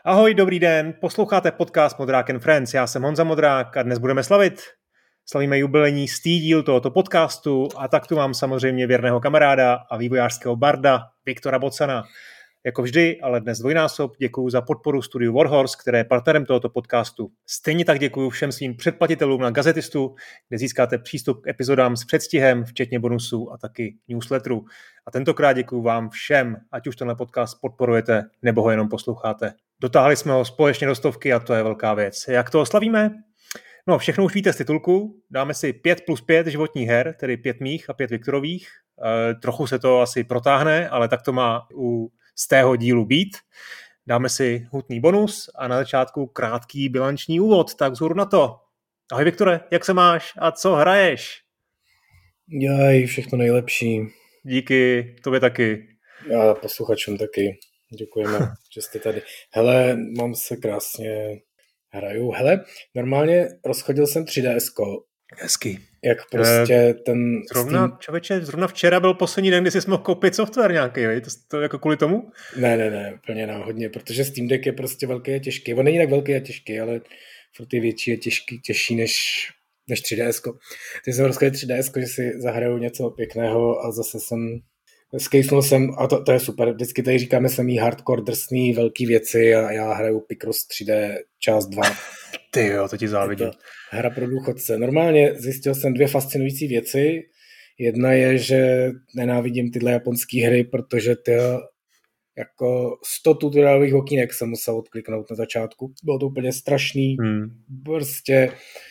Ahoj, dobrý den, posloucháte podcast Modrák and Friends, já jsem Honza Modrák a dnes budeme slavit. Slavíme jubilejní 100. díl tohoto podcastu a tak tu mám samozřejmě věrného kamaráda a vývojářského barda Viktora Bocana. Jako vždy, ale dnes dvojnásob, děkuju za podporu studiu Warhorse, které je partnerem tohoto podcastu. Stejně tak děkuju všem svým předplatitelům na Gazetistu, kde získáte přístup k epizodám s předstihem, včetně bonusů a taky newsletterů. A tentokrát děkuju vám všem, ať už tenhle podcast podporujete, nebo ho jenom posloucháte. Dotáhli jsme ho společně do 100 a to je velká věc. Jak to oslavíme? No, všechno už víte z titulku. Dáme si 5+5 životních her, tedy 5 mých a 5 Viktorových. Trochu se to asi protáhne, ale tak to má z tého dílu být. Dáme si hutný bonus a na začátku krátký bilanční úvod, tak vzhůru na to. Ahoj Viktore, jak se máš a co hraješ? Jaj, všechno nejlepší. Díky, tobě taky. A posluchačům taky. Děkujeme, že jste tady. Hele, mám se krásně, hraju. Hele, normálně rozchodil jsem 3DSko. Hezky. Jak prostě ten... Zrovna včera byl poslední den, kdy jsi mohl koupit software nějaký, to jako kvůli tomu? Ne, úplně náhodně, protože Steam Deck je prostě velký a těžký. On není tak velký a těžký, ale furt je větší a těžší než 3DSko. Teď jsem rozchodil 3DSko, že si zahraju něco pěkného a zase jsem... Skejsnul jsem, a to je super, vždycky tady říkáme samý hardcore, drsný, velký věci a já hraju Picross 3D část 2. Ty jo, to ti závidím. Hra pro důchodce. Normálně zjistil jsem 2 fascinující věci. Jedna je, že nenávidím tyhle japonské hry, protože jako 100 tutoriálových okýnek jsem musel odkliknout na začátku. Bylo to úplně strašný. Prostě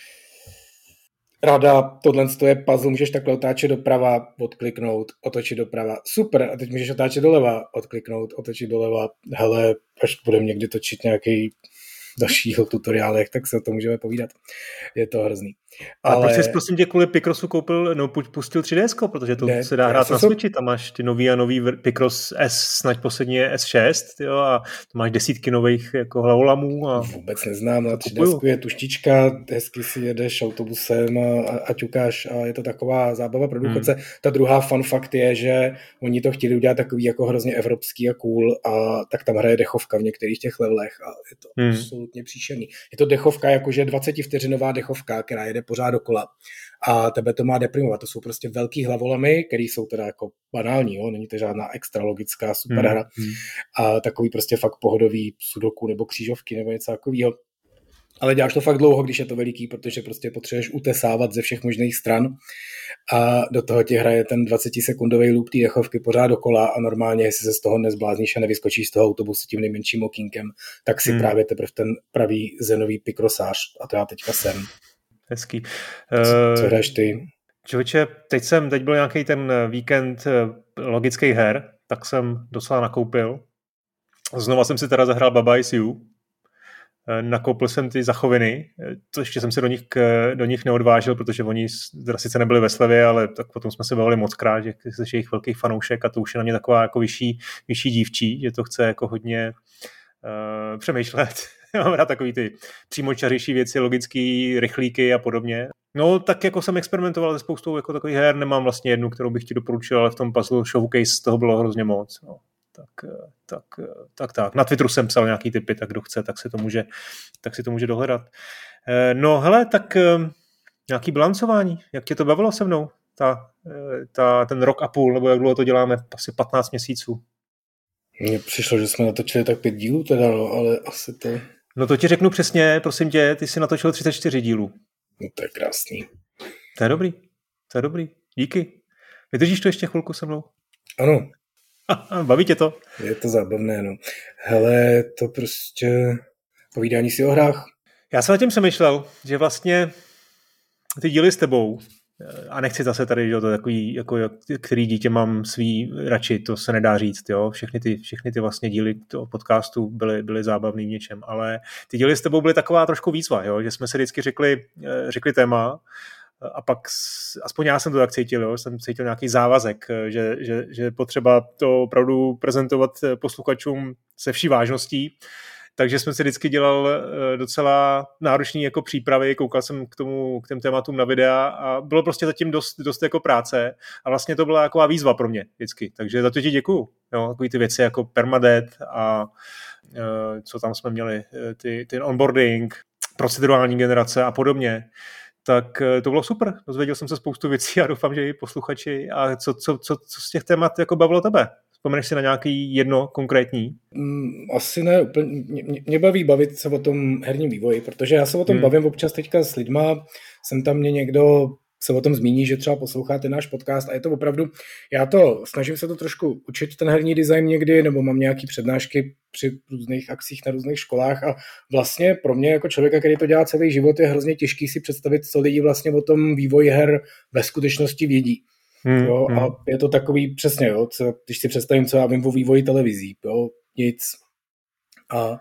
rada, tohle je puzzle, můžeš takhle otáčet doprava, odkliknout, otočit doprava. Super, a teď můžeš otáčet doleva, odkliknout, otočit doleva. Hele, až budeme někdy točit nějaký dalšího tutoriálech, tak se o tom můžeme povídat. Je to hrozný. Ale proč jsi prosím tě kvůli Picrossu pustil 3DSko, protože to se dá hrát na Switchi, tam máš ty nový Picross S, snad poslední je S6, jo, a to máš desítky nových jako hlavolamů. A... Vůbec neznám, na 3DSku je tuštička, hezky si jedeš autobusem a ťukáš a je to taková zábava pro důchodce. Ta druhá fun fact je, že oni to chtěli udělat takový jako hrozně evropský a cool a tak tam hraje dechovka v některých těch levelech a je to absolutně příšerný. Je to dechovka, jakože 20vteřinová dechovka, která jede pořád dokola a tebe to má deprimovat. To jsou prostě velký hlavolamy, které jsou teda jako banální, jo? Není to žádná extra logická superhra a takový prostě fakt pohodový sudoku nebo křížovky nebo něco takového. Ale děláš to fakt dlouho, když je to veliký, protože prostě potřebuješ utesávat ze všech možných stran a do toho ti hraje ten 20sekundový loop té dechovky pořád dokola a normálně, jestli se z toho nezblázníš a nevyskočíš z toho autobusu tím nejmenším okýnkem, tak si právě teprve ten pravý zenový pikrosář a to já teďka jsem. Hezký. Co hraješ ty? Člověče, teď byl nějaký ten víkend logických her, tak jsem docela nakoupil. Znova jsem si teda zahrál Baba Is You. Nakoupil jsem ty zachoviny, to ještě jsem se do nich neodvážil, protože oni sice nebyli ve slevě, ale tak potom jsme se bavili mockrát, že jsi jejich velký fanoušek a to už je na mě taková jako vyšší dívčí, že to chce jako hodně přemýšlet. Mám rád takový ty přímočařejší věci, logický, rychlíky a podobně. No, tak jako jsem experimentoval se spoustou jako takových her, nemám vlastně jednu, kterou bych ti doporučil, ale v tom puzzle showcase toho bylo hrozně moc. No. Tak. Na Twitteru jsem psal nějaký tipy, tak kdo chce, tak si to může dohledat. No hele, tak nějaký bilancování, jak tě to bavilo se mnou? Ten rok a půl, nebo jak dlouho to děláme? Asi 15 měsíců. Mně přišlo, že jsme natočili tak 5 dílů teda, no, ale asi to... No to ti řeknu přesně, prosím tě, ty jsi natočil 34 dílů. No to je krásný. To je dobrý, díky. Vydržíš to ještě chvilku se mnou? Ano. Baví tě to? Je to zábavné, no. Hele, to prostě povídání si o hrách. Já jsem na tím přemýšlel, že vlastně ty díly s tebou, a nechci zase tady, že to takový, jako který dítě mám svý radši, to se nedá říct, jo. Všechny ty vlastně díly toho podcastu byly zábavný v něčem, ale ty díly s tebou byly taková trošku výzva, jo, že jsme si vždycky řekli téma a pak, aspoň já jsem to tak cítil, jo, jsem cítil nějaký závazek, že potřeba to opravdu prezentovat posluchačům se vší vážností. Takže jsem si vždycky dělal docela náročný jako přípravy, koukal jsem k těm tématům na videa a bylo prostě zatím dost jako práce a vlastně to byla taková výzva pro mě vždycky, takže za to ti děkuju. Jo, takový ty věci jako permadeath a co tam jsme měli, ten onboarding, procedurální generace a podobně, tak to bylo super. Dozvěděl jsem se spoustu věcí a doufám, že i posluchači. A co z těch témat jako bavilo tebe? Vzpomeneš si na nějaký jedno konkrétní? Asi ne, úplně. Mě baví bavit se o tom herním vývoji, protože já se o tom bavím občas teďka s lidma, sem tam mě někdo se o tom zmíní, že třeba poslouchá ten náš podcast a je to opravdu, snažím se to trošku učit ten herní design někdy, nebo mám nějaký přednášky při různých akcích na různých školách a vlastně pro mě jako člověka, který to dělá celý život, je hrozně těžký si představit, co lidi vlastně o tom vývoji her ve skutečnosti vědí. Jo, a je to takový přesně, jo, když si představím, co já vím o vývoji televizí, jo, nic. A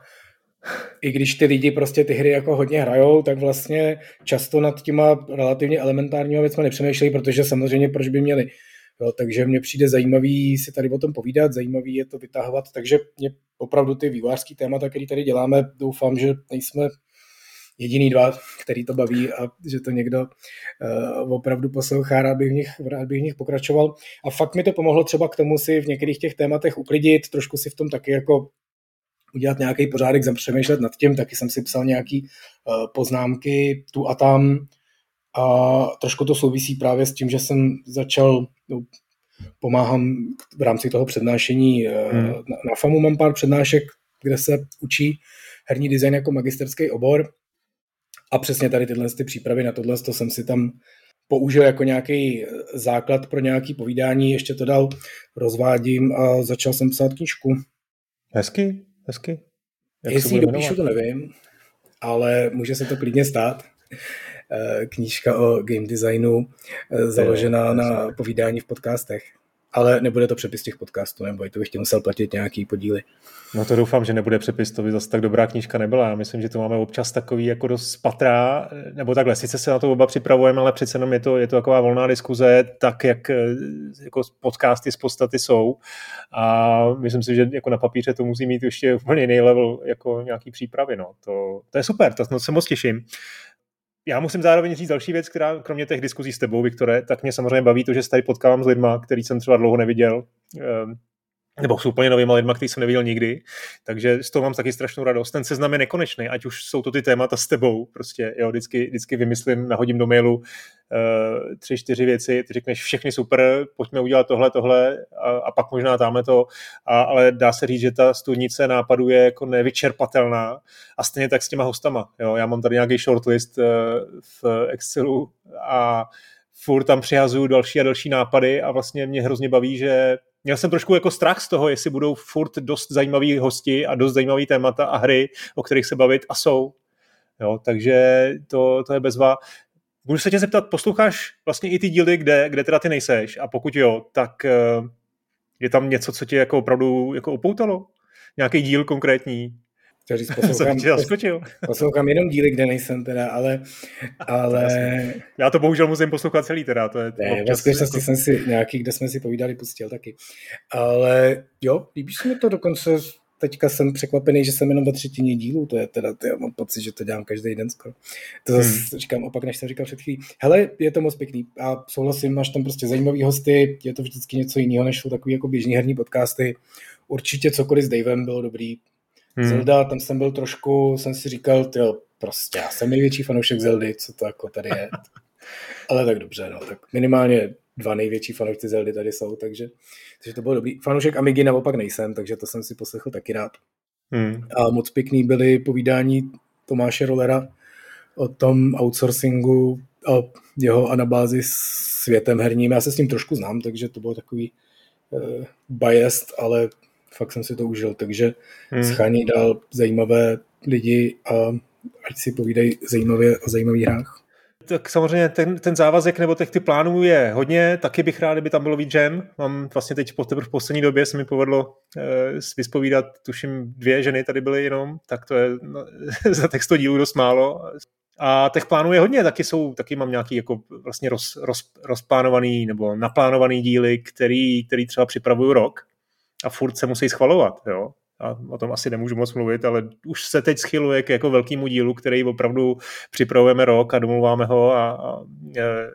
i když ty lidi prostě ty hry jako hodně hrajou, tak vlastně často nad těma relativně elementárníma věcma nepřemýšlejí, protože samozřejmě proč by měli. Jo, takže mně přijde zajímavý si tady o tom povídat, zajímavý je to vytahovat, takže mě opravdu ty vývojářský témata, který tady děláme, doufám, že nejsme jediný dva, který to baví a že to někdo opravdu poslouchá, rád bych v nich pokračoval. A fakt mi to pomohlo třeba k tomu si v některých těch tématech uklidit, trošku si v tom taky jako udělat nějaký pořádek, přemýšlet nad tím, taky jsem si psal nějaký poznámky tu a tam a trošku to souvisí právě s tím, že jsem začal, pomáhám v rámci toho přednášení na FAMu mám pár přednášek, kde se učí herní design jako magisterský obor a přesně tady tyhle přípravy na tohle jsem si tam použil jako nějaký základ pro nějaké povídání, ještě to dal, rozvádím a začal jsem psát knížku. Hezky. Jestli ji dopíšu, to nevím, ale může se to klidně stát. Knížka o game designu založená na povídání v podcastech. Ale nebude to přepis těch podcastů, nebo to bych tě musel platit nějaký podíly. No to doufám, že nebude přepis, to by zase tak dobrá knížka nebyla. Já myslím, že to máme občas takový jako dost patrá, nebo takhle, sice se na to oba připravujeme, ale přece jenom je to taková volná diskuze, tak jak jako podcasty z podstaty jsou. A myslím si, že jako na papíře to musí mít ještě úplně jiný level jako nějaký přípravy. No. To je super, to se moc těším. Já musím zároveň říct další věc, která kromě těch diskuzí s tebou, Viktore, tak mě samozřejmě baví to, že se tady potkávám s lidma, který jsem třeba dlouho neviděl, nebo s úplně novýma lidma, který jsem neviděl nikdy, takže z toho mám taky strašnou radost. Ten seznam je nekonečný, ať už jsou to ty témata s tebou, prostě, jo, vždycky vymyslím, nahodím do mailu 3-4 věci, ty řekneš všechny super, pojďme udělat tohle a pak možná dáme to, ale dá se říct, že ta studnice nápadů je jako nevyčerpatelná a stejně tak s těma hostama, jo, já mám tady nějaký shortlist v Excelu a furt tam přihazuju další a další nápady a vlastně mě hrozně baví, že měl jsem trošku jako strach z toho, jestli budou furt dost zajímaví hosti a dost zajímavý témata a hry, o kterých se bavit a jsou. Jo, takže to je bezva. Můžu se tě zeptat, posloucháš vlastně i ty díly, kde teda ty nejseš a pokud jo, tak je tam něco, co tě jako opravdu jako upoutalo? Nějaký díl konkrétní? Poslouchám jenom díly, kde nejsem teda, ale... Já to bohužel musím poslouchat celý teda. Ve skutečnosti jsem si nějaký, kde jsme si povídali, pustil taky. Ale jo, líbí se mi to dokonce. Teďka jsem překvapený, že jsem jenom ve třetině dílu, to je teda, já mám pocit, že to dělám každý den skoro. To zase říkám opak, než jsem říkal před chvílí. Hele, je to moc pěkný a souhlasím, máš tam prostě zajímavý hosty, je to vždycky něco jiného, než jsou takový jako běžný herní podcasty. Určitě cokoliv s Davem bylo dobrý. Zelda, tam jsem byl trošku, jsem si říkal, prostě já jsem největší fanoušek Zeldy, co to jako tady je. Ale tak dobře, no, tak minimálně 2 největší fanoušci Zeldy tady jsou, takže to bylo dobrý. Fanoušek Amigy naopak nejsem, takže to jsem si poslechl taky rád. A moc pěkný byly povídání Tomáše Rollera o tom outsourcingu a jeho anabázi s světem herním. Já se s ním trošku znám, takže to bylo takový biased, ale fakt jsem si to užil, takže schání dál zajímavé lidi a ať si povídají zajímavě o zajímavých hrách. Tak samozřejmě ten závazek nebo těch ty plánů je hodně, taky bych rád, kdyby tam bylo víc žen. Mám vlastně teď v poslední době se mi povedlo vyspovídat, tuším 2 ženy tady byly jenom, tak to je za těch 100 dílů dost málo. A těch plánů je hodně, taky mám nějaký jako vlastně rozplánovaný nebo naplánovaný díly, který třeba připravuju rok a furt se musí schvalovat, jo. A o tom asi nemůžu moc mluvit, ale už se teď schyluje k jako velkému dílu, který opravdu připravujeme rok a domluváme ho a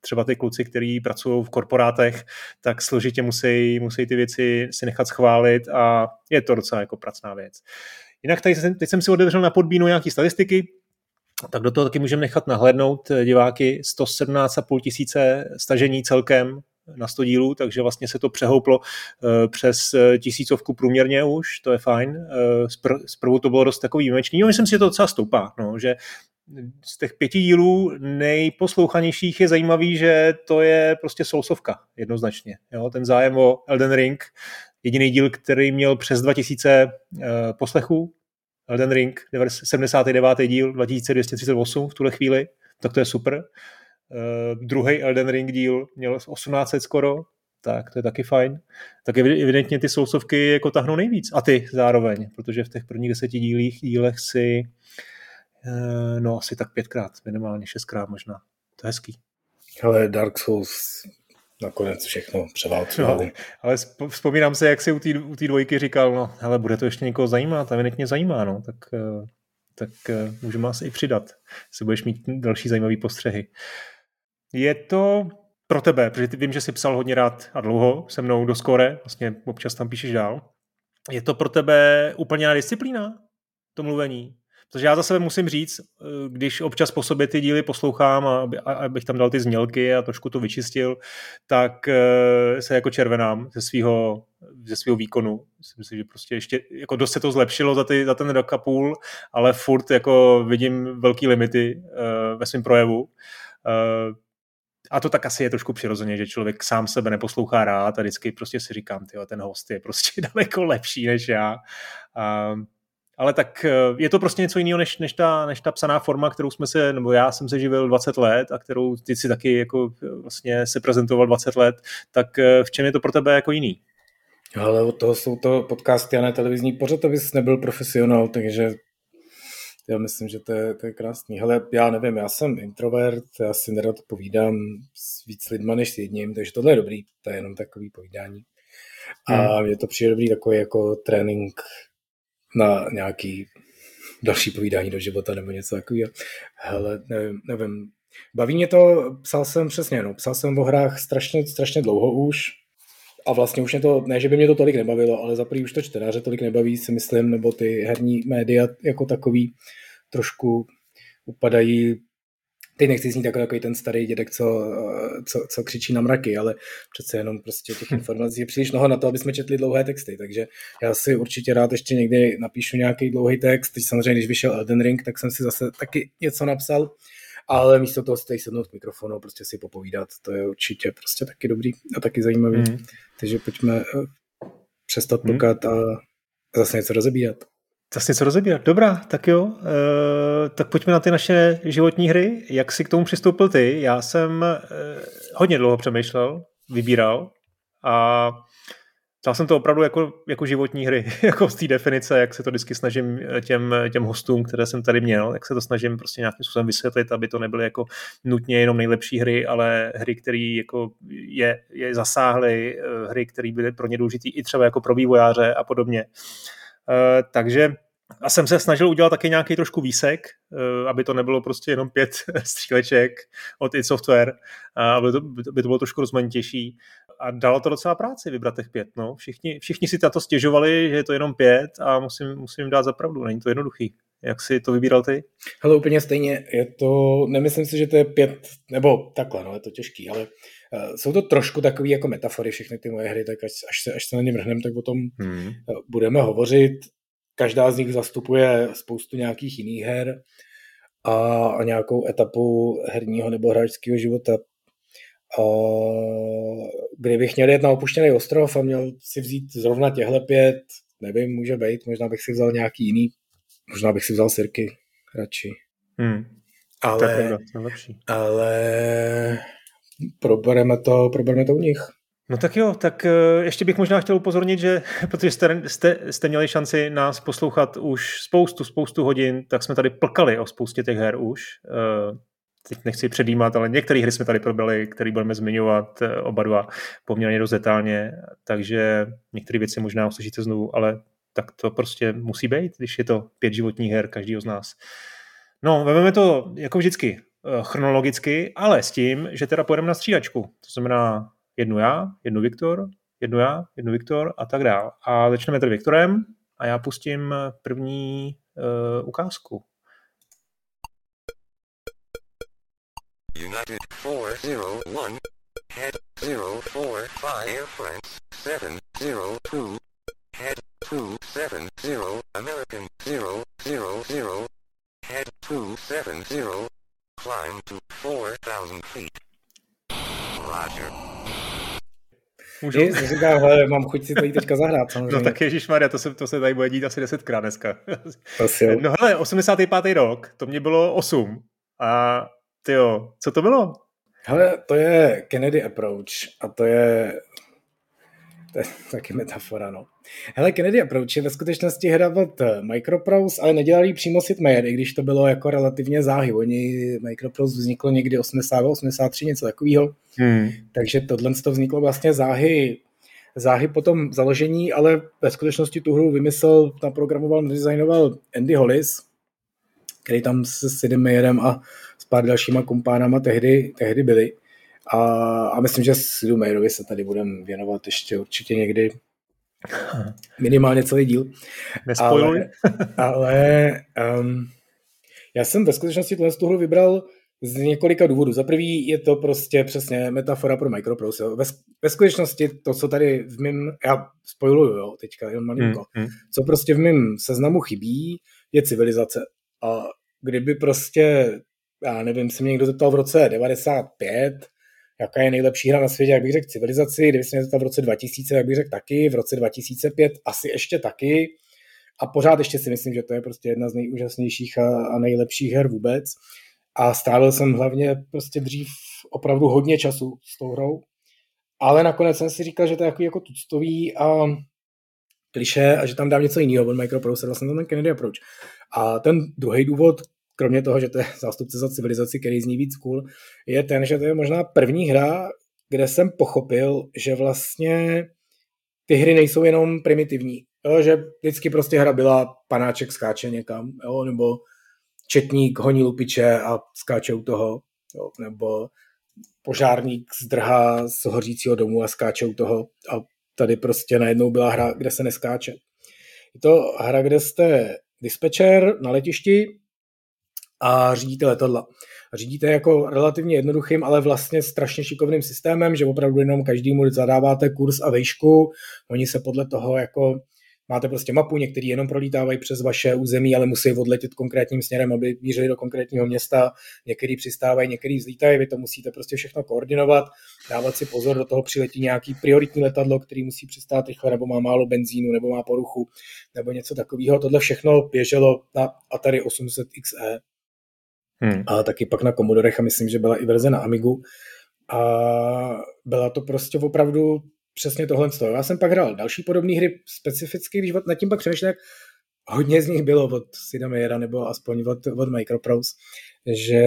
třeba ty kluci, kteří pracují v korporátech, tak složitě musí ty věci si nechat schválit a je to docela jako pracná věc. Jinak teď jsem si otevřel na Podbeanu nějaké statistiky, tak do toho taky můžeme nechat nahlédnout diváky. 117,5 tisíce stažení celkem na 100 dílů, takže vlastně se to přehouplo přes 1000 průměrně už, to je fajn. Zprvu to bylo dost takový výjimečný. Jo, myslím si, že to docela stoupá, no, že z těch 5 dílů nejposlouchanějších je zajímavý, že to je prostě sousovka jednoznačně. Jo, ten zájem o Elden Ring, jediný díl, který měl přes 2000 poslechů, Elden Ring, 79. díl, 2238 v tuhle chvíli, tak to je super. Druhý Elden Ring díl měl 1800 skoro, tak to je taky fajn. Tak evidentně ty sousovky jako tahnou nejvíc. A ty zároveň, protože v těch prvních 10 dílech si asi tak 5krát, minimálně 6krát možná. To je hezký. Ale Dark Souls nakonec všechno převálcovali. No, ale vzpomínám se, jak si u té dvojky říkal, no, hele, bude to ještě někoho zajímat, a evidentně zajímá, no, tak můžeme asi i přidat, jestli budeš mít další zajímavý postřehy. Je to pro tebe, protože vím, že jsi psal hodně rád a dlouho se mnou do Skóre, vlastně občas tam píšeš dál. Je to pro tebe úplně jiná disciplína, to mluvení? Protože já za sebe musím říct, když občas po sobě ty díly poslouchám a abych tam dal ty znělky a trošku to vyčistil, tak se jako červenám ze svého výkonu. Myslím si, že prostě ještě jako dost se to zlepšilo za ten rok a půl, ale furt jako vidím velký limity ve svém projevu. A to tak asi je trošku přirozeně, že člověk sám sebe neposlouchá rád a vždycky prostě si říkám, tyjo, ten host je prostě daleko lepší než já. Ale tak je to prostě něco jiného než ta psaná forma, kterou já jsem se živil 20 let a kterou ty si taky jako vlastně se prezentoval 20 let, tak v čem je to pro tebe jako jiný? Ale od toho jsou to podcasty a ne televizní pořad, abys nebyl profesionál, takže já myslím, že to je krásný. Hele, já nevím, já jsem introvert, já si nerad povídám s víc lidma než s jedním, takže tohle je dobrý, to je jenom takový povídání. A mně to přijde dobrý takový jako trénink na nějaký další povídání do života nebo něco takového. Hele, nevím. Baví mě to, psal jsem o hrách strašně dlouho už a vlastně už mě to, ne, že by mě to tolik nebavilo, ale za prvý už to čtenáře tolik nebaví, si myslím, nebo ty herní média jako takový trošku upadají. Teď nechci znít takový ten starý dědek, co křičí na mraky, ale přece jenom prostě těch informací je příliš mnoho na to, aby jsme četli dlouhé texty, takže já si určitě rád ještě někdy napíšu nějaký dlouhý text. Teď samozřejmě, když vyšel Elden Ring, tak jsem si zase taky něco napsal, ale místo toho si sednout k mikrofonu, prostě si popovídat, to je určitě prostě taky dobrý a taky zajímavý. Takže pojďme přestat pokat a zase něco rozebírat. Dobrá, tak jo. Tak pojďme na ty naše životní hry. Jak jsi k tomu přistoupil ty? Já jsem hodně dlouho přemýšlel, vybíral a dal jsem to opravdu jako životní hry, jako z té definice, jak se to vždycky snažím těm hostům, které jsem tady měl, jak se to snažím prostě nějakým způsobem vysvětlit, aby to nebyly jako nutně jenom nejlepší hry, ale hry, které jako je zasáhly, hry, které byly pro ně důležitý i třeba jako pro vývojáře a podobně. Takže a jsem se snažil udělat taky nějaký trošku výsek, aby to nebylo prostě jenom 5 stříleček od id Software, aby to bylo trošku rozmanitější. A dalo to docela práci vybrat těch 5. No. Všichni si na to stěžovali, že je to jenom 5 a musím jim dát za pravdu. Není to jednoduchý. Jak jsi to vybíral ty? Hele, úplně stejně. Nemyslím si, že to je 5, nebo takhle, no, je to těžký, ale jsou to trošku takový jako metafory, všechny ty moje hry, tak až se na ně vrhneme, tak o tom budeme hovořit. Každá z nich zastupuje spoustu nějakých jiných her a nějakou etapu herního nebo hráčského života. Kdybych měl jet na opuštěný ostrov a měl si vzít zrovna těhle 5, nevím, může být, možná bych si vzal nějaký jiný, možná bych si vzal Sirky radši. Ale probereme to u nich. No tak jo, tak ještě bych možná chtěl upozornit, že protože jste měli šanci nás poslouchat už spoustu hodin, tak jsme tady plkali o spoustě těch her už. Teď nechci předjímat, ale některé hry jsme tady probrali, které budeme zmiňovat oba dva poměrně dost detailně, takže některé věci možná uslyšíte znovu, ale tak to prostě musí být, když je to 5 životních her každýho z nás. No, vezmeme to jako vždycky chronologicky, ale s tím, že teda pojedeme na střídačku. To znamená jednu já, jednu Viktor, jednu já, jednu Viktor a tak dál. A začneme tady Viktorem a já pustím první ukázku. United 401, head 045, France 702, head 270, American 000, head 270, climb to 4,000 feet. Roger. Můžu? Říkám, hele, mám chuť si to jít teďka zahrát, samozřejmě. No tak ježišmarja, to se tady bude dít asi 10krát dneska. To no hele, 85. rok, to mě bylo 8. A tyjo, co to bylo? Hele, to je Kennedy Approach a to je taky metafora, no. Hele, Kennedy Approach je ve skutečnosti hra od Microprose, ale nedělali ji přímo Sid Meier, i když to bylo jako relativně záhy. Microprose vzniklo někdy 82, 83, něco takového. Takže tohle to vzniklo vlastně záhy po tom založení, ale ve skutečnosti tu hru vymyslel, naprogramoval, designoval Andy Hollis, který tam se Sidem Meierem a s pár dalšíma kumpánama tehdy byli. A myslím, že Sidu Meierovi se tady budeme věnovat ještě určitě někdy. Minimálně celý díl. Nespojuj. Ale já jsem ve skutečnosti tu hru vybral z několika důvodů. Za prvý je to prostě přesně metafora pro Microprose. Ve skutečnosti to, co tady v mým, já spoiluju, jo, teďka jen malinko, co prostě v mém seznamu chybí, je civilizace. A kdyby prostě, já nevím, se mě někdo zeptal v roce 95, jaká je nejlepší hra na světě, jak bych řekl civilizaci, kdyby se mě zeptal v roce 2000, jak bych řekl taky, v roce 2005 asi ještě taky. A pořád ještě si myslím, že to je prostě jedna z nejúžasnějších a nejlepších her vůbec. A strávil jsem hlavně prostě dřív opravdu hodně času s tou hrou. Ale nakonec jsem si říkal, že to je jako tuctový a klišé a že tam dám něco jiného od Microprose, vlastně ten Kennedy Approach. A ten druhý důvod, kromě toho, že to je zástupce za civilizaci, který zní víc cool, je ten, že to je možná první hra, kde jsem pochopil, že vlastně ty hry nejsou jenom primitivní. Jo, že vždycky prostě hra byla panáček skáče někam, jo, nebo četník honí lupiče a skáče u toho, jo, nebo požárník zdrhá z hořícího domu a skáče u toho. A tady prostě najednou byla hra, kde se neskáče. Je to hra, kde jste dispečer na letišti a řídíte letadla. A řídíte jako relativně jednoduchým, ale vlastně strašně šikovným systémem, že opravdu jenom každému zadáváte kurz a výšku. Oni se podle toho jako máte prostě mapu, některý jenom prolítávají přes vaše území, ale musí odletět konkrétním směrem, aby mířili do konkrétního města, některý přistávají, některý vzlítají, vy to musíte prostě všechno koordinovat, dávat si pozor, do toho přiletí nějaký prioritní letadlo, který musí přistát rychle, nebo má málo benzínu, nebo má poruchu, nebo něco takového. Tohle všechno běželo na Atari 800 XE. A taky pak na Commodorech a myslím, že byla i verze na Amigu. A byla to prostě opravdu přesně tohle. Já jsem pak hrál další podobné hry specificky, když nad tím pak přemýšlel, jak hodně z nich bylo od Sida Meiera nebo aspoň od Microprose, že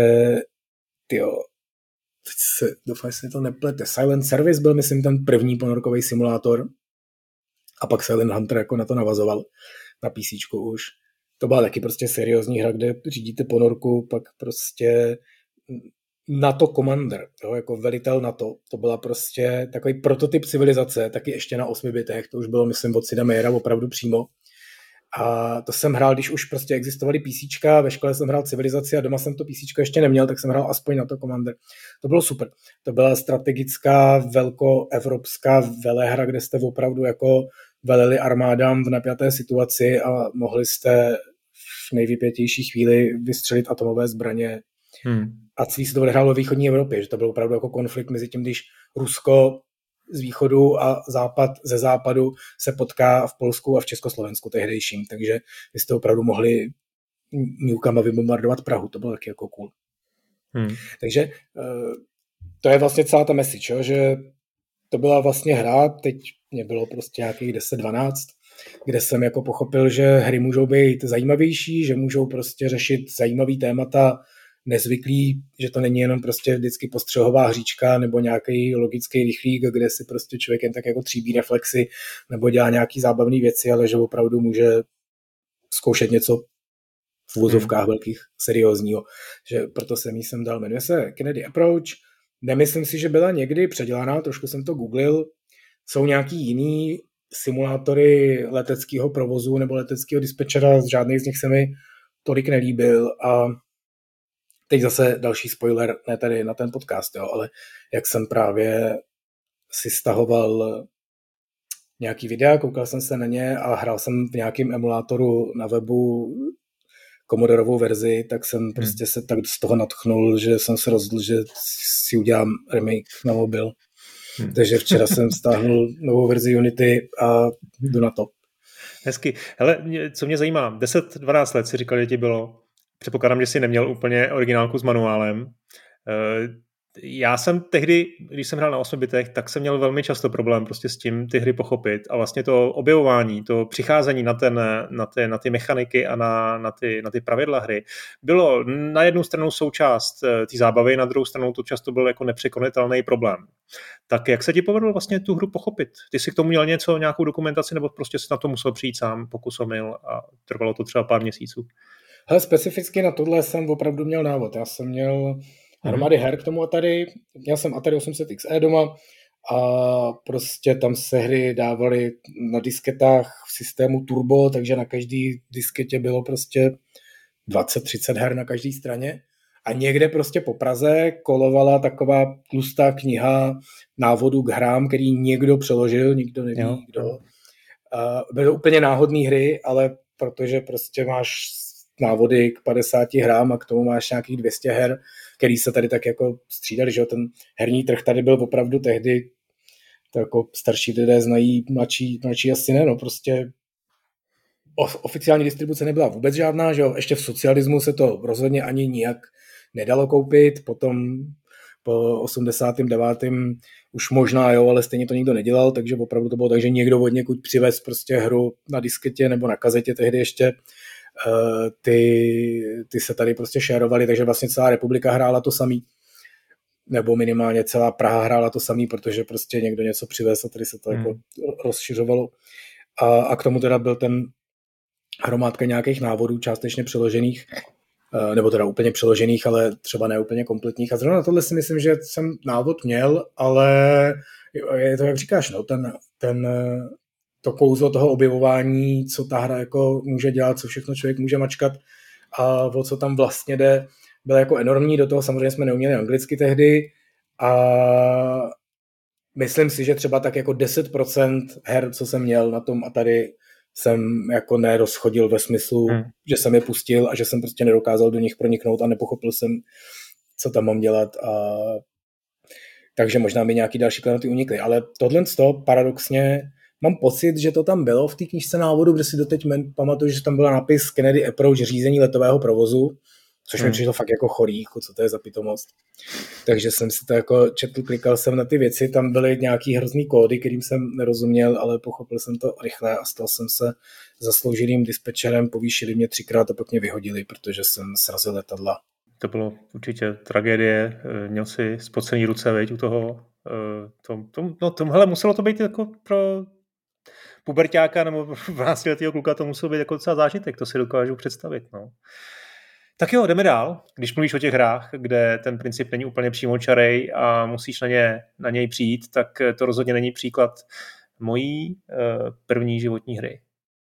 doufám, že se to neplete. Silent Service byl, myslím, ten první ponorkový simulátor a pak Silent Hunter jako na to navazoval na PCčku už. To byla taky prostě seriózní hra, kde řídíte ponorku, pak prostě NATO Commander, jo, jako velitel NATO. To byla prostě takový prototyp civilizace, taky ještě na 8 bitech, to už bylo, myslím, od Sida Meiera opravdu přímo. A to jsem hrál, když už prostě existovaly PCčka, ve škole jsem hrál civilizaci a doma jsem to PCčko ještě neměl, tak jsem hrál aspoň NATO Commander. To bylo super. To byla strategická, velkoevropská velehra, kde jste opravdu jako veleli armádám v napjaté situaci a mohli jste v nejvypětější chvíli vystřelit atomové zbraně. A celý se to odehrálo ve východní Evropě, že to byl opravdu jako konflikt mezi tím, když Rusko z východu a Západ ze západu se potká v Polsku a v Československu tehdejším, takže vy jste opravdu mohli nukama vybombardovat Prahu, to bylo taky jako cool. Takže to je vlastně celá ta message, jo, že to byla vlastně hra, teď mě bylo prostě nějakých 10-12, kde jsem jako pochopil, že hry můžou být zajímavější, že můžou prostě řešit zajímavý témata, nezvyklý, že to není jenom prostě vždycky postřehová hříčka nebo nějaký logický rychlík, kde si prostě člověk jen tak jako tříbí reflexy nebo dělá nějaký zábavné věci, ale že opravdu může zkoušet něco v uvozovkách velkých seriózního, že proto jsem jí sem dal. Jmenuje se Kennedy Approach. Nemyslím si, že byla někdy předělaná, trošku jsem to googlil. Jsou nějaký jiný simulátory leteckého provozu nebo leteckého dispečera, žádný z nich se mi tolik nelíbil a teď zase další spoiler, ne tady na ten podcast, jo, ale jak jsem právě si stahoval nějaký videa, koukal jsem se na ně a hrál jsem v nějakém emulátoru na webu Commodorovou verzi, tak jsem prostě se tak z toho nadchnul, že jsem se rozhodl, že si udělám remake na mobil. Takže včera jsem stáhnul novou verzi Unity a jdu na to. Hezky. Hele, co mě zajímá, 10-12 let si říkal, že ti bylo. Předpokládám, že jsi neměl úplně originálku s manuálem. Já jsem tehdy, když jsem hrál na 8 bitech, tak jsem měl velmi často problém prostě s tím ty hry pochopit a vlastně to objevování, to přicházení na ty mechaniky a na ty pravidla hry bylo na jednu stranu součást té zábavy, na druhou stranu to často byl jako nepřekonatelný problém. Tak jak se ti povedlo vlastně tu hru pochopit? Ty jsi k tomu měl nějakou dokumentaci nebo prostě jsi na to musel přijít sám, pokus omyl a trvalo to třeba pár měsíců? Hele, specificky na tohle jsem opravdu měl návod. Já jsem měl hromady her k tomu Atari. Měl jsem Atari 800 XE doma a prostě tam se hry dávaly na disketách v systému Turbo, takže na každý disketě bylo prostě 20-30 her na každé straně. A někde prostě po Praze kolovala taková tlustá kniha návodů k hrám, který někdo přeložil, nikdo neví, kdo. Byly úplně náhodné hry, ale protože prostě máš návody k 50 hrám a k tomu máš nějakých 200 her, který se tady tak jako střídali, že ten herní trh tady byl opravdu tehdy, to jako starší lidé znají, mladší asi ne, no prostě oficiální distribuce nebyla vůbec žádná, že jo, ještě v socialismu se to rozhodně ani nijak nedalo koupit, potom po 89. už možná jo, ale stejně to nikdo nedělal, takže opravdu to bylo tak, že někdo od někud přivez prostě hru na disketě nebo na kazetě tehdy ještě, ty se tady prostě šerovaly, takže vlastně celá republika hrála to samý, nebo minimálně celá Praha hrála to samý, protože prostě někdo něco přivez a tady se to jako rozšiřovalo. A k tomu teda byl ten hromádka nějakých návodů částečně přeložených, nebo teda úplně přeložených, ale třeba ne úplně kompletních. A zrovna na tohle si myslím, že jsem návod měl, ale je to, jak říkáš, no, to kouzlo toho objevování, co ta hra jako může dělat, co všechno člověk může mačkat a o co tam vlastně jde, bylo jako enormní. Do toho samozřejmě jsme neuměli anglicky tehdy a myslím si, že třeba tak jako 10% her, co jsem měl na tom Atari, jsem jako nerozchodil ve smyslu, že jsem je pustil a že jsem prostě nedokázal do nich proniknout a nepochopil jsem, co tam mám dělat. Takže možná mi nějaký další klenoty unikly. Ale tohle paradoxně mám pocit, že to tam bylo v té knížce návodu, kde si doteď pamatuju, že tam byl nápis Kennedy Approach řízení letového provozu, což mi přišlo fakt jako chorý, co to je za pitomost. Takže jsem si to jako četl, klikal jsem na ty věci, tam byly nějaký hrozný kódy, kterým jsem nerozuměl, ale pochopil jsem to rychle a stal jsem se zasloužilým dispečerem, povýšili mě 3krát a pak mě vyhodili, protože jsem srazil letadla. To bylo určitě tragédie, měl si spocený ruce, veď, u toho. Hele, muselo to být jako pro puberťáka nebo 12letého kluka, to muselo být jako docela zážitek, to si dokážu představit, no. Tak jo, jdeme dál. Když mluvíš o těch hrách, kde ten princip není úplně přímočarej a musíš na něj přijít, tak to rozhodně není příklad mojí první životní hry.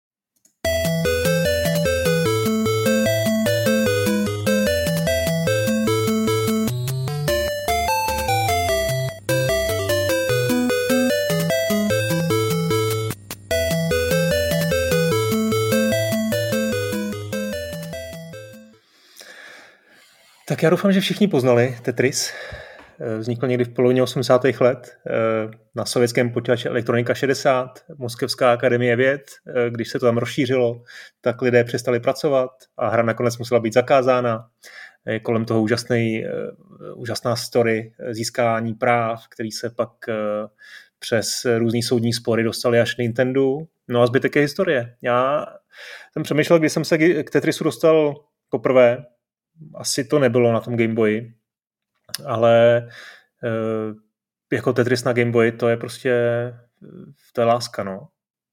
Tak já doufám, že všichni poznali Tetris. Vznikl někdy v polovině 80. let na sovětském počítači Elektronika 60, Moskevská akademie věd. Když se to tam rozšířilo, tak lidé přestali pracovat a hra nakonec musela být zakázána. Kolem toho úžasná story získání práv, který se pak přes různý soudní spory dostali až Nintendo. No a zbytek je historie. Já jsem přemýšlel, když jsem se k Tetrisu dostal poprvé, asi to nebylo na tom Game Boyi, ale jako Tetris na Game Boyi, to je prostě, to je láska, no.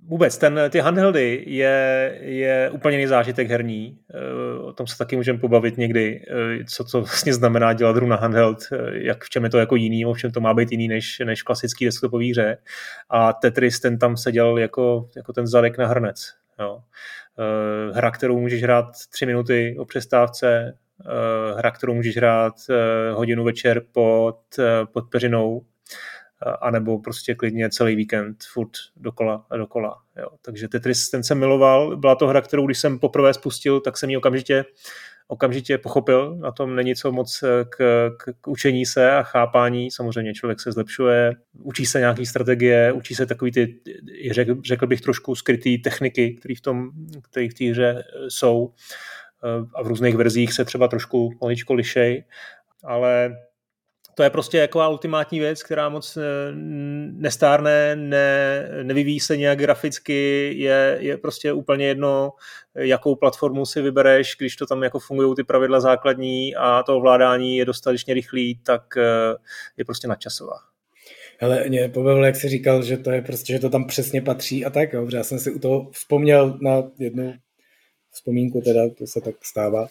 vůbec, ty handheldy je úplně jiný zážitek herní. O tom se taky můžeme pobavit někdy, co to vlastně znamená dělat hru na handheld, v čem je to jako jiný, v čem to má být jiný než klasický desktopový hře. A Tetris, ten tam seděl jako ten zadek na hrnec. Jo. Hra, kterou můžeš hrát 3 minuty o přestávce, hra, kterou můžeš hrát hodinu večer pod peřinou, anebo prostě klidně celý víkend furt dokola a dokola. Jo. Takže Tetris, ten jsem miloval. Byla to hra, kterou když jsem poprvé spustil, tak jsem ji okamžitě pochopil. Na tom není co moc k učení se a chápání. Samozřejmě člověk se zlepšuje, učí se nějaký strategie, učí se takový ty, řekl bych, trošku skrytý techniky, které v té hře jsou. A v různých verzích se třeba trošku maličko lišej, ale to je prostě jako ultimátní věc, která moc nestárne, nevyvíjí se nějak graficky, je prostě úplně jedno, jakou platformu si vybereš, když to tam jako fungují ty pravidla základní a to ovládání je dostatečně rychlý, tak je prostě nadčasová. Hele, mě pobavilo, jak jsi říkal, že to je prostě, že to tam přesně patří a tak, jo, já jsem si u toho vzpomněl na jednu vzpomínku, teda to se tak stává,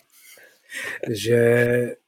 že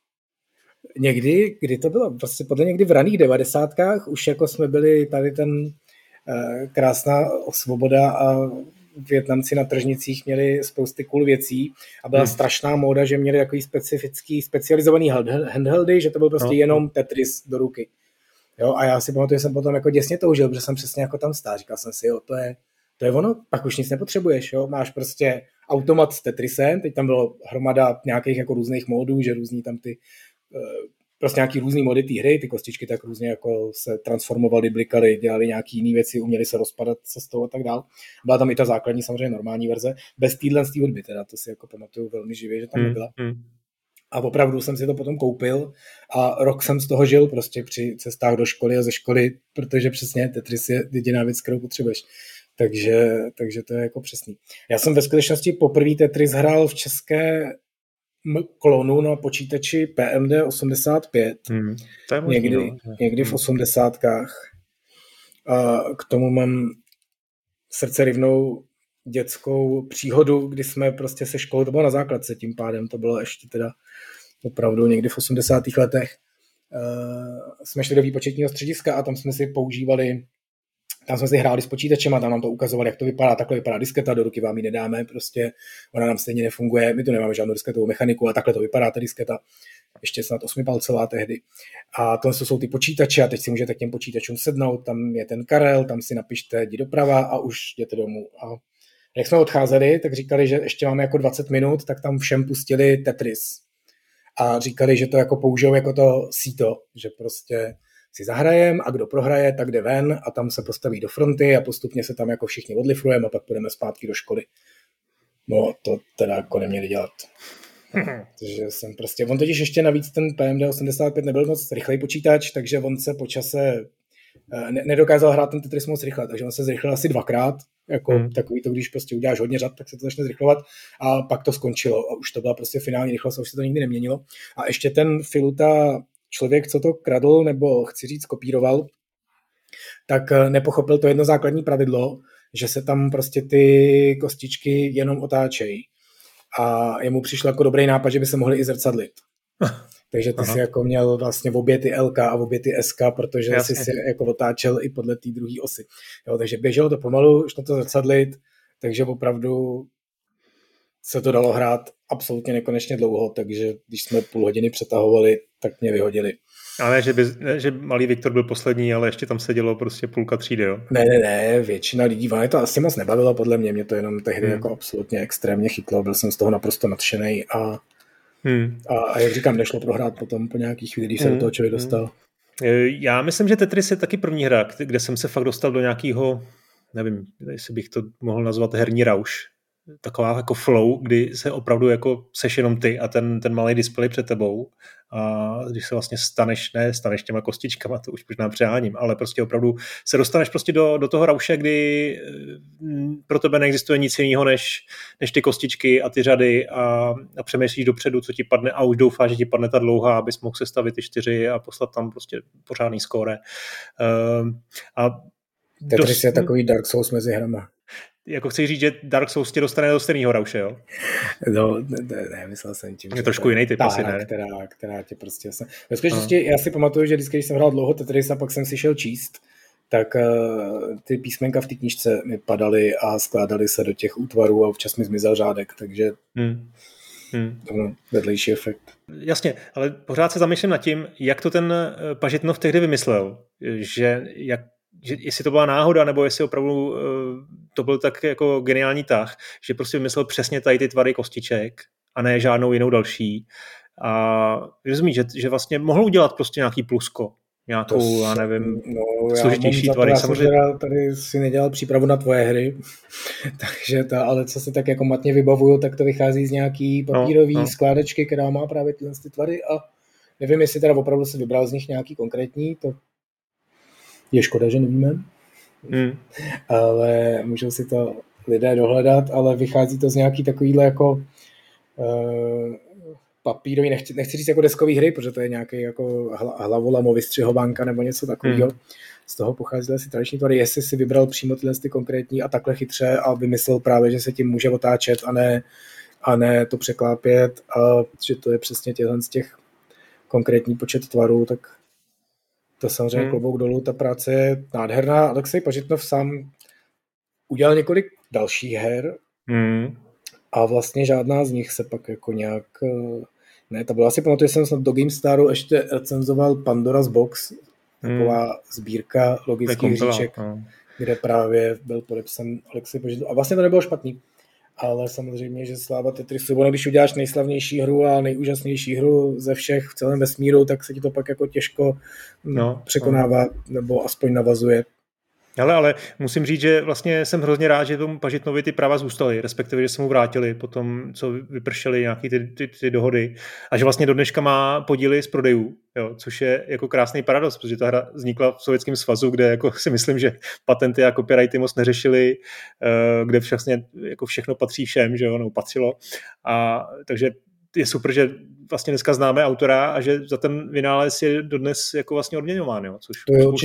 někdy, kdy to bylo, vlastně podle někdy v raných 90kách, už jako jsme byli tady ten krásná svoboda a Vietnamci na tržnicích měli spousty cool věcí a byla strašná móda, že měli takový specializovaný handheldy, že to byl prostě jenom Tetris do ruky. Jo, a já si pamatuju, že jsem potom jako děsně toužil, protože jsem přesně jako tam stál. Říkal jsem si, jo, to je ono, pak už nic nepotřebuješ, jo, máš prostě automat s Tetrisem, teď tam bylo hromada nějakých jako různých módů, že různý tam ty prostě nějaký různý mody té hry, ty kostičky tak různě jako se transformovaly, blikaly, dělali nějaký jiný věci, uměli se rozpadat cestou a tak dál. Byla tam i ta základní samozřejmě normální verze, bez téhle hudby, teda to si jako pamatuju velmi živě, že tam nebyla. A opravdu jsem si to potom koupil a rok jsem z toho žil prostě při cestách do školy a ze školy, protože přesně Tetris je jediná věc, kterou potřebuješ. Takže to je jako přesný. Já jsem ve skutečnosti poprvé Tetris hrál v české klonu na počítači PMD 85. Někdy v 80kách. A k tomu mám srdcerivnou dětskou příhodu, kdy jsme prostě se školou, to bylo na základce, tím pádem to bylo ještě teda opravdu někdy v 80. letech. Jsme šli do výpočetního střediska a tam jsme si hráli s počítačem a tam nám to ukazovali, jak to vypadá, takhle vypadá disketa, do ruky vám ji nedáme, prostě ona nám stejně nefunguje, my tu nemáme žádnou disketovou mechaniku, ale takhle to vypadá ta disketa, ještě snad 8palcová tehdy. A to jsou ty počítače a teď si můžete k těm počítačům sednout, tam je ten Karel, tam si napište, jdi doprava a už jděte domů. A jak jsme odcházeli, tak říkali, že ještě máme jako 20 minut, tak tam všem pustili Tetris. A říkali, že to jako použijou jako to síto, že prostě si zahrajem a kdo prohraje, tak jde ven a tam se postaví do fronty a postupně se tam jako všichni odlifrujeme a pak půjdeme zpátky do školy. No to teda jako neměli dělat. Takže jsem prostě, on totiž ještě navíc ten PMD 85 nebyl moc rychlej počítač, takže on se po čase nedokázal hrát ten Tetris moc rychle, takže on se zrychlil asi 2krát, jako takový to, když prostě uděláš hodně řad, tak se to začne zrychlovat a pak to skončilo a už to byla prostě finální rychlost a už se to nikdy neměnilo. A ještě ten Filuta člověk, co to kradl, nebo chci říct kopíroval, tak nepochopil to jedno základní pravidlo, že se tam prostě ty kostičky jenom otáčejí. A jemu přišlo jako dobrý nápad, že by se mohli i zrcadlit. Takže ty si jako měl vlastně v obě ty LK a v obě ty SK, protože jsi si jako otáčel i podle té druhé osy. Jo, takže běželo to pomalu, šlo to zrcadlit, takže opravdu se to dalo hrát absolutně nekonečně dlouho, takže když jsme půl hodiny přetahovali, tak mě vyhodili. Ale že malý Viktor byl poslední, ale ještě tam sedělo prostě půlka třídy, jo? Ne, většina lidí, mě to asi moc nebavilo, podle mě to jenom tehdy jako absolutně extrémně chytlo, byl jsem z toho naprosto nadšenej a jak říkám, nešlo prohrát potom po nějaký chvíli, když se do toho člověk dostal. Já myslím, že Tetris je taky první hra, kde jsem se fakt dostal do nějakého, nevím, jestli bych to mohl nazvat herní rauš, taková jako flow, kdy se opravdu jako seš jenom ty a ten malý displej před tebou a když se vlastně staneš těma kostičkama, to už možná přeháním, ale prostě opravdu se dostaneš prostě do toho rauše, kdy pro tebe neexistuje nic jiného než ty kostičky a ty řady a přemýšlíš dopředu, co ti padne a už doufáš, že ti padne ta dlouhá, abys mohl sestavit ty 4 a poslat tam prostě pořádný skóre. Tetris je takový Dark Souls mezi hrama. jako chceš říct, že Dark Souls tě dostane do stejného rauše, jo? No, ne, myslel jsem tím. Je trošku jiný typ asi, ne? Která tě prostě... Ve skutečnosti já si pamatuju, že když jsem hrál dlouho Tetris a pak jsem si šel číst, tak ty písmenka v té knížce mi padaly a skládaly se do těch útvarů a občas mi zmizel řádek, takže vedlejší efekt. Jasně, ale pořád se zamýšlím nad tím, jak to ten Pažitnov tehdy vymyslel, že jestli to byla náhoda, nebo jestli opravdu to byl tak jako geniální tah, že prostě vymyslel přesně tady ty tvary kostiček a ne žádnou jinou další. A rozumíš, že vlastně mohl udělat prostě nějaký plusko, nějakou, já nevím, složitější tvary. Já jsem tady si nedělal přípravu na tvoje hry, takže ale co si tak jako matně vybavuju, tak to vychází z nějaký papírový skládačky, která má právě tyhle tvary a nevím, jestli teda opravdu si vybral z nich nějaký konkrétní, to je škoda, že nevíme, ale můžou si to lidé dohledat, ale vychází to z nějaký takovýhle jako papírový, nechci říct jako deskový hry, protože to je nějaký jako hlavolam, vystřihovánka nebo něco takového. Z toho pochází asi tradiční tvary, jestli si vybral přímo tyhle konkrétní a takhle chytře a vymyslel právě, že se tím může otáčet a ne to překlápět a že to je přesně z těch konkrétní počet tvarů, tak to samozřejmě klobouk dolů, ta práce je nádherná. Alexej Pažitnov sám udělal několik dalších her a vlastně žádná z nich se pak jako nějak... Ne, ta byla asi, pamatuju, jsem snad do GameStaru ještě recenzoval Pandora's Box, taková sbírka logických hříček, kde právě byl podepsan Alexej Pažitnov. A vlastně to nebylo špatný, ale samozřejmě, že sláva Tetrisu, když uděláš nejslavnější hru a nejúžasnější hru ze všech v celém vesmíru, tak se ti to pak jako těžko překonává nebo aspoň navazuje. Ale musím říct, že vlastně jsem hrozně rád, že tomu Pažitnovi ty práva zůstaly, respektive, že se mu vrátili po tom, co vypršely nějaký ty dohody a že vlastně do dneška má podíly z prodejů, jo, což je jako krásný paradox, protože ta hra vznikla v Sovětském svazu, kde jako si myslím, že patenty a copyrighty moc neřešili, kde vlastně jako všechno patří všem, že jo, nebo patřilo. A takže je super, že vlastně dneska známe autora a že za ten vynález je dodnes jako vlastně odměňován, jo, což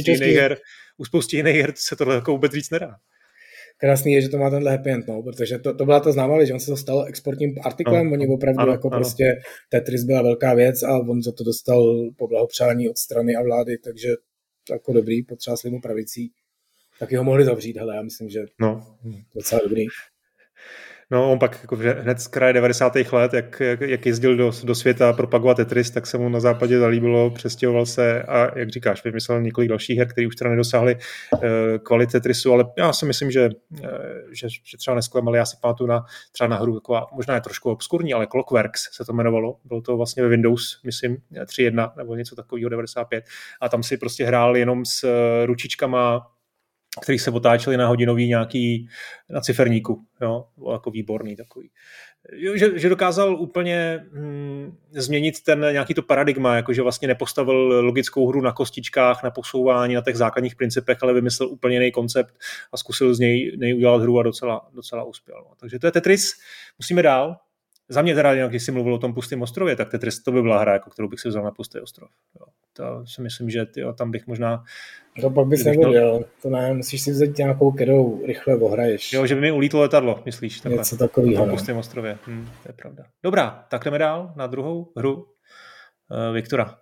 u spousty jiných her se tohle jako vůbec říct nedá. Krásný je, že to má tenhle happy end, protože to byla ta známá věc, že on se to stalo exportním artiklem, oni opravdu prostě Tetris byla velká věc a on za to dostal poblahopřání od strany a vlády, takže jako dobrý, potřásli mu pravicí, taky ho mohli zavřít, hele, já myslím, že docela dobrý. No, on pak jako hned z kraje 90. let, jak jezdil do světa propagovat Tetris, tak se mu na západě zalíbilo, přestěhoval se a, jak říkáš, vymyslel několik dalších her, které už teda nedosáhly kvality Tetrisu, ale já si myslím, že třeba nesklamali. Já si pamatuju třeba na hru, taková, možná je trošku obskurní, ale Clockworks se to jmenovalo. Bylo to vlastně ve Windows, myslím, 3.1 nebo něco takového 95. A tam si prostě hrál jenom s ručičkama, který se otáčeli na hodinový nějaký na ciferníku, jo, jako výborný takový. Že dokázal úplně změnit nějaký to paradigma, jakože vlastně nepostavil logickou hru na kostičkách, na posouvání, na těch základních principech, ale vymyslel úplně jiný koncept a zkusil z něj udělat hru a docela uspěl. No. Takže to je Tetris, musíme dál. Za mě teda, když jsi mluvil o tom pustém ostrově, tak Tetris to by byla hra, jako kterou bych si vzal na pustý ostrov. Jo. To si myslím, že tam bych možná... To pak bys nevěděl, to ne, musíš si vzít nějakou, kterou rychle ohraješ. Jo, že by mi ulítlo letadlo, myslíš? Takhle. Něco takového. Na pustém ostrově, to je pravda. Dobrá, tak jdeme dál na druhou hru Viktora.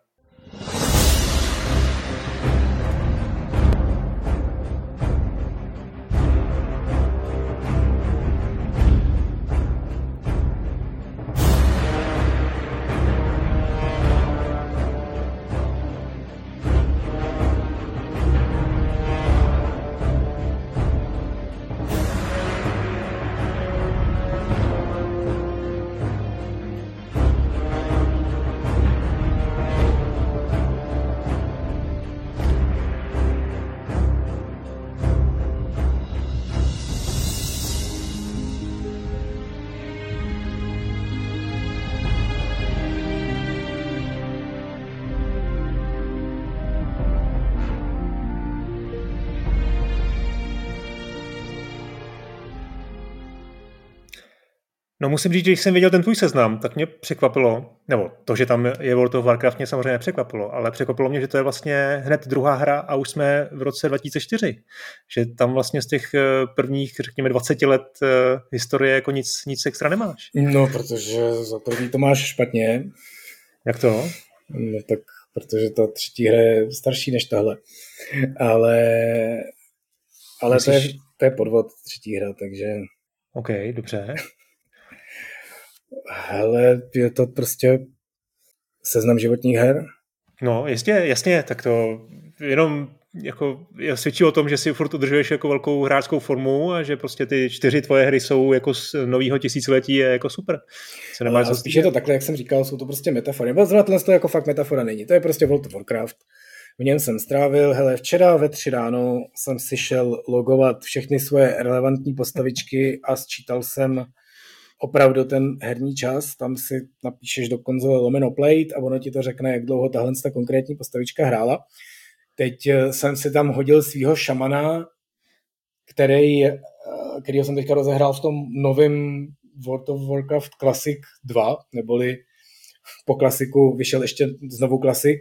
No musím říct, že když jsem viděl ten tvůj seznam, tak mě překvapilo, nebo to, že tam je World of Warcraft, mě samozřejmě nepřekvapilo, ale překvapilo mě, že to je vlastně hned druhá hra a už jsme v roce 2004. Že tam vlastně z těch prvních, řekněme, 20 let historie jako nic extra nemáš. No, protože za první to máš špatně. Jak to? No tak, protože ta třetí hra je starší než tahle. Ale myslíš... to je podvod třetí hra, takže... OK, dobře. Hele, je to prostě seznam životních her? No, jasně, tak to jenom jako svědčí o tom, že si furt udržuješ jako velkou hráčskou formu a že prostě ty 4 tvoje hry jsou jako z nového tisíciletí je jako super. Spíš je to takhle, jak jsem říkal, jsou to prostě metafory. Nebo zrovna to jako fakt metafora není. To je prostě World of Warcraft. V něm jsem strávil, včera ve 3 ráno jsem si šel logovat všechny svoje relevantní postavičky a sčítal jsem opravdu ten herní čas, tam si napíšeš do konzole /play a ono ti to řekne, jak dlouho tahle ta konkrétní postavička hrála. Teď jsem si tam hodil svýho šamana, kterýho jsem teďka rozehrál v tom novém World of Warcraft Classic 2, neboli po klasiku vyšel ještě znovu klasik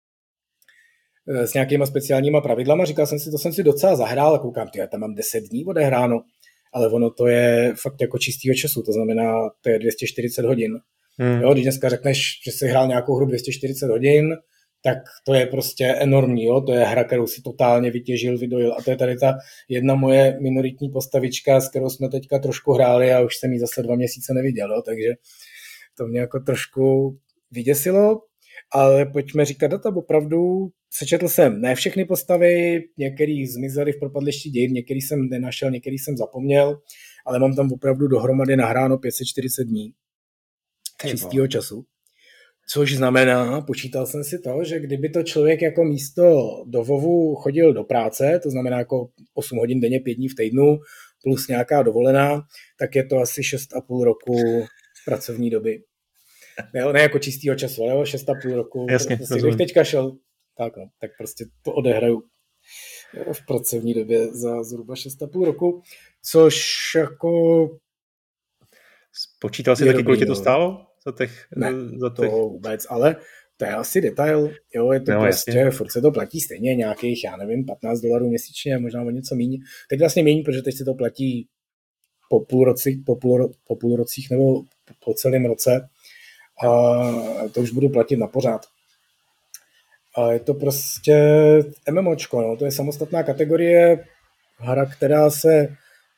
s nějakýma speciálníma pravidlama. Říkal jsem si, to jsem si docela zahrál a koukám, já tam mám 10 dní odehráno, ale ono to je fakt jako čistýho času, to znamená, to je 240 hodin. Jo, když dneska řekneš, že jsi hrál nějakou hru 240 hodin, tak to je prostě enormní, jo? To je hra, kterou si totálně vytěžil, vydojil a to je tady ta jedna moje minoritní postavička, s kterou jsme teďka trošku hráli a už jsem ji zase 2 měsíce neviděl, jo? Takže to mě jako trošku vyděsilo, ale pojďme říkat data, opravdu sečetl jsem ne všechny postavy, některý zmizely v propadlišti dějin, některý jsem nenašel, některý jsem zapomněl, ale mám tam opravdu dohromady nahráno 540 dní čistého času. Což znamená, počítal jsem si to, že kdyby to člověk jako místo do WoWu chodil do práce, to znamená jako 8 hodin denně, 5 dní v týdnu, plus nějaká dovolená, tak je to asi 6,5 roku pracovní doby. Ne jako čistýho času, ale 6,5 roku. Jasně, prostě, když teďka šel, tak prostě to odehraju v pracovní době za zhruba 6,5 roku, což jako... Počítal jsi taky, kolik tě to stálo? Ne, to vůbec, ale to je asi detail, jo, je to prostě, jasně. Furt se to platí stejně nějakých, já nevím, $15 měsíčně, možná o něco míň. Teď vlastně méně, protože teď se to platí po půlrocích nebo po celém roce a to už budu platit na pořád. A je to prostě MMOčko, no, to je samostatná kategorie, hra, která se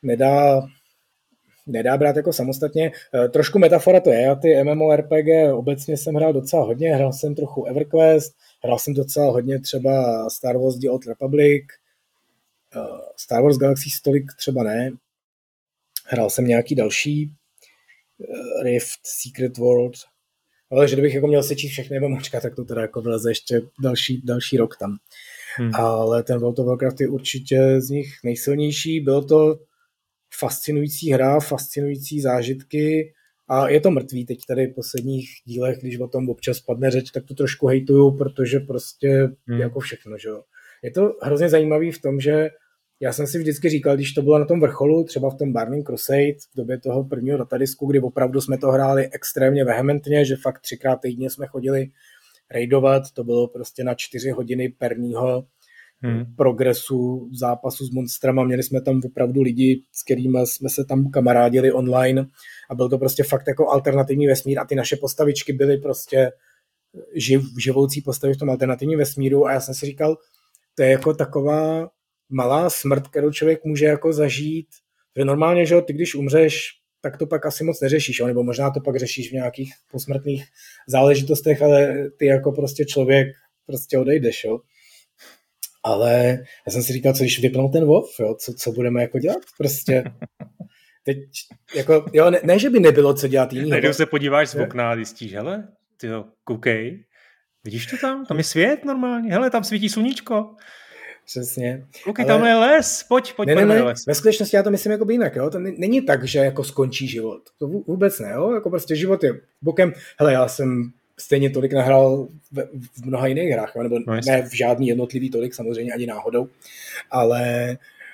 nedá brát jako samostatně. Trošku metafora to je, já ty MMORPG obecně jsem hrál docela hodně, hrál jsem trochu EverQuest, hrál jsem docela hodně třeba Star Wars The Old Republic, Star Wars Galaxy tolik třeba ne, hrál jsem nějaký další, Rift, Secret World, ale že kdybych jako měl sečíst všechny MMOčka, tak to teda jako vleze ještě další rok tam. Ale ten World of Warcraft je určitě z nich nejsilnější, bylo to fascinující hra, fascinující zážitky a je to mrtvý teď tady v posledních dílech, když o tom občas padne řeč, tak to trošku hejtuju, protože prostě jako všechno, že jo. Je to hrozně zajímavý v tom, že já jsem si vždycky říkal, když to bylo na tom vrcholu, třeba v tom Burning Crusade, v době toho prvního datadisku, kdy opravdu jsme to hráli extrémně vehementně, že fakt 3x týdně jsme chodili raidovat, to bylo prostě na 4 hodiny perního progresu zápasu s monstrama, měli jsme tam opravdu lidi, s kterými jsme se tam kamarádili online a byl to prostě fakt jako alternativní vesmír a ty naše postavičky byly prostě živoucí postavy v tom alternativním vesmíru a já jsem si říkal, to je jako taková malá smrt, kterou člověk může jako zažít, že normálně, že ty když umřeš, tak to pak asi moc neřešíš, nebo možná to pak řešíš v nějakých posmrtných záležitostech, ale ty jako prostě člověk prostě odejdeš, jo. Ale já jsem si říkal, co když vypnou ten WoW, jo? Co budeme jako dělat? Prostě teď, jako, jo, ne, že by nebylo co dělat jinýho. Když se podíváš z okna a zjistíš, hele, tyjo, koukej, vidíš to tam? Tam je svět normálně, hele, tam svítí sluníčko. Přesně. Koukej, tam je les, pojď ne, les. Ve skutečnosti já to myslím jako jinak, jo? To není tak, že jako skončí život. To vůbec ne, jo? Jako prostě život je bokem, hele, já jsem stejně tolik nahrál v mnoha jiných hrách, nebo ne v žádný jednotlivý tolik, samozřejmě ani náhodou, ale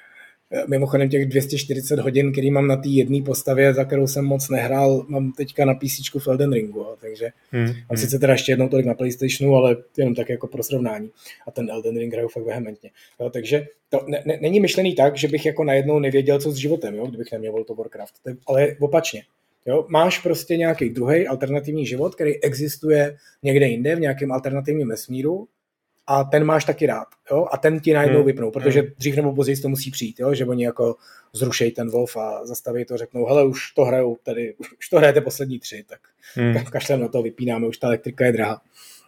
Mimochodem těch 240 hodin, který mám na té jedné postavě, za kterou jsem moc nehrál, mám teďka na PCčku v Elden Ringu, jo, takže mám sice teda ještě jednou tolik na PlayStationu, ale jenom tak jako pro srovnání. A ten Elden Ring hraju fakt vehementně. Jo, takže to není myšlený tak, že bych jako najednou nevěděl, co s životem, jo, kdybych neměl World of Warcraft, ale opačně. Jo, máš prostě nějaký druhý alternativní život, který existuje někde jinde, v nějakém alternativním vesmíru, a ten máš taky rád, jo? A ten ti najednou vypnou, protože dřív nebo později to musí přijít, jo? Že oni jako zrušejí ten WoW a zastaví to, řeknou, hele, už to hrajou tady, už to hrajete poslední 3, tak kašlem na to, vypínáme, už ta elektrika je drahá.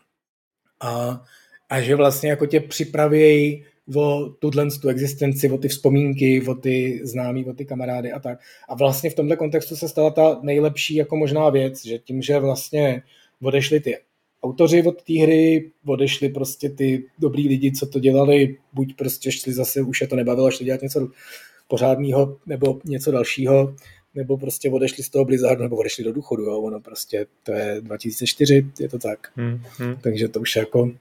A že vlastně jako tě připravějí o tu existenci, o ty vzpomínky, o ty známí, o ty kamarády a tak. A vlastně v tomhle kontextu se stala ta nejlepší jako možná věc, že tím, že vlastně odešli ty autoři od té hry, odešli prostě ty dobrý lidi, co to dělali, buď prostě šli zase, už je to nebavilo, šli dělat něco pořádného nebo něco dalšího, nebo prostě odešli z toho Blizzardu, nebo odešli do důchodu, jo, ono prostě, to je 2004, je to tak. Takže to už jako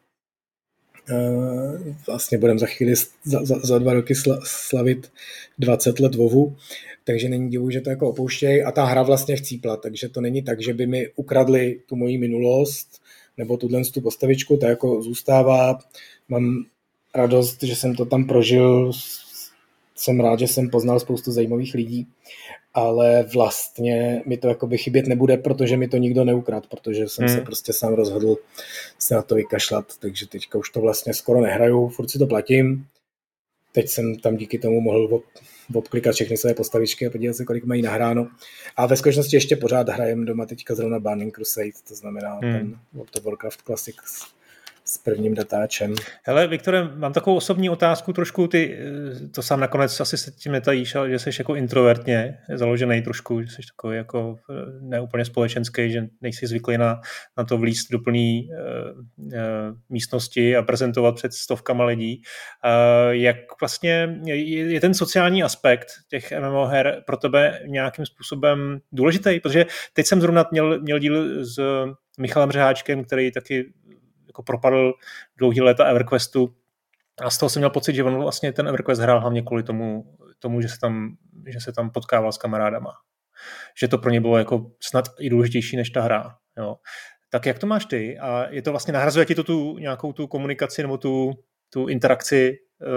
vlastně budeme za chvíli za 2 roky slavit 20 let WoWu, takže není divu, že to jako opouštějí a ta hra vlastně chcípla, takže to není tak, že by mi ukradli tu moji minulost, nebo tu postavičku, to jako zůstává. Mám radost, že jsem to tam prožil, jsem rád, že jsem poznal spoustu zajímavých lidí, ale vlastně mi to jakoby chybět nebude, protože mi to nikdo neukradl, protože jsem se prostě sám rozhodl se na to vykašlat, takže teďka už to vlastně skoro nehraju, furt si to platím. Teď jsem tam díky tomu mohl obklikat všechny své postavičky a podívat se, kolik mají nahráno. A ve skutečnosti ještě pořád hrajem doma teďka zrovna Burning Crusade, to znamená ten World of Warcraft Classic s prvním datáčem. Hele, Viktore, mám takovou osobní otázku trošku, ty to sám nakonec asi se tím netajíš, ale že jsi jako introvertně založený trošku, že jsi takový jako neúplně společenský, že nejsi zvyklý na to vlízt do plný místnosti a prezentovat před stovkama lidí. Jak vlastně je ten sociální aspekt těch MMO her pro tebe nějakým způsobem důležitý? Protože teď jsem zrovna měl díl s Michalem Řeháčkem, který taky jako propadl dlouhý léta EverQuestu a z toho jsem měl pocit, že on vlastně ten EverQuest hrál hlavně kvůli tomu že se tam potkával s kamarádama. Že to pro ně bylo jako snad i důležitější než ta hra. Jo. Tak jak to máš ty? A je to vlastně, nahrazuje ti to nějakou tu komunikaci nebo tu interakci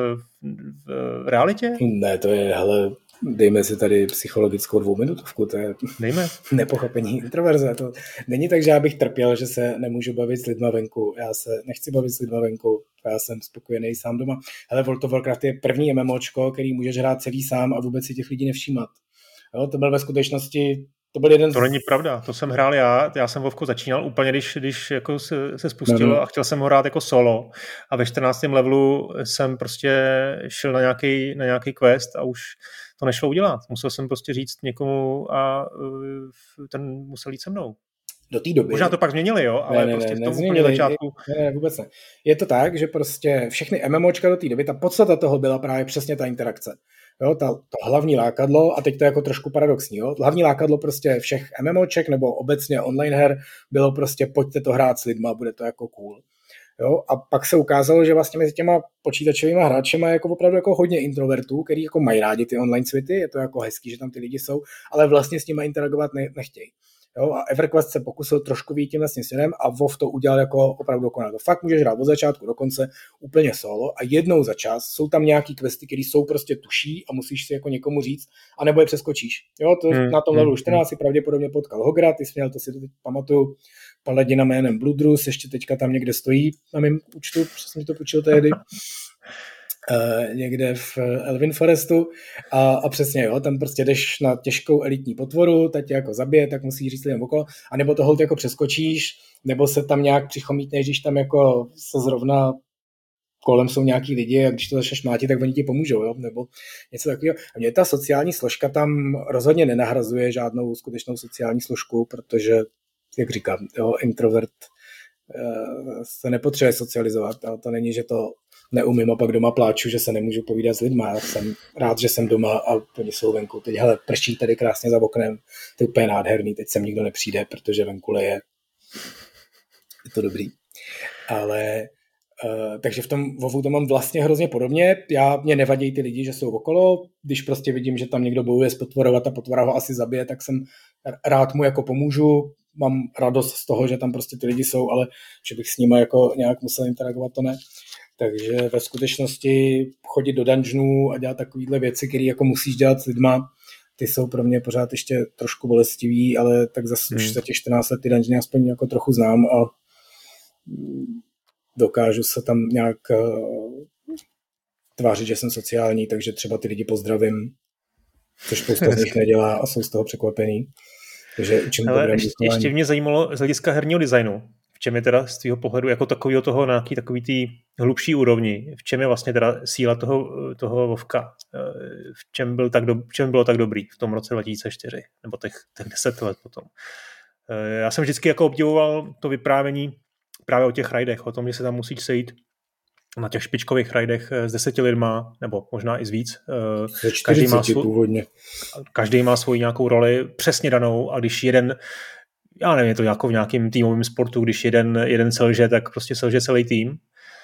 v realitě? Ne, to je, hele, dejme si tady psychologickou 2minutovku, to je nepochopení introverze. To není tak, že já bych trpěl, že se nemůžu bavit s lidma venku. Já se nechci bavit s lidma venku, já jsem spokojený sám doma. Hele, World of Warcraft je první MMOčko, který můžeš hrát celý sám a vůbec si těch lidí nevšímat. Jo, to byl ve skutečnosti To není pravda, to jsem hrál já jsem Vovko začínal úplně, když jako se spustilo a chtěl jsem ho hrát jako solo a ve 14. levelu jsem prostě šel na nějaký quest a už to nešlo udělat. Musel jsem prostě říct někomu a ten musel jít se mnou. Do té doby. Možná to pak změnili, jo, ale prostě v tom úplně začátku. Ne, vůbec ne. Je to tak, že prostě všechny MMOčka do té doby, ta podstata toho byla právě přesně ta interakce. Jo, to hlavní lákadlo, a teď to je jako trošku paradoxní, jo, hlavní lákadlo prostě všech MMOček nebo obecně online her bylo prostě pojďte to hrát s lidma, bude to jako cool. Jo, a pak se ukázalo, že vlastně mezi těma počítačovýma hráčema je jako opravdu jako hodně introvertů, který jako mají rádi ty online světy, je to jako hezký, že tam ty lidi jsou, ale vlastně s nimi interagovat nechtějí. Jo, a EverQuest se pokusil trošku vyjít tím vlastně směrem a WoW to udělal jako opravdu dokonale. To fakt můžeš hrát od začátku do konce úplně solo a jednou za čas jsou tam nějaký questy, které jsou prostě tuší a musíš si jako někomu říct, anebo je přeskočíš. Jo, to na tom levelu 14 si pravděpodobně potkal Hogra, ty jsi měl, to si to teď pamatuju, paladina jménem Bloodrus, ještě teďka tam někde stojí na mém účtu, protože jsem mi to půjčil tehdy. Někde v Elven Forestu a přesně, jo, tam prostě jdeš na těžkou elitní potvoru, ta tě jako zabije, tak musíš říct lidem okolo, anebo to holt jako přeskočíš, nebo se tam nějak přichomítneš, když tam jako se zrovna kolem jsou nějaký lidi a když to začneš mlátit, tak oni ti pomůžou, jo, nebo něco takového. A mě ta sociální složka tam rozhodně nenahrazuje žádnou skutečnou sociální složku, protože, jak říkám, jo, introvert se nepotřebuje socializovat, a to není, že to neumím a pak doma pláču, že se nemůžu povídat s lidma. Já jsem rád, že jsem doma a oni jsou venku. Teď hele, prší tady krásně za oknem, to je úplně nádherný, teď sem nikdo nepřijde, protože venku je to dobrý. Ale Takže v tom WoWu to mám vlastně hrozně podobně. Mě nevadí ty lidi, že jsou okolo. Když prostě vidím, že tam někdo bojuje s potvorou a ta potvora ho asi zabije, tak jsem rád mu jako pomůžu. Mám radost z toho, že tam prostě ty lidi jsou, ale že bych s nimi jako nějak musel interagovat, to ne. Takže ve skutečnosti chodit do dungeonů a dělat takovýhle věci, které jako musíš dělat s lidma, ty jsou pro mě pořád ještě trošku bolestivý, ale tak zase už za těch 14 let ty dungeony aspoň jako trochu znám a dokážu se tam nějak tvářit, že jsem sociální, takže třeba ty lidi pozdravím, což spousta z nich nedělá a jsou z toho překvapený. Takže učím dobré vychování. Ještě mě zajímalo z hlediska herního designu, v čem je teda z tvýho pohledu jako takovýho toho na nějaký takový tý hlubší úrovni, v čem je vlastně teda síla toho Vovka, v čem bylo tak dobrý v tom roce 2004, nebo těch 10 let potom. Já jsem vždycky jako obdivoval to vyprávění právě o těch rajdech, o tom, že se tam musíš sejít na těch špičkových rajdech s 10 lidma, nebo možná i z víc. Každý má svou nějakou roli přesně danou a když jeden, já nevím, je to jako v nějakém týmovém sportu, když jeden selže, tak prostě selže celý tým.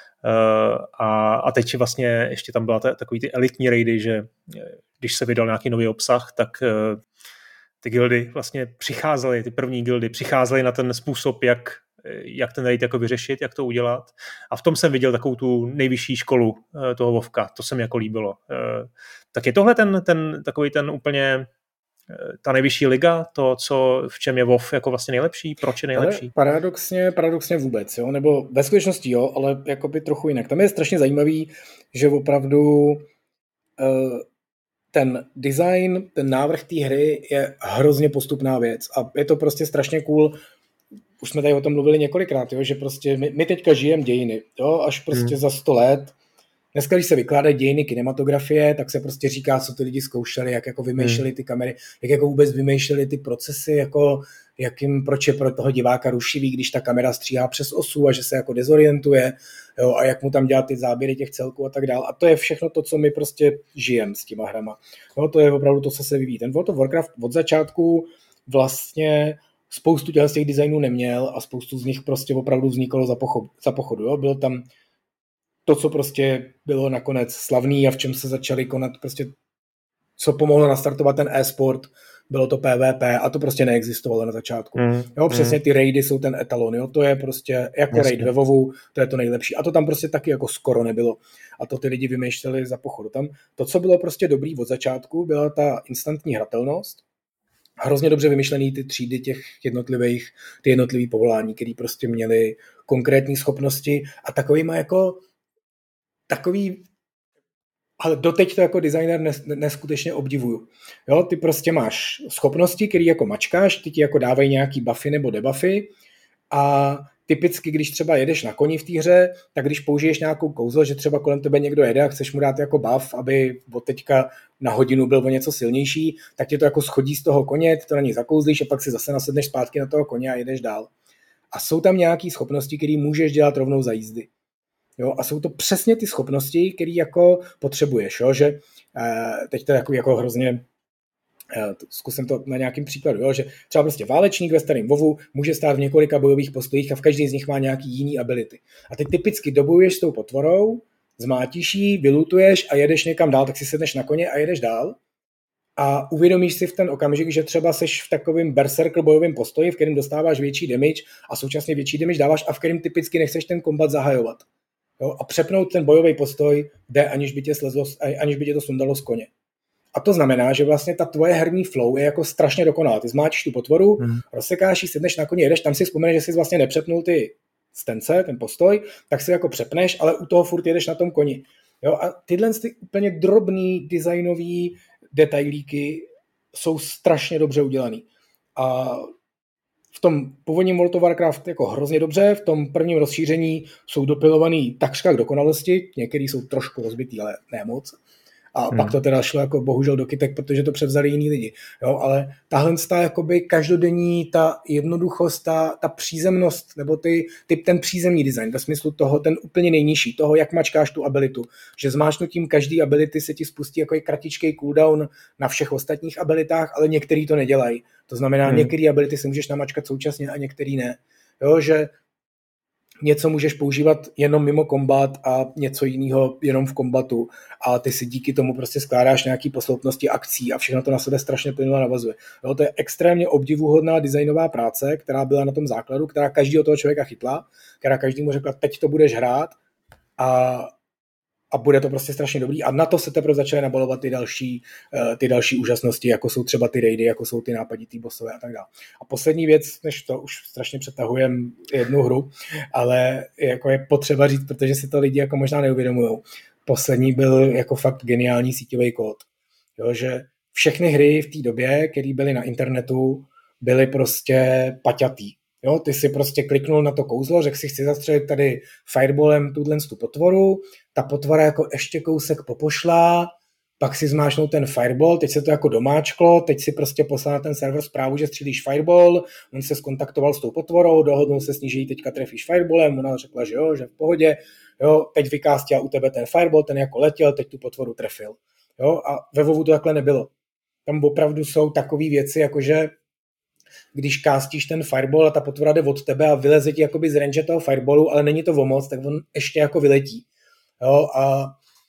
A teď vlastně ještě tam byla takový ty elitní raidy, že když se vydal nějaký nový obsah, tak ty guildy vlastně přicházely, ty první guildy přicházely na ten způsob, jak ten raid jako vyřešit, jak to udělat. A v tom jsem viděl takovou tu nejvyšší školu toho Vovka. To se mi jako líbilo. Tak je tohle takový ten úplně ta nejvyšší liga, to, v čem je WoW jako vlastně nejlepší? Proč je nejlepší? Ale paradoxně vůbec, jo? Nebo ve skutečnosti jo, ale jakoby trochu jinak. Tam je strašně zajímavý, že opravdu ten design, ten návrh té hry je hrozně postupná věc a je to prostě strašně cool. Už jsme tady o tom mluvili několikrát, jo, že prostě my teďka žijeme dějiny, jo, až prostě za 100 let. Dneska, když se vykládají dějiny kinematografie, tak se prostě říká, co ty lidi zkoušeli, jak jako vymýšleli ty kamery, jak jako vůbec vymýšleli ty procesy, jako proč je pro toho diváka rušivý, když ta kamera stříhá přes osu a že se jako dezorientuje, jo, a jak mu tam dělat ty záběry těch celků a tak dál. A to je všechno to, co my prostě žijeme s těma hrama. No, to je opravdu to, co se vyvíjí. Ten World of Warcraft od začátku vlastně spoustu těch designů neměl a spoustu z nich prostě opravdu vzniklo za pochodu. Jo? Bylo tam to, co prostě bylo nakonec slavný a v čem se začaly konat prostě, co pomohlo nastartovat ten e-sport, bylo to PvP a to prostě neexistovalo na začátku. Jo, přesně ty raidy jsou ten etalon, jo? To je prostě jako raid ve WoWu, to je to nejlepší. A to tam prostě taky jako skoro nebylo. A to ty lidi vymýšleli za pochodu. Tam to, co bylo prostě dobrý od začátku, byla ta instantní hratelnost, hrozně dobře vymyšlený ty třídy těch jednotlivých povolání, které prostě měly konkrétní schopnosti a ale doteď to jako designer neskutečně obdivuju. Jo, ty prostě máš schopnosti, které jako mačkáš, ty ti jako dávají nějaký buffy nebo debuffy a typicky, když třeba jedeš na koni v té hře, tak když použiješ nějakou kouzlo, že třeba kolem tebe někdo jede a chceš mu dát jako buff, aby od teďka na hodinu byl o něco silnější, tak tě to jako schodí z toho koně, ty to na něj zakouzlíš a pak si zase nasedneš zpátky na toho koně a jedeš dál. A jsou tam nějaké schopnosti, které můžeš dělat rovnou za jízdy. Jo, a jsou to přesně ty schopnosti, které jako potřebuješ, jo, že teď to je jako hrozně zkusím to na nějakým příkladu, jo, že třeba prostě válečník ve starém WoWu může stát v několika bojových postojích a v každý z nich má nějaký jiný ability. A teď typicky dobojuješ s tou potvorou, zmátíš ji, vylutuješ a jedeš někam dál, tak si sedneš na koně a jedeš dál a uvědomíš si v ten okamžik, že třeba seš v takovém berserker bojovém postoji, v kterém dostáváš větší damage a současně větší damage dáváš a v kterém typicky nechceš ten kombat zahajovat. Jo, a přepnout ten bojový postoj jde, aniž by tě to sundalo z koně. A to znamená, že vlastně ta tvoje herní flow je jako strašně dokonalá. Ty zmáčíš tu potvoru, rozsekáš ji, sedneš na koně, jedeš, tam si vzpomeneš, že jsi vlastně nepřepnul ty stence, ten postoj, tak si jako přepneš, ale u toho furt jedeš na tom koni. Jo, a tyhle ty úplně drobný designový detailíky jsou strašně dobře udělaný. A v tom původním World of Warcraft jako hrozně dobře, v tom prvním rozšíření jsou dopilovaný takřka k dokonalosti, některý jsou trošku rozbitý, ale ne moc. A pak to teda šlo jako bohužel do kytek, protože to převzali jiní lidi. Jo, ale tahle jakoby každodenní, ta jednoduchost, ta přízemnost, nebo ten přízemní design, ve smyslu toho, ten úplně nejnižší, toho, jak mačkáš tu abilitu, že zmáčknutím každý ability se ti spustí jako kratičkej cooldown na všech ostatních abilitách, ale některý to nedělají. To znamená, některé ability si můžeš namačkat současně a některý ne. Jo, že něco můžeš používat jenom mimo kombat a něco jiného jenom v kombatu a ty si díky tomu prostě skládáš nějaký posloupnosti akcí a všechno to na sebe strašně plynule navazuje. Jo, to je extrémně obdivuhodná designová práce, která byla na tom základu, která každého toho člověka chytla, která každému řekla, teď to budeš hrát a bude to prostě strašně dobrý a na to se teprve začaly nabalovat ty další úžasnosti, jako jsou třeba ty raidy, jako jsou ty nápaditý bossové a tak dále. A poslední věc, než to už strašně přetahujem jednu hru, ale jako je potřeba říct, protože si to lidi jako možná neuvědomujou. Poslední byl jako fakt geniální síťový kód. Jo, že všechny hry v té době, které byly na internetu, byly prostě paťatý. Jo, ty si prostě kliknul na to kouzlo, řekl si, chci zastřelit tady fireballem tu potvoru, ta potvora jako ještě kousek popošlá, pak si zmášnul ten fireball, teď se to jako domáčklo, teď si prostě poslal na ten server zprávu, že střílíš fireball, on se skontaktoval s tou potvorou, dohodnul se s ní, že ji teďka trefíš fireballem, ona řekla, že jo, že v pohodě, jo, teď vykástil u tebe ten fireball, ten jako letěl, teď tu potvoru trefil. Jo, a ve WoWu to takhle nebylo. Tam opravdu jsou takové věci, jakože když kástíš ten fireball a ta potvora jde od tebe a vyleze ti jakoby z range toho fireballu, ale není to o moc, tak on ještě jako vyletí. Jo, a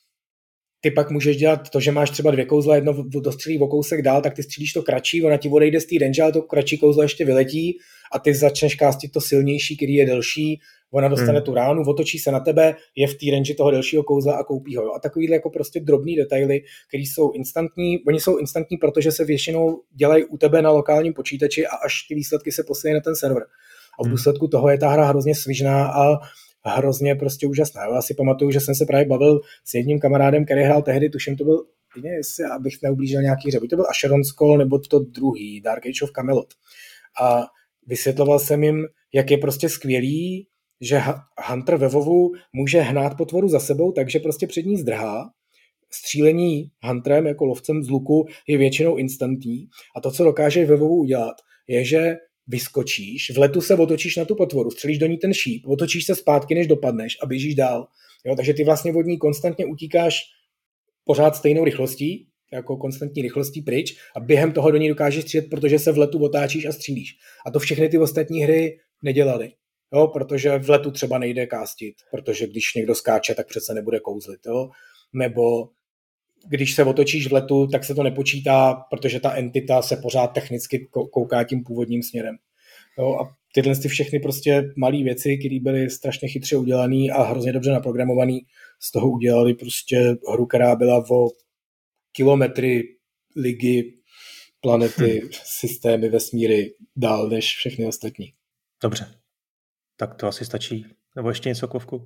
ty pak můžeš dělat to, že máš třeba 2 kouzla, jedno dostřelí o kousek dál, tak ty střílíš to kratší, ona ti odejde z té range, ale to kratší kouzlo ještě vyletí a ty začneš kástit to silnější, který je delší, ona dostane tu ránu, otočí se na tebe, je v té range toho delšího kouzla a koupí ho. Jo. A takovýhle jako prostě drobný detaily, které jsou instantní, oni jsou instantní, protože se většinou dělají u tebe na lokálním počítači a až ty výsledky se posílají na ten server. A v důsledku toho je ta hra hrozně svižná a hrozně prostě úžasná. Já si pamatuju, že jsem se právě bavil s jedním kamarádem, který hrál tehdy, tuším to byl, jestli abych neublížil nějaký hře, to byl Asheron's Call nebo to druhý, Dark Age of Camelot. A vysvětloval jsem jim, jak je prostě skvělý, že Hunter ve WoWu může hnát potvoru za sebou, takže prostě před ní zdrhá. Střílení Hunterem jako lovcem z luku je většinou instantní a to, co dokáže ve WoWu udělat, je, že vyskočíš, v letu se otočíš na tu potvoru, střelíš do ní ten šíp, otočíš se zpátky, než dopadneš a běžíš dál. Jo, takže ty vlastně od ní konstantně utíkáš pořád stejnou rychlostí, jako konstantní rychlostí pryč a během toho do ní dokážeš střílet, protože se v letu otáčíš a střílíš. A to všechny ty ostatní hry nedělaly. Jo, protože v letu třeba nejde kástit, protože když někdo skáče, tak přece nebude kouzlit. Jo? Nebo když se otočíš v letu, tak se to nepočítá, protože ta entita se pořád technicky kouká tím původním směrem. Jo? A tyhle všechny prostě malé věci, které byly strašně chytře udělané a hrozně dobře naprogramované, z toho udělali prostě hru, která byla o kilometry ligy, planety, systémy, vesmíry dál než všechny ostatní. Dobře. Tak to asi stačí. Nebo ještě něco, Kovku?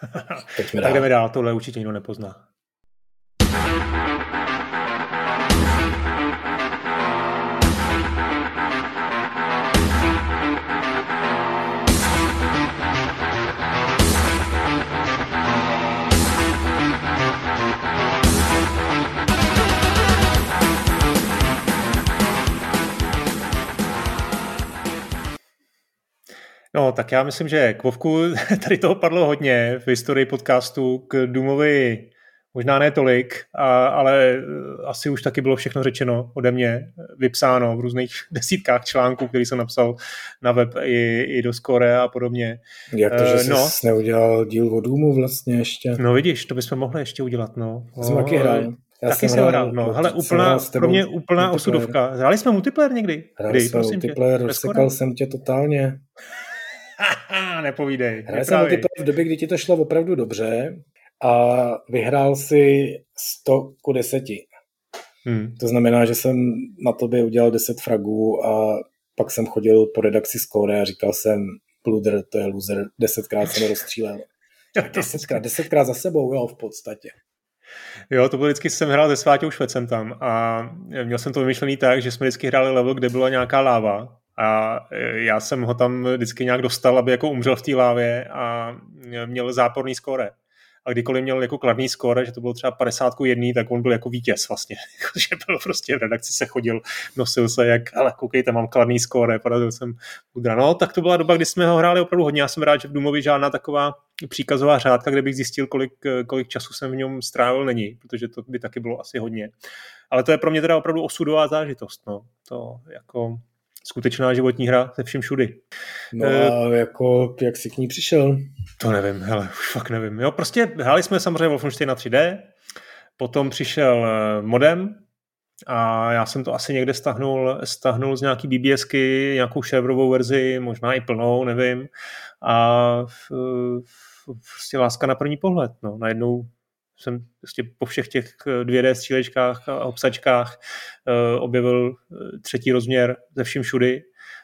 Tak jdeme dál, tohle určitě nikdo nepozná. No, tak já myslím, že k Vovku tady toho padlo hodně v historii podcastu, k Doomovi možná ne tolik, ale asi už taky bylo všechno řečeno ode mě, vypsáno v různých desítkách článků, který jsem napsal na web i do Score a podobně. Jak to, že jsi neudělal díl o Doomu vlastně ještě? No vidíš, to bychom mohli ještě udělat, no. Jsem taky hrál. Taky jsem hrál, no. Hele, pro mě úplná osudovka. Hráli jsme multiplayer někdy? Hráli jsme multiplayer, rozsekal jsem tě totálně. Nepovídej. Hrál jsem multiplayer v době, kdy ti to šlo opravdu dobře a vyhrál si 100-10. To znamená, že jsem na tobě udělal 10 fragů a pak jsem chodil po redakci Score a říkal jsem, Pluder, to je loser, 10krát jsem rozstřílel. 10krát za sebou, jo, v podstatě. Jo, to bylo vždycky, jsem hrál se Sváťou Švecem tam a měl jsem to vymyšlený tak, že jsme vždycky hráli level, kde byla nějaká láva a já jsem ho tam vždycky nějak dostal, aby jako umřel v té lávě a měl záporný skóre. A kdykoliv měl jako kladný skóre, že to bylo třeba 50:1, tak on byl jako vítěz vlastně. Že byl prostě v redakci se chodil, nosil se jak, ale koukejte, mám kladný skóre, porazil jsem Udra. No, tak to byla doba, kdy jsme ho hráli opravdu hodně. Já jsem rád, že v Doomovi žádná taková příkazová řádka, kde bych zjistil, kolik času jsem v něm strávil, není, protože to by taky bylo asi hodně. Ale to je pro mě teda opravdu osudová zážitost, no. To jako skutečná životní hra se vším všudy. No a jako, jak jsi k ní přišel? To nevím, hele, už fakt nevím. Jo, prostě hráli jsme samozřejmě Wolfenstein na 3D, potom přišel modem a já jsem to asi někde stahnul z nějaký BBSky, nějakou serverovou verzi, možná i plnou, nevím. A prostě láska na první pohled. No. Najednou jsem prostě po všech těch 2D střílečkách a obsačkách objevil třetí rozměr ze vším všudy,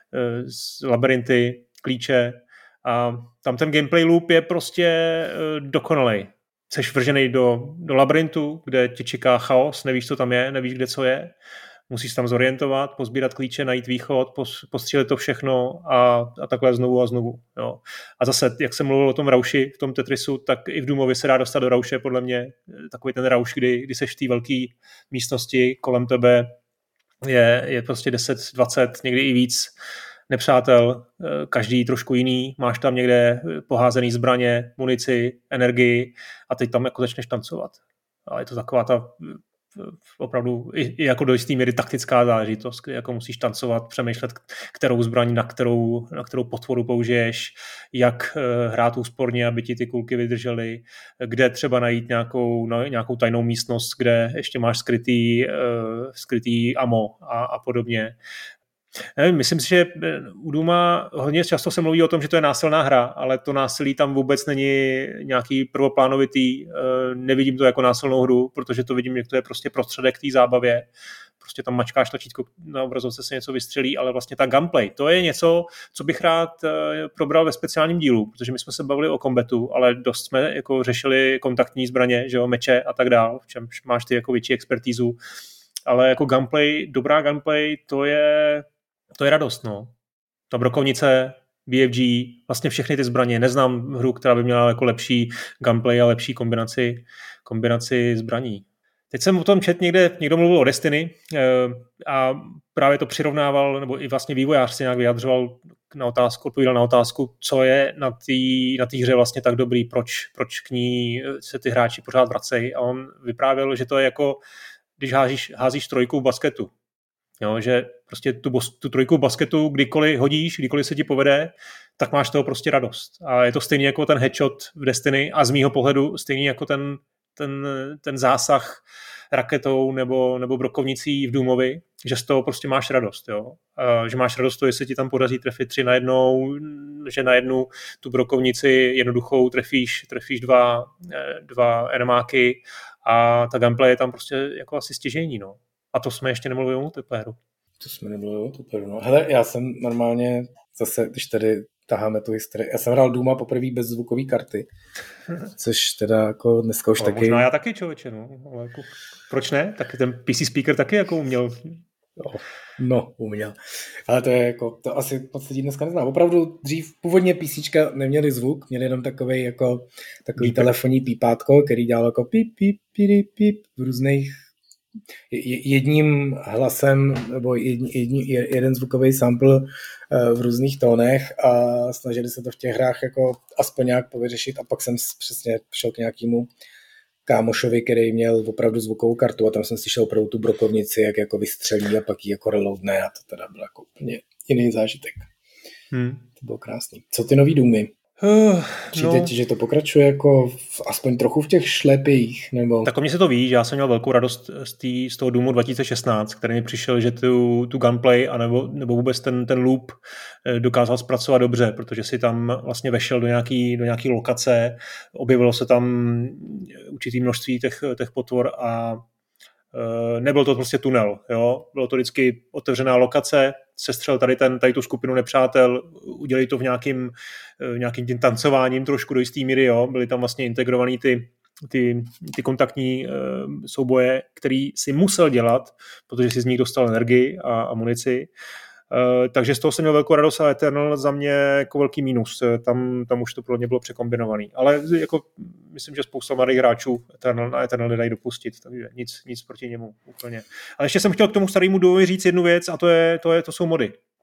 labirinty, klíče a tam ten gameplay loop je prostě dokonalej. Jseš vržený do labirintu, kde tě čeká chaos, nevíš, co tam je, nevíš, kde co je. Musíš tam zorientovat, pozbírat klíče, najít východ, postřílet to všechno a takhle znovu a znovu. Jo. A zase, jak jsem mluvil o tom rauši v tom Tetrisu, tak i v Doomově se dá dostat do rauše, podle mě. Takový ten rauš, kdy seš v té velké místnosti, kolem tebe je prostě 10, 20, někdy i víc nepřátel, každý trošku jiný, máš tam někde poházený zbraně, munici, energii a teď tam jako začneš tancovat. A je to taková ta opravdu i jako do jistý míry taktická záležitost, kdy jako musíš tancovat, přemýšlet, kterou zbraň na kterou potvoru použiješ, jak hrát úsporně, aby ti ty kulky vydržely, kde třeba najít nějakou tajnou místnost, kde ještě máš skrytý ammo a podobně. Nevím, myslím si, že u Dooma hodně často se mluví o tom, že to je násilná hra, ale to násilí tam vůbec není nějaký prvoplánovitý. Nevidím to jako násilnou hru, protože to vidím, že to je prostě prostředek té zábavě. Prostě tam mačkáš tlačítko, na obrazovce se něco vystřelí, ale vlastně ta gameplay, to je něco, co bych rád probral ve speciálním dílu, protože my jsme se bavili o kombatu, ale dost jsme jako řešili kontaktní zbraně, že jo, meče a tak dál, v čem máš ty jako větší expertízu. Ale jako gameplay, dobrá gameplay, to je radost, no. Ta brokovnice, BFG, vlastně všechny ty zbraně. Neznám hru, která by měla jako lepší gameplay a lepší kombinaci zbraní. Teď jsem o tom někdo mluvil o Destiny a právě to přirovnával, nebo i vlastně vývojář se nějak vyjadřoval odpovídal na otázku, co je na té hře vlastně tak dobrý, proč k ní se ty hráči pořád vracejí. A on vyprávěl, že to je jako, když házíš trojku v basketu. Jo, že prostě tu trojku v basketu, kdykoliv hodíš, kdykoliv se ti povede, tak máš toho prostě radost. A je to stejný jako ten headshot v Destiny a z mýho pohledu stejný jako ten zásah raketou nebo brokovnicí v Doomovi, že z toho prostě máš radost. Jo? A že máš radost to, jestli ti tam podaří trefit 3 na jednou, že na jednu tu brokovnici jednoduchou trefíš dva enemáky a ta gameplay je tam prostě jako asi stěžejní. No. A to jsme ještě nemluvili o multiplayeru. No. Hele, já jsem normálně zase, když tady taháme tu historii, já jsem hrál Dooma poprvé bez zvukové karty, což teda jako dneska už ale taky... Možná já taky, člověče, no. Ale jako, proč ne? Tak ten PC speaker taky jako uměl. No, uměl. Ale to je jako, to asi v podstatě dneska neznám. Opravdu dřív původně PCčka neměli zvuk, měli jenom takový telefonní pípátko, který dělal jako píp, píp, píp, píp v různých jedním hlasem nebo jeden zvukový sample v různých tónech a snažili se to v těch hrách jako aspoň nějak povyřešit a pak jsem přesně šel k nějakému kámošovi, který měl opravdu zvukovou kartu a tam jsem slyšel opravdu tu brokovnici, jak jako vystřelí a pak ji jako reloadne a to teda byl jako úplně jiný zážitek. To bylo krásný. Co ty nový Doomy? Přijde ti, že to pokračuje jako aspoň trochu v těch šlepích? Nebo... Tak o mě se to ví, že já jsem měl velkou radost z toho Doomu 2016, který mi přišel, že tu gunplay nebo vůbec ten loop dokázal zpracovat dobře, protože si tam vlastně vešel do nějaký lokace, objevilo se tam určitý množství těch potvor a nebyl to prostě tunel, jo? Bylo to vždycky otevřená lokace, sestřel tady tu skupinu nepřátel, udělali to v nějakým tím tancováním trošku do jistý míry, jo? Byly tam vlastně integrovaný ty kontaktní souboje, který si musel dělat, protože si z nich dostal energii a munici. Takže z toho jsem měl velkou radost a Eternal za mě jako velký mínus. Tam už to pro mě bylo překombinovaný. Ale jako myslím, že spousta mladých hráčů na Eternal nedají dopustit, takže nic proti němu úplně. Ale ještě jsem chtěl k tomu starému Doomovi říct jednu věc a to jsou mody.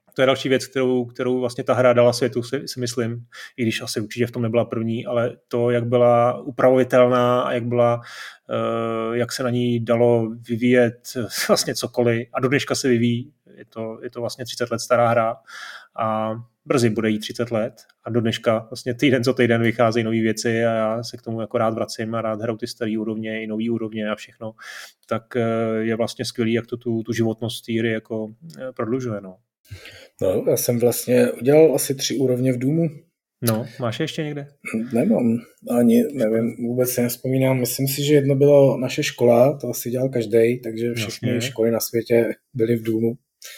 To je další věc, kterou vlastně ta hra dala světu, si myslím, i když asi určitě v tom nebyla první, ale to, jak byla upravovitelná a jak se na ní dalo vyvíjet vlastně cokoliv a do dneška se vyvíjí. Je to vlastně 30 let stará hra a brzy bude jí 30 let a do dneška vlastně týden co týden vycházejí nové věci a já se k tomu jako rád vracím a rád hraju ty staré úrovně i nové úrovně a všechno. Tak je vlastně skvělý, jak to tu životnost té hry jako prodlužuje. No, já jsem vlastně udělal asi 3 úrovně v Doomu. No, máš je ještě někde? Nemám, ani nevím, vůbec si nevzpomínám. Myslím si, že jedno bylo naše škola, to asi dělal každej, takže všechny školy na světě byly v Doomu.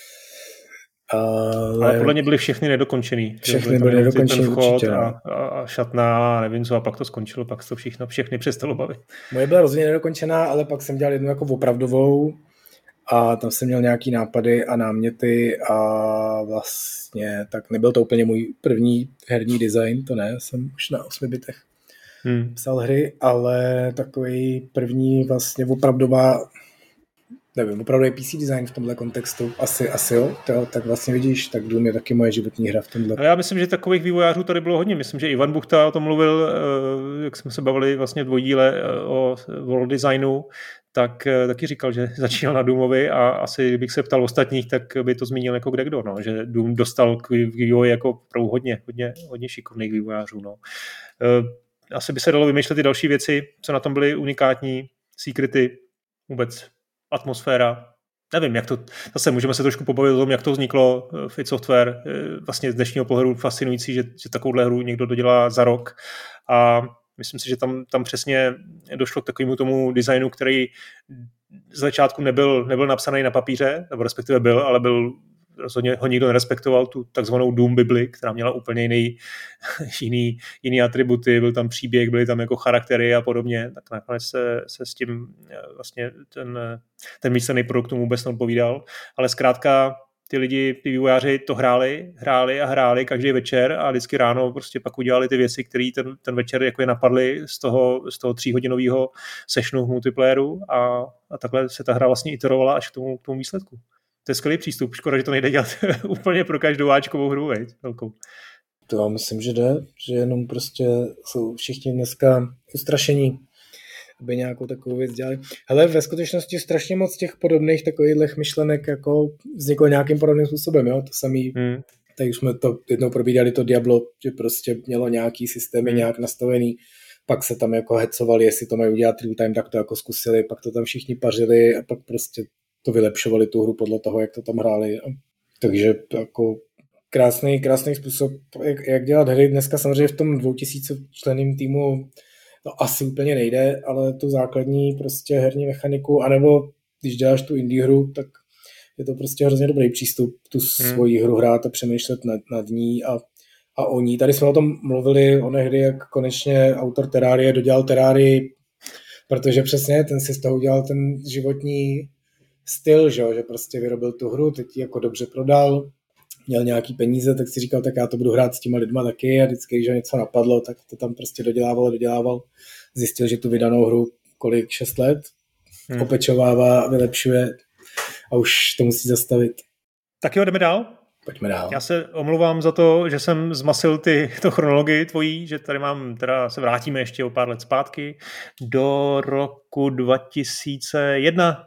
Ale podle mě byly všechny nedokončený. Všechny byly nedokončený určitě. A šatná a nevím co, a pak to skončilo, pak to všechny přestalo bavit. Moje byla rozhodně nedokončená, ale pak jsem dělal jednu jako opravdovou a tam jsem měl nějaký nápady a náměty a vlastně tak nebyl to úplně můj první herní design, to ne, jsem už na 8 bitech psal hry, ale takový první vlastně opravdová, nevím, opravdu PC design v tomhle kontextu, asi jo, tak vlastně vidíš, tak Doom je taky moje životní hra v tomhle. A já myslím, že takových vývojářů tady bylo hodně, myslím, že Ivan Buchta o tom mluvil, jak jsme se bavili vlastně v dvojdíle o world designu, tak taky říkal, že začínal na Doomovi a asi kdybych se ptal ostatních, tak by to zmínil jako kdekdo, no, že Doom dostal k vývoji jako pro hodně šikovných vývojářů. No. Asi by se dalo vymýšlet i další věci, co na tom byly unikátní, secrety, vůbec atmosféra. Nevím, jak to, zase můžeme se trošku pobavit o tom, jak to vzniklo v id Software, vlastně z dnešního pohledu fascinující, že takovouhle hru někdo dodělá za rok a myslím si, že tam přesně došlo k takovému tomu designu, který z začátku nebyl napsaný na papíře, nebo respektive byl, ale byl rozhodně ho nikdo nerespektoval, tu takzvanou Doom Bibli, která měla úplně jiný atributy, byl tam příběh, byly tam jako charaktery a podobně, tak nakonec se s tím vlastně ten výsledný produkt tomu vůbec neodpovídal, ale zkrátka ty vývojáři to hráli každý večer a vždycky ráno prostě pak udělali ty věci, které ten večer jako je napadly z toho 3hodinového sessionu v multiplayeru a takhle se ta hra vlastně iterovala až k tomu výsledku. To je skvělý přístup. Škoda, že to nejde dělat úplně pro každou áčkovou hru, veď? Velkou. To já myslím, že jde, že jenom prostě jsou všichni dneska ustrašení, aby nějakou takovou věc dělali. Hele, ve skutečnosti strašně moc těch podobných takových myšlenek jako vzniklo nějakým podobným způsobem, jo? To samý, tady už jsme to jednou probídali to Diablo, že prostě mělo nějaký systémy nějak nastavený, pak se tam jako hecovali, jestli to mají udělat real time, tak to jako zkusili, pak to tam všichni pařili a pak prostě to vylepšovali tu hru podle toho, jak to tam hráli. Takže jako krásný způsob, jak dělat hry. Dneska samozřejmě v tom 2000 členným týmu to asi úplně nejde, ale tu základní prostě herní mechaniku, anebo když děláš tu indie hru, tak je to prostě hrozně dobrý přístup tu svoji hru hrát a přemýšlet nad ní a o ní. Tady jsme o tom mluvili onehdy, jak konečně autor Terrarie dodělal Terrarii, protože přesně ten si z toho udělal ten životní styl, že prostě vyrobil tu hru, teď ji jako dobře prodal, měl nějaký peníze, tak si říkal, tak já to budu hrát s těma lidma taky a vždycky, když ho něco napadlo, tak to tam prostě dodělával. Zjistil, že tu vydanou hru 6 let opečovává, vylepšuje a už to musí zastavit. Tak jo, jdeme dál? Pojďme dál. Já se omlouvám za to, že jsem zmasil to chronologii tvojí, že tady se vrátíme ještě o pár let zpátky do roku 2001.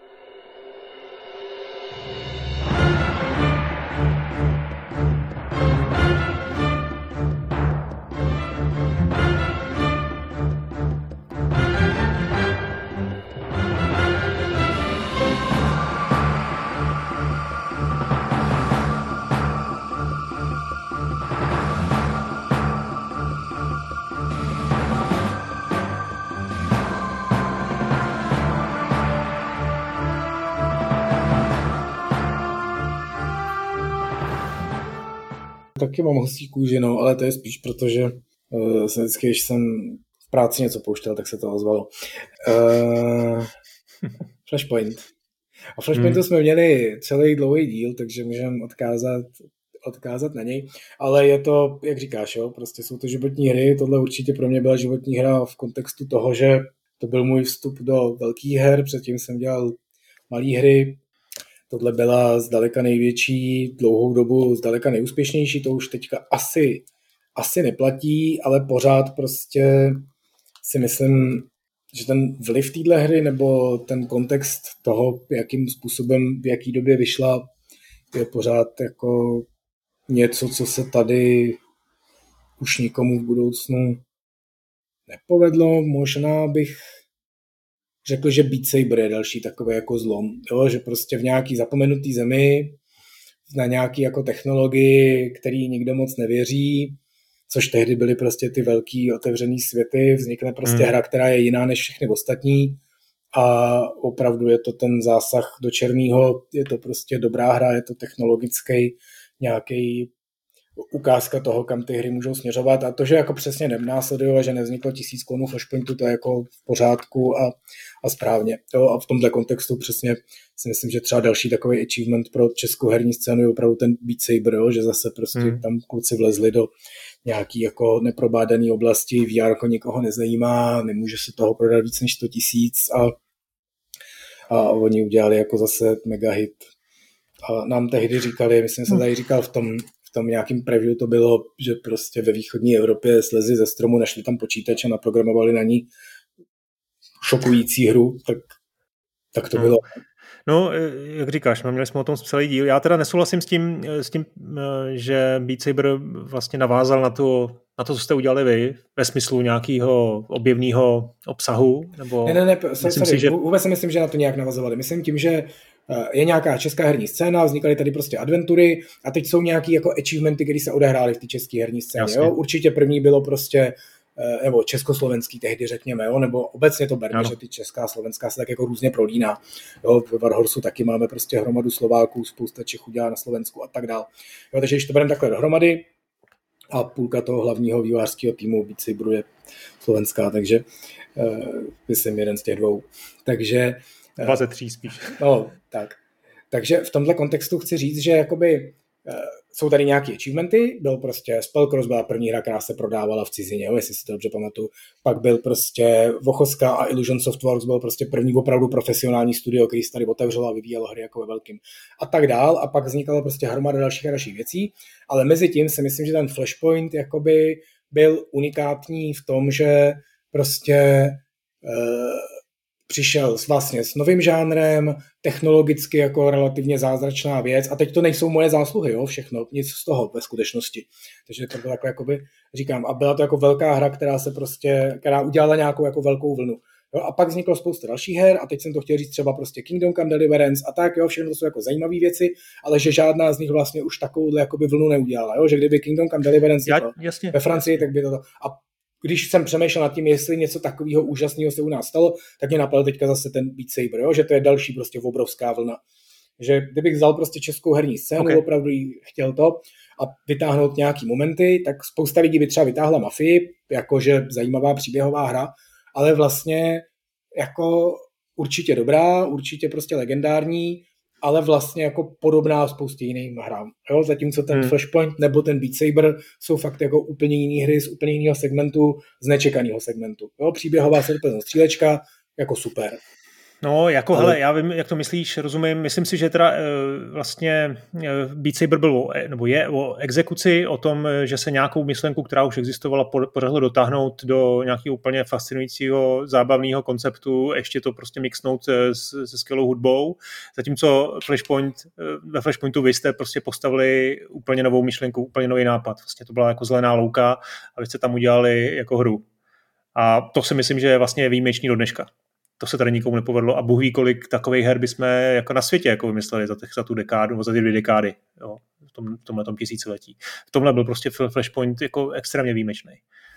Taky mám husí kůži, no, ale to je spíš proto, že vždycky, když jsem v práci něco pouštěl, tak se to ozvalo. Flashpoint. A Flashpointu jsme měli celý dlouhý díl, takže můžeme odkázat na něj, ale je to, jak říkáš, jo, prostě jsou to životní hry, tohle určitě pro mě byla životní hra v kontextu toho, že to byl můj vstup do velkých her, předtím jsem dělal malé hry, tohle byla zdaleka největší, dlouhou dobu zdaleka nejúspěšnější, to už teďka asi neplatí, ale pořád prostě si myslím, že ten vliv téhle hry nebo ten kontext toho, jakým způsobem, v jaký době vyšla, je pořád jako něco, co se tady už nikomu v budoucnu nepovedlo. Možná bych řekl, že Beat Saber je další takový jako zlom, jo? Že prostě v nějaký zapomenutý zemi na nějaký jako technologii, který nikdo moc nevěří, což tehdy byly prostě ty velký otevřený světy, vznikne prostě hra, která je jiná než všechny ostatní a opravdu je to ten zásah do černého, je to prostě dobrá hra, je to technologický nějaký ukázka toho, kam ty hry můžou směřovat a to, že jako přesně nenásleduje a že nevzniklo 1000 klonů Flashpointu, to je jako v pořádku a správně. Jo, a v tomhle kontextu přesně si myslím, že třeba další takový achievement pro českou herní scénu je opravdu ten Beat Saber, jo, že zase prostě tam kluci vlezli do nějaký jako neprobádaný oblasti, VR jako nikoho nezajímá, nemůže se toho prodat víc než 100 000 a oni udělali jako zase mega hit. A nám tehdy říkali, myslím, že jsem tady říkal v tom nějakým preview to bylo, že prostě ve východní Evropě slezli ze stromu, našli tam počítač a naprogramovali na ní šokující hru, tak to bylo. No, jak říkáš, měli jsme o tom celý díl. Já teda nesouhlasím s tím, že Beat Saber vlastně navázal na to, co jste udělali vy, ve smyslu nějakého objevného obsahu. Nebo ne, vůbec si myslím, že na to nějak navazovali. Myslím tím, že je nějaká česká herní scéna, vznikaly tady prostě adventury a teď jsou nějaký jako achievementy, které se odehrály v té české herní scéně. Jo? Určitě první bylo prostě nebo československý tehdy řekněme, jo? Nebo obecně to berme, že ty česká a slovenská se tak jako různě prolíná. Jo? V Warhorsu taky máme prostě hromadu Slováků, spousta Čechů dělá na Slovensku a tak dál. Jo? Takže když to bereme takhle dohromady a půlka toho hlavního vývojářského týmu Beat Saberu je slovenská, takže jsem jeden z těch dvou. Takže 2 ze 3 spíš. No, tak. Takže v tomhle kontextu chci říct, že jakoby jsou tady nějaké achievementy, byl prostě Spellcross byla první hra, která se prodávala v cizině, jo, jestli si to dobře pamatuju. Pak byl prostě Vochoska a Illusion Softworks byl prostě první opravdu profesionální studio, který se tady otevřelo a vyvíjelo hry jako ve velkým. A tak dál. A pak vznikala prostě hromada dalších věcí, ale mezi tím si myslím, že ten Flashpoint jakoby byl unikátní v tom, že prostě přišel vlastně s novým žánrem, technologicky jako relativně zázračná věc a teď to nejsou moje zásluhy, jo, všechno, nic z toho ve skutečnosti. Takže to bylo takhle, jakoby, říkám, a byla to jako velká hra, která udělala nějakou jako velkou vlnu. Jo, a pak vzniklo spousta dalších her a teď jsem to chtěl říct třeba prostě Kingdom Come Deliverance a tak, jo, všechno to jsou jako zajímavé věci, ale že žádná z nich vlastně už takovouhle jakoby vlnu neudělala, jo, že kdyby Kingdom Come Deliverance ve Francii, tak by to. A když jsem přemýšlel nad tím, jestli něco takového úžasného se u nás stalo, tak mě napadl teďka zase ten Beat Saber, jo? Že to je další prostě obrovská vlna. Že kdybych vzal prostě českou herní scénu, opravdu chtěl to a vytáhnout nějaký momenty, tak spousta lidí by třeba vytáhla Mafii, jakože zajímavá příběhová hra, ale vlastně jako určitě dobrá, určitě prostě legendární, ale vlastně jako podobná spoustě jiným hrám. Jo? Zatímco ten Flashpoint nebo ten Beat Saber jsou fakt jako úplně jiný hry z úplně jiného segmentu, z nečekaného segmentu. Jo? Příběhová střílečka, jako super. No, jako hele, já vím, jak to myslíš, rozumím. Myslím si, že teda vlastně Beat Saber byl je o exekuci, o tom, že se nějakou myšlenku, která už existovala, podařilo dotáhnout do nějakého úplně fascinujícího, zábavného konceptu, ještě to prostě mixnout se skvělou hudbou. Zatímco ve Flashpointu vy jste prostě postavili úplně novou myšlenku, úplně nový nápad. Vlastně to byla jako zelená louka a vy jste tam udělali jako hru. A to si myslím, že je vlastně výjimečný do dneška. To se tady nikomu nepovedlo a Bůh ví, kolik takových her bychom jako na světě jako vymysleli za tu dekádu, nebo za ty 2 dekády, jo, v tomhletom tisíciletí. V tomhle byl prostě Flashpoint jako extrémně výjimečný.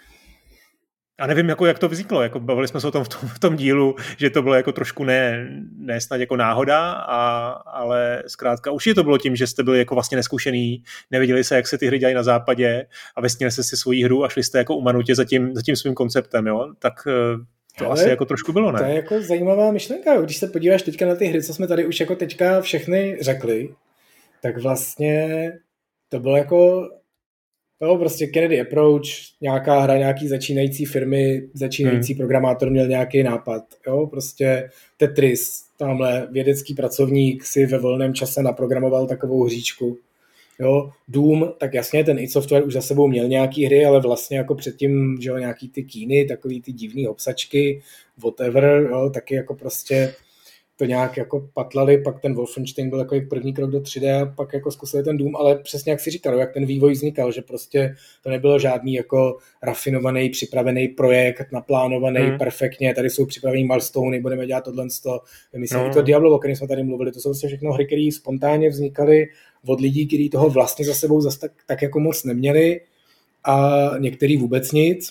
A nevím, jak to vzniklo, jako bavili jsme se o tom v tom dílu, že to bylo jako trošku ne snad jako náhoda, ale zkrátka už to bylo tím, že jste byli jako vlastně neskušený, nevěděli se, jak se ty hry dělají na západě a vesnili jste si svoji hru a šli jste jako umanutě za tím svým konceptem, jo, tak to asi jako trošku bylo, ne? To je jako zajímavá myšlenka, když se podíváš teďka na ty hry, co jsme tady už jako teďka všechny řekli, tak vlastně to bylo jako No, prostě Kennedy Approach, nějaká hra, nějaký začínající firmy, začínající programátor měl nějaký nápad. Jo, prostě Tetris, tamhle vědecký pracovník si ve volném čase naprogramoval takovou hříčku. Jo, Doom, tak jasně, ten id Software už za sebou měl nějaký hry, ale vlastně jako předtím, že jo, nějaký ty kíny, takový ty divný obsačky, whatever, jo, taky jako prostě to nějak jako patlali, pak ten Wolfenstein byl jako první krok do 3D a pak jako zkusili ten Doom, ale přesně jak si říkal, jak ten vývoj vznikal, že prostě to nebylo žádný jako rafinovaný, připravený projekt, naplánovaný perfektně, tady jsou připravený milestony, budeme dělat tohle, myslím, to Diablo, o kterém jsme tady mluvili, to jsou vlastně všechno hry, které spontánně vznikaly od lidí, kteří toho vlastně za sebou zase tak jako moc neměli a některý vůbec nic.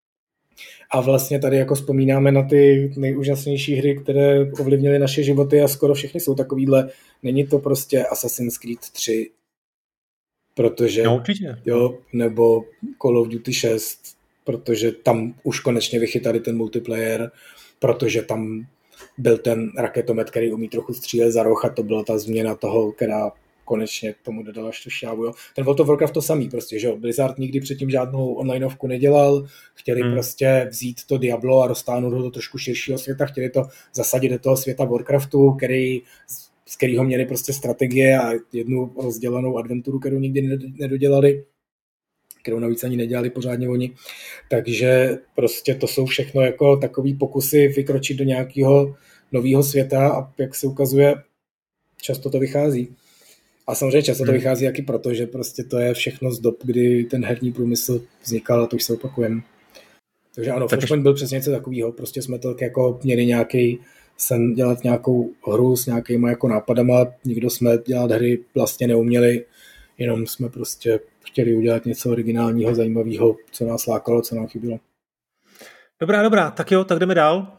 A vlastně tady jako vzpomínáme na ty nejúžasnější hry, které ovlivnily naše životy a skoro všechny jsou takovýhle. Není to prostě Assassin's Creed 3, protože no, určitě. Jo, nebo Call of Duty 6, protože tam už konečně vychytali ten multiplayer, protože tam byl ten raketomet, který umí trochu střílet za roh a to byla ta změna toho, která konečně tomu dodala tu šťávu. Jo. Ten World of Warcraft to samý prostě, že jo. Blizzard nikdy předtím žádnou onlineovku nedělal, chtěli prostě vzít to Diablo a roztáhnout ho do trošku širšího světa, chtěli to zasadit do toho světa Warcraftu, z kterého měli prostě strategie a jednu rozdělanou adventuru, kterou nikdy nedodělali, kterou navíc ani nedělali pořádně oni. Takže prostě to jsou všechno jako takový pokusy vykročit do nějakého nového světa a jak se ukazuje, často to vychází. A samozřejmě často to vychází taky proto, že prostě to je všechno z dob, kdy ten herní průmysl vznikal a to už se opakujeme. Takže ano, Flashpoint byl přesně něco takového. Prostě jsme to jako měli nějaký sen dělat nějakou hru s nějakýma jako nápadama. Nikdo jsme dělat hry vlastně neuměli, jenom jsme prostě chtěli udělat něco originálního, zajímavého, co nás lákalo, co nám chybilo. Dobrá, tak jo, tak jdeme dál.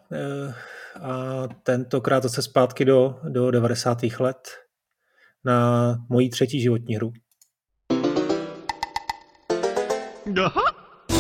A tentokrát zase zpátky do 90. let na moji třetí životní hru. Aha.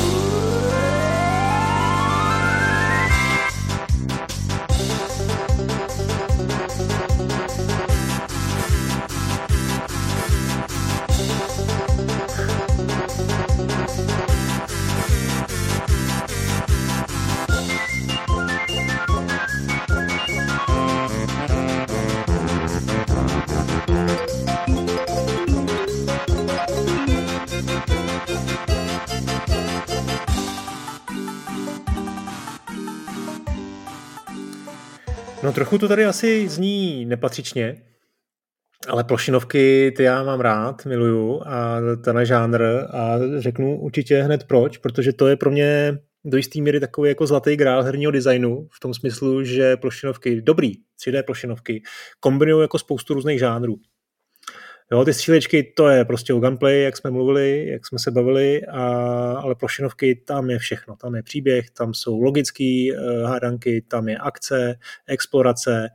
No trochu to tady asi zní nepatřičně, ale plošinovky ty já mám rád, miluju a ten žánr a řeknu určitě hned proč, protože to je pro mě do jistý míry takový jako zlatý grál herního designu v tom smyslu, že plošinovky, dobrý 3D plošinovky, kombinují jako spoustu různých žánrů. Jo, ty střílečky, to je prostě o gameplay, jak jsme mluvili, jak jsme se bavili, ale plošinovky, tam je všechno. Tam je příběh, tam jsou logický hádanky, tam je akce, explorace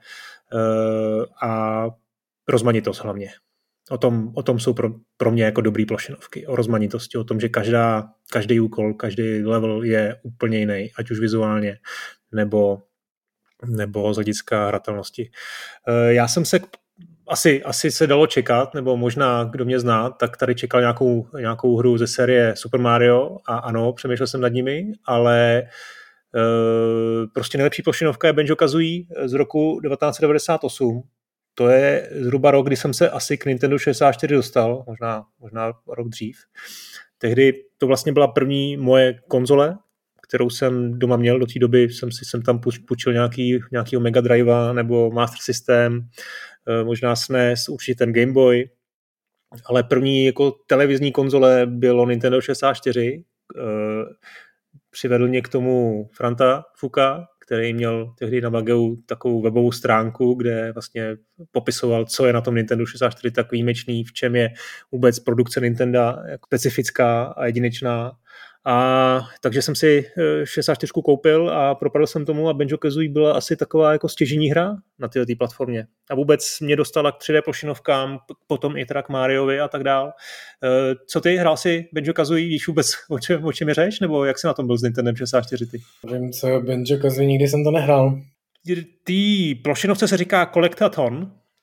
a rozmanitost hlavně. O tom jsou pro mě jako dobrý plošinovky. O rozmanitosti, o tom, že každý úkol, každý level je úplně jiný, ať už vizuálně, nebo z hlediska hratelnosti. Já jsem se asi se dalo čekat, nebo možná, kdo mě zná, tak tady čekal nějakou hru ze série Super Mario a ano, přemýšlel jsem nad nimi, ale prostě nejlepší plošinovka je Banjo-Kazooie z roku 1998. To je zhruba rok, kdy jsem se asi k Nintendo 64 dostal, možná rok dřív. Tehdy to vlastně byla první moje konzole, kterou jsem doma měl. Do té doby jsem tam půjčil nějakýho Mega Drive nebo Master System, možná SNES, určitě ten Game Boy, ale první jako televizní konzole bylo Nintendo 64. Přivedl mě k tomu Franta Fuka, který měl tehdy na Mageu takovou webovou stránku, kde vlastně popisoval, co je na tom Nintendo 64 tak výjimečný, v čem je vůbec produkce Nintendo jako specifická a jedinečná. A takže jsem si 64 koupil a propadl jsem tomu a Banjo-Kazooie byla asi taková jako stěžejní hra na této platformě. A vůbec mě dostala k 3D plošinovkám, potom i teda k Mariovi a tak dál. Co ty, hrál si Banjo-Kazooie, víš vůbec o čem je řeč, nebo jak jsi na tom byl s Nintendem 64 ty? Vím, co Banjo-Kazooie, nikdy jsem to nehrál. Tý plošinovce se říká Collectathon.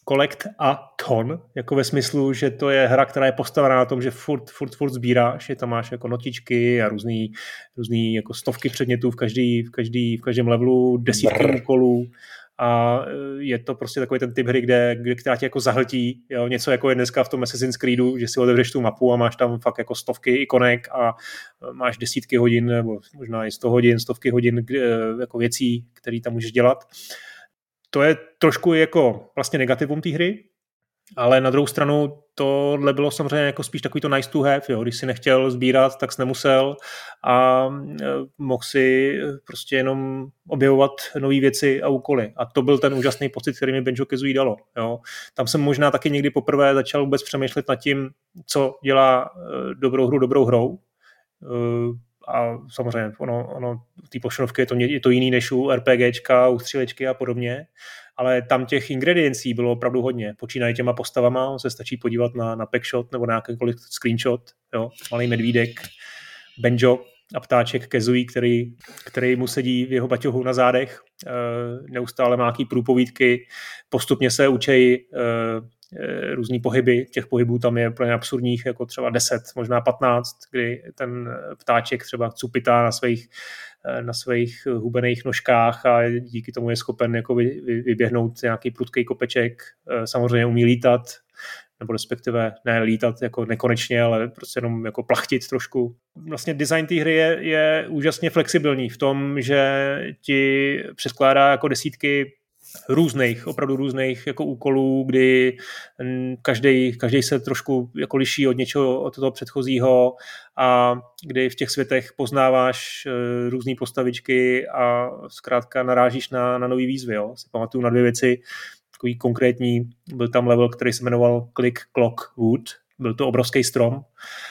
collect a ton, jako ve smyslu, že to je hra, která je postavená na tom, že furt sbíráš, že tam máš jako notičky a různý jako stovky předmětů v každém levelu, desítky úkolů a je to prostě takový ten typ hry, která tě jako zahltí, jo? Něco jako je dneska v tom Assassin's Creedu, že si otevřeš tu mapu a máš tam fakt jako stovky ikonek a máš desítky hodin nebo možná i 100 hodin, stovky hodin jako věcí, které tam můžeš dělat. To je trošku jako vlastně negativum té hry, ale na druhou stranu tohle bylo samozřejmě jako spíš takový to nice to have, jo. Když si nechtěl sbírat, tak jsi nemusel a mohl si prostě jenom objevovat nové věci a úkoly. A to byl ten úžasný pocit, který mi Banjo-Kazooie dalo. Jo. Tam jsem možná taky někdy poprvé začal vůbec přemýšlet nad tím, co dělá dobrou hru dobrou hrou. A samozřejmě ono té plošinovky je to jiný než u RPGčka, u střílečky a podobně, ale tam těch ingrediencí bylo opravdu hodně. Počínají těma postavama, se stačí podívat na packshot nebo na jakýkoliv screenshot, jo, malý medvídek, Banjo a ptáček Kazooie, který mu sedí v jeho baťohu na zádech, neustále má nějaký průpovídky, postupně se učí různý pohyby, těch pohybů tam je pro ně absurdních, jako třeba 10, možná 15, kdy ten ptáček třeba cupitá na svých hubených nožkách a díky tomu je schopen jako vyběhnout nějaký prudký kopeček, samozřejmě umí lítat, nebo respektive ne lítat jako nekonečně, ale prostě jenom jako plachtit trošku. Vlastně design té hry je úžasně flexibilní v tom, že ti předkládá jako desítky opravdu různých jako úkolů, kdy každý se trošku jako liší od něčeho, od toho předchozího a kdy v těch světech poznáváš různé postavičky a zkrátka narážíš na nový výzvy. Jo. Si pamatuju na 2 věci, takový konkrétní, byl tam level, který se jmenoval Click Clock Wood, byl to obrovský strom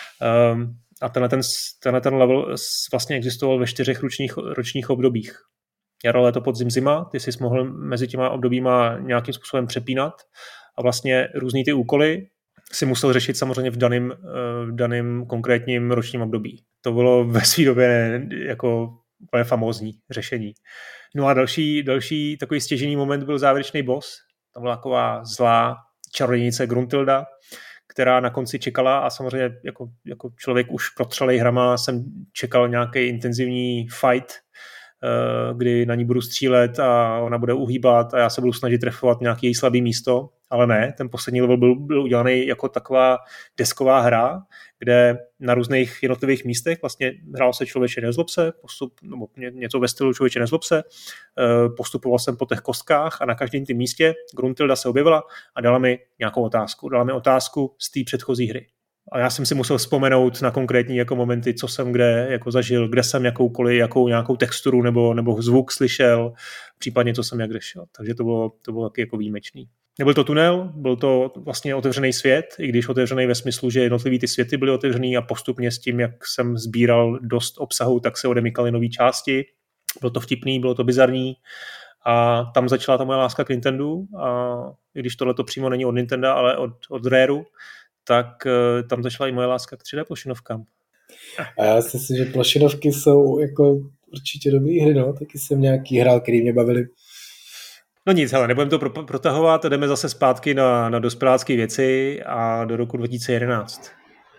a tenhle ten level vlastně existoval ve 4 ročních obdobích. Jaro, léto, podzim, zima, ty jsi mohl mezi těma obdobíma nějakým způsobem přepínat a vlastně různý ty úkoly si musel řešit samozřejmě v daném konkrétním ročním období. To bylo ve své době jako úplně famózní řešení. No a další takový stěžejní moment byl závěrečný boss. Tam byla taková zlá čarodějnice Gruntilda, která na konci čekala a samozřejmě jako člověk už protřelej hrama jsem čekal nějaký intenzivní fight, kdy na ní budu střílet a ona bude uhýbat a já se budu snažit trefovat nějaké její slabé místo, ale ne, ten poslední level byl udělaný jako taková desková hra, kde na různých jednotlivých místech vlastně hrál se člověče nezlob se, nebo něco ve stylu člověče nezlob se, postupoval jsem po těch kostkách a na každém tím místě Gruntilda se objevila a dala mi nějakou otázku. Dala mi otázku z té předchozí hry. A já jsem si musel vzpomenout na konkrétní jako momenty, co jsem kde jako zažil, kde jsem jakou nějakou texturu nebo zvuk slyšel, případně co jsem jak kde šel. Takže to bylo taky jako výjimečný. Nebyl to tunel, byl to vlastně otevřený svět, i když otevřený ve smyslu, že jednotlivý ty světy byly otevřený a postupně s tím, jak jsem sbíral dost obsahu, tak se odemykaly nové části. Bylo to vtipný, bylo to bizarní a tam začala ta moje láska k Nintendu a i když tohleto přímo není od Nintendo, ale od Rareu, tak tam začala i moje láska k 3D plošinovkám. A já si myslím, že plošinovky jsou jako určitě dobrý hry, no, taky jsem nějaký hrál, který mě bavili. No nic, hele, nebudeme to protahovat, jdeme zase zpátky na dospělácké věci a do roku 2011.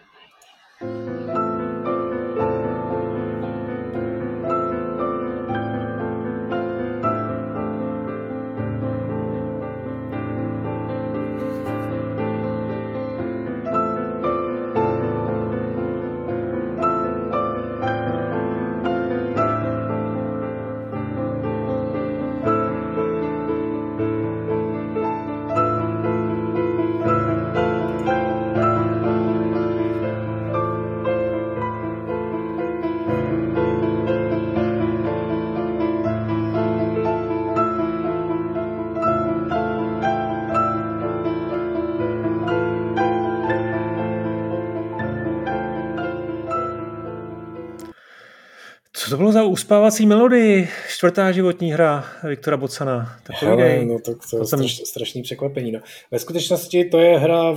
Co to bylo za uspávací melodii? 4. životní hra Viktora Bocana. Hele, no tak to je strašný překvapení. No. Ve skutečnosti to je hra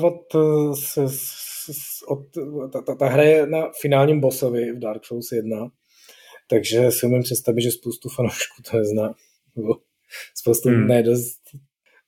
ta hra je na finálním bossovi v Dark Souls 1, takže si umím představit, že spoustu fanoušků to nezná. Spoustu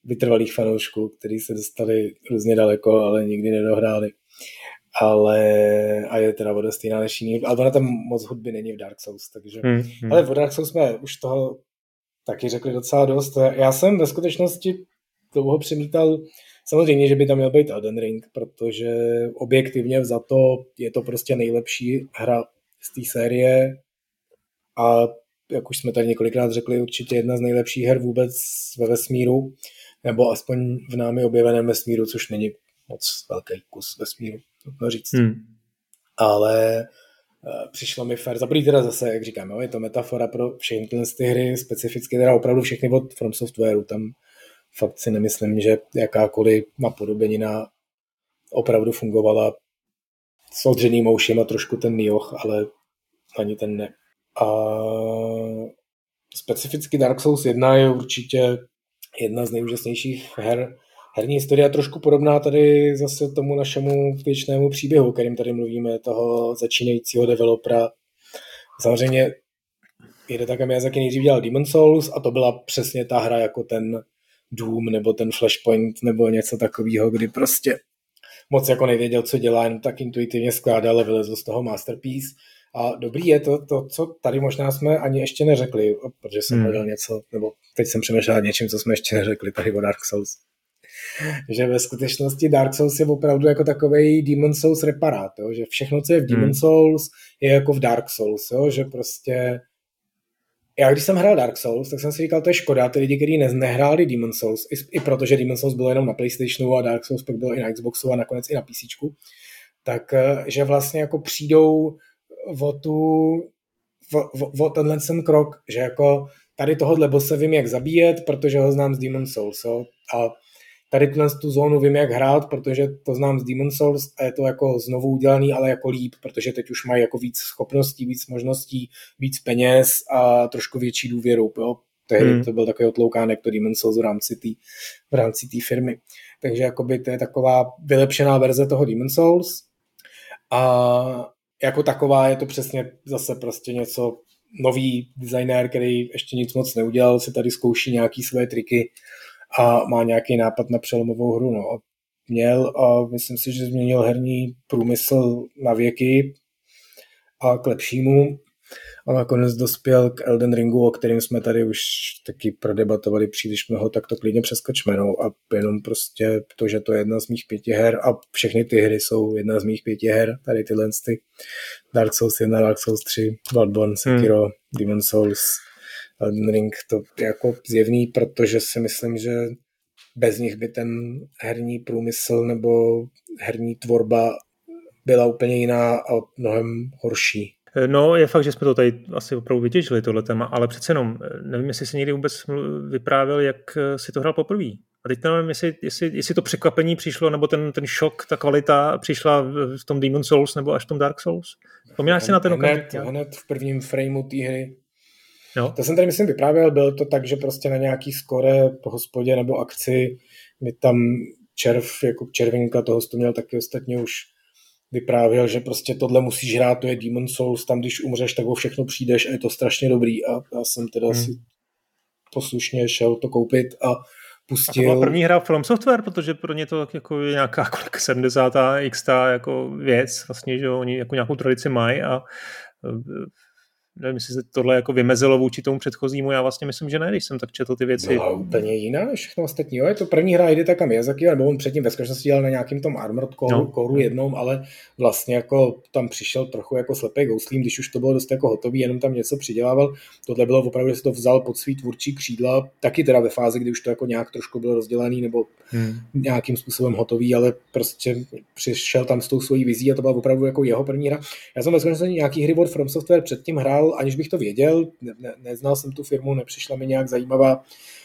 vytrvalých fanoušků, kteří se dostali různě daleko, ale nikdy nedohráli. A je teda o dost jiná než jiný. Ale ona tam moc hudby není v Dark Souls, takže... Ale v Dark Souls jsme už toho taky řekli docela dost. Já jsem ve skutečnosti dlouho přemítal samozřejmě, že by tam měl být Elden Ring, protože objektivně vzato je to prostě nejlepší hra z té série a jak už jsme tady několikrát řekli, určitě jedna z nejlepších her vůbec ve vesmíru, nebo aspoň v námi objeveném vesmíru, což není moc velký kus vesmíru, to říct. Ale přišlo mi fér. Zaprvé teda zase, jak říkám, jo, je to metafora pro všechny ty hry, specificky teda opravdu všechny od From Softwareu. Tam fakt si nemyslím, že jakákoliv napodobenina opravdu fungovala s odřeným moušem a trošku ten Nioh, ale ani ten ne. A specificky Dark Souls 1 je určitě jedna z nejúžasnějších her herní historie, trošku podobná tady zase tomu našemu věčnému příběhu, o kterým tady mluvíme, toho začínajícího developera. Samozřejmě Hidetaka Miyazaki nejdřív dělal Demon's Souls a to byla přesně ta hra jako ten Doom nebo ten Flashpoint nebo něco takového, kdy prostě moc jako nevěděl, co dělá, jenom tak intuitivně skládal a vylezl z toho masterpiece. A dobrý je to, co tady možná jsme ani ještě neřekli, protože jsem hledal něco, nebo teď jsem přemýšlel něčím, co jsme ještě neřekli tady o Dark Souls. Že ve skutečnosti Dark Souls je opravdu jako takovej Demon's Souls reparát, jo? Že všechno, co je v Demon's Souls, je jako v Dark Souls, jo? Že prostě já když jsem hrál Dark Souls, tak jsem si říkal, to je škoda, ty lidi, kteří nehráli Demon's Souls, i protože Demon's Souls bylo jenom na PlayStationu a Dark Souls pak bylo i na Xboxu a nakonec i na PCčku, tak že vlastně jako přijdou o tenhle ten krok, že jako tady tohohle bosse vím, jak zabíjet, protože ho znám z Demon's Souls, jo? A tady tu zónu vím, jak hrát, protože to znám z Demon's Souls a je to jako znovu udělaný, ale jako líp, protože teď už mají jako víc schopností, víc možností, víc peněz a trošku větší důvěru. Jo? Tehdy to byl takový otloukánek to Demon's Souls v rámci té firmy. Takže jakoby to je taková vylepšená verze toho Demon's Souls a jako taková je to přesně zase prostě něco nový designér, který ještě nic moc neudělal, si tady zkouší nějaký své triky a má nějaký nápad na přelomovou hru. No. Měl a myslím si, že změnil herní průmysl na věky a k lepšímu. A nakonec dospěl k Elden Ringu, o kterém jsme tady už taky prodebatovali příliš mnoho, tak to klidně přeskočme. No. A jenom prostě to, že to je jedna z mých 5 her a všechny ty hry jsou jedna z mých 5 her, tady tyhle Dark Souls 1, Dark Souls 3, Bloodborne, Sekiro, Demon's Souls, Elden Ring, to je jako zjevný, protože si myslím, že bez nich by ten herní průmysl nebo herní tvorba byla úplně jiná a mnohem horší. No, je fakt, že jsme to tady asi opravdu vytěžili, tohle téma, ale přece jenom, nevím, jestli si někdy vůbec vyprávěl, jak si to hrál poprvé. A teď nevím, jestli to překvapení přišlo, nebo ten šok, ta kvalita přišla v tom Demon's Souls, nebo až v tom Dark Souls. Vzpomínáš si na ten okamžik? Hned v prvním frameu té hry. No. To jsem tady, myslím, vyprávěl, bylo to tak, že prostě na nějaký skore po hospodě nebo akci mi tam jako červinka, toho to měl taky ostatně už vyprávěl, že prostě tohle musíš hrát, to je Demon's Souls, tam když umřeš, tak o všechno přijdeš a je to strašně dobrý a já jsem teda si poslušně šel to koupit a pustil. A to byla první hra From Software, protože pro ně to jako je nějaká 70. x jako věc, vlastně, že oni jako nějakou tradici mají a nevím, jestli se tohle jako vymezilo vůči tomu předchozímu, já vlastně myslím, že ne, když jsem tak četl ty věci. Byla úplně jiná než všechno ostatní, jo? Je to první hra Hidetaka Miyazaki, nebo on předtím ve skutečnosti dělal na nějakým tom Armored Core jednom, ale vlastně jako tam přišel trochu jako slepý gouslím, když už to bylo dost jako hotový, jenom tam něco přidělával. Tohle bylo opravdu, že se to vzal pod svý tvůrčí křídla, taky teda ve fázi, kdy už to jako nějak trošku bylo rozdělaný nebo nějakým způsobem hotový, ale prostě přišel tam s tou svojí vizí a to byla opravdu jako jeho první hra. Já jsem ve skutečnosti nějaký hry od From Software předtím hrál, aniž bych to věděl, neznal jsem tu firmu, nepřišla mi nějak zajímavá.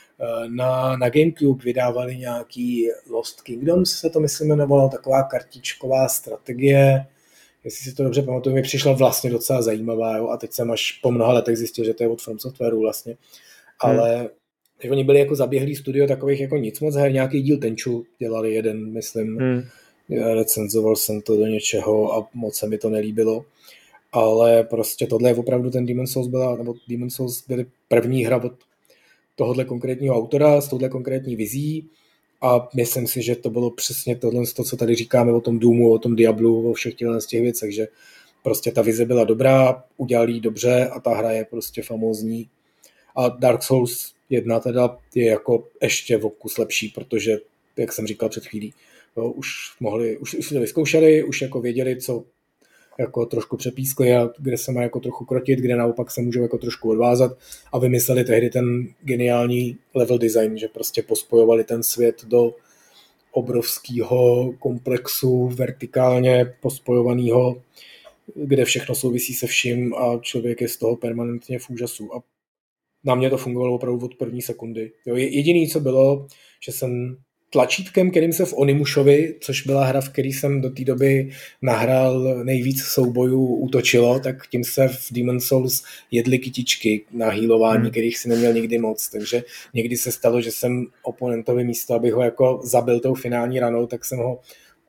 Na GameCube vydávali nějaký Lost Kingdoms, se to myslím jmenovalo, taková kartičková strategie, jestli si to dobře pamatuju, mi přišla vlastně docela zajímavá, jo? A teď jsem až po mnoha letech zjistil, že to je od From Softwareu vlastně, ale že oni byli jako zaběhlý studio takových jako nic moc her, nějaký díl Tenchu dělali jeden, myslím, recenzoval jsem to do něčeho a moc se mi to nelíbilo. Ale prostě tohle je opravdu ten Demon's Souls byly první hra od tohohle konkrétního autora s touhle konkrétní vizí a myslím si, že to bylo přesně tohle, co tady říkáme o tom Doomu, o tom Diablu, o všech z těch věcech, že prostě ta vize byla dobrá, udělali ji dobře a ta hra je prostě famózní. A Dark Souls 1 teda je jako ještě o kus lepší, protože, jak jsem říkal před chvílí, už si to vyzkoušeli, už jako věděli, co jako trošku přepískli a kde se má jako trochu krotit, kde naopak se můžou jako trošku odvázat a vymysleli tehdy ten geniální level design, že prostě pospojovali ten svět do obrovského komplexu vertikálně pospojovaného, kde všechno souvisí se vším a člověk je z toho permanentně v úžasu. A na mě to fungovalo opravdu od první sekundy. Jo, jediný, co bylo, že jsem tlačítkem, kterým se v Onimushovi, což byla hra, v který jsem do té doby nahrál nejvíc soubojů, útočilo, tak tím se v Demon's Souls jedly kytičky na healování, kterých si neměl nikdy moc. Takže někdy se stalo, že jsem oponentovi místo, abych ho jako zabil tou finální ranou, tak jsem ho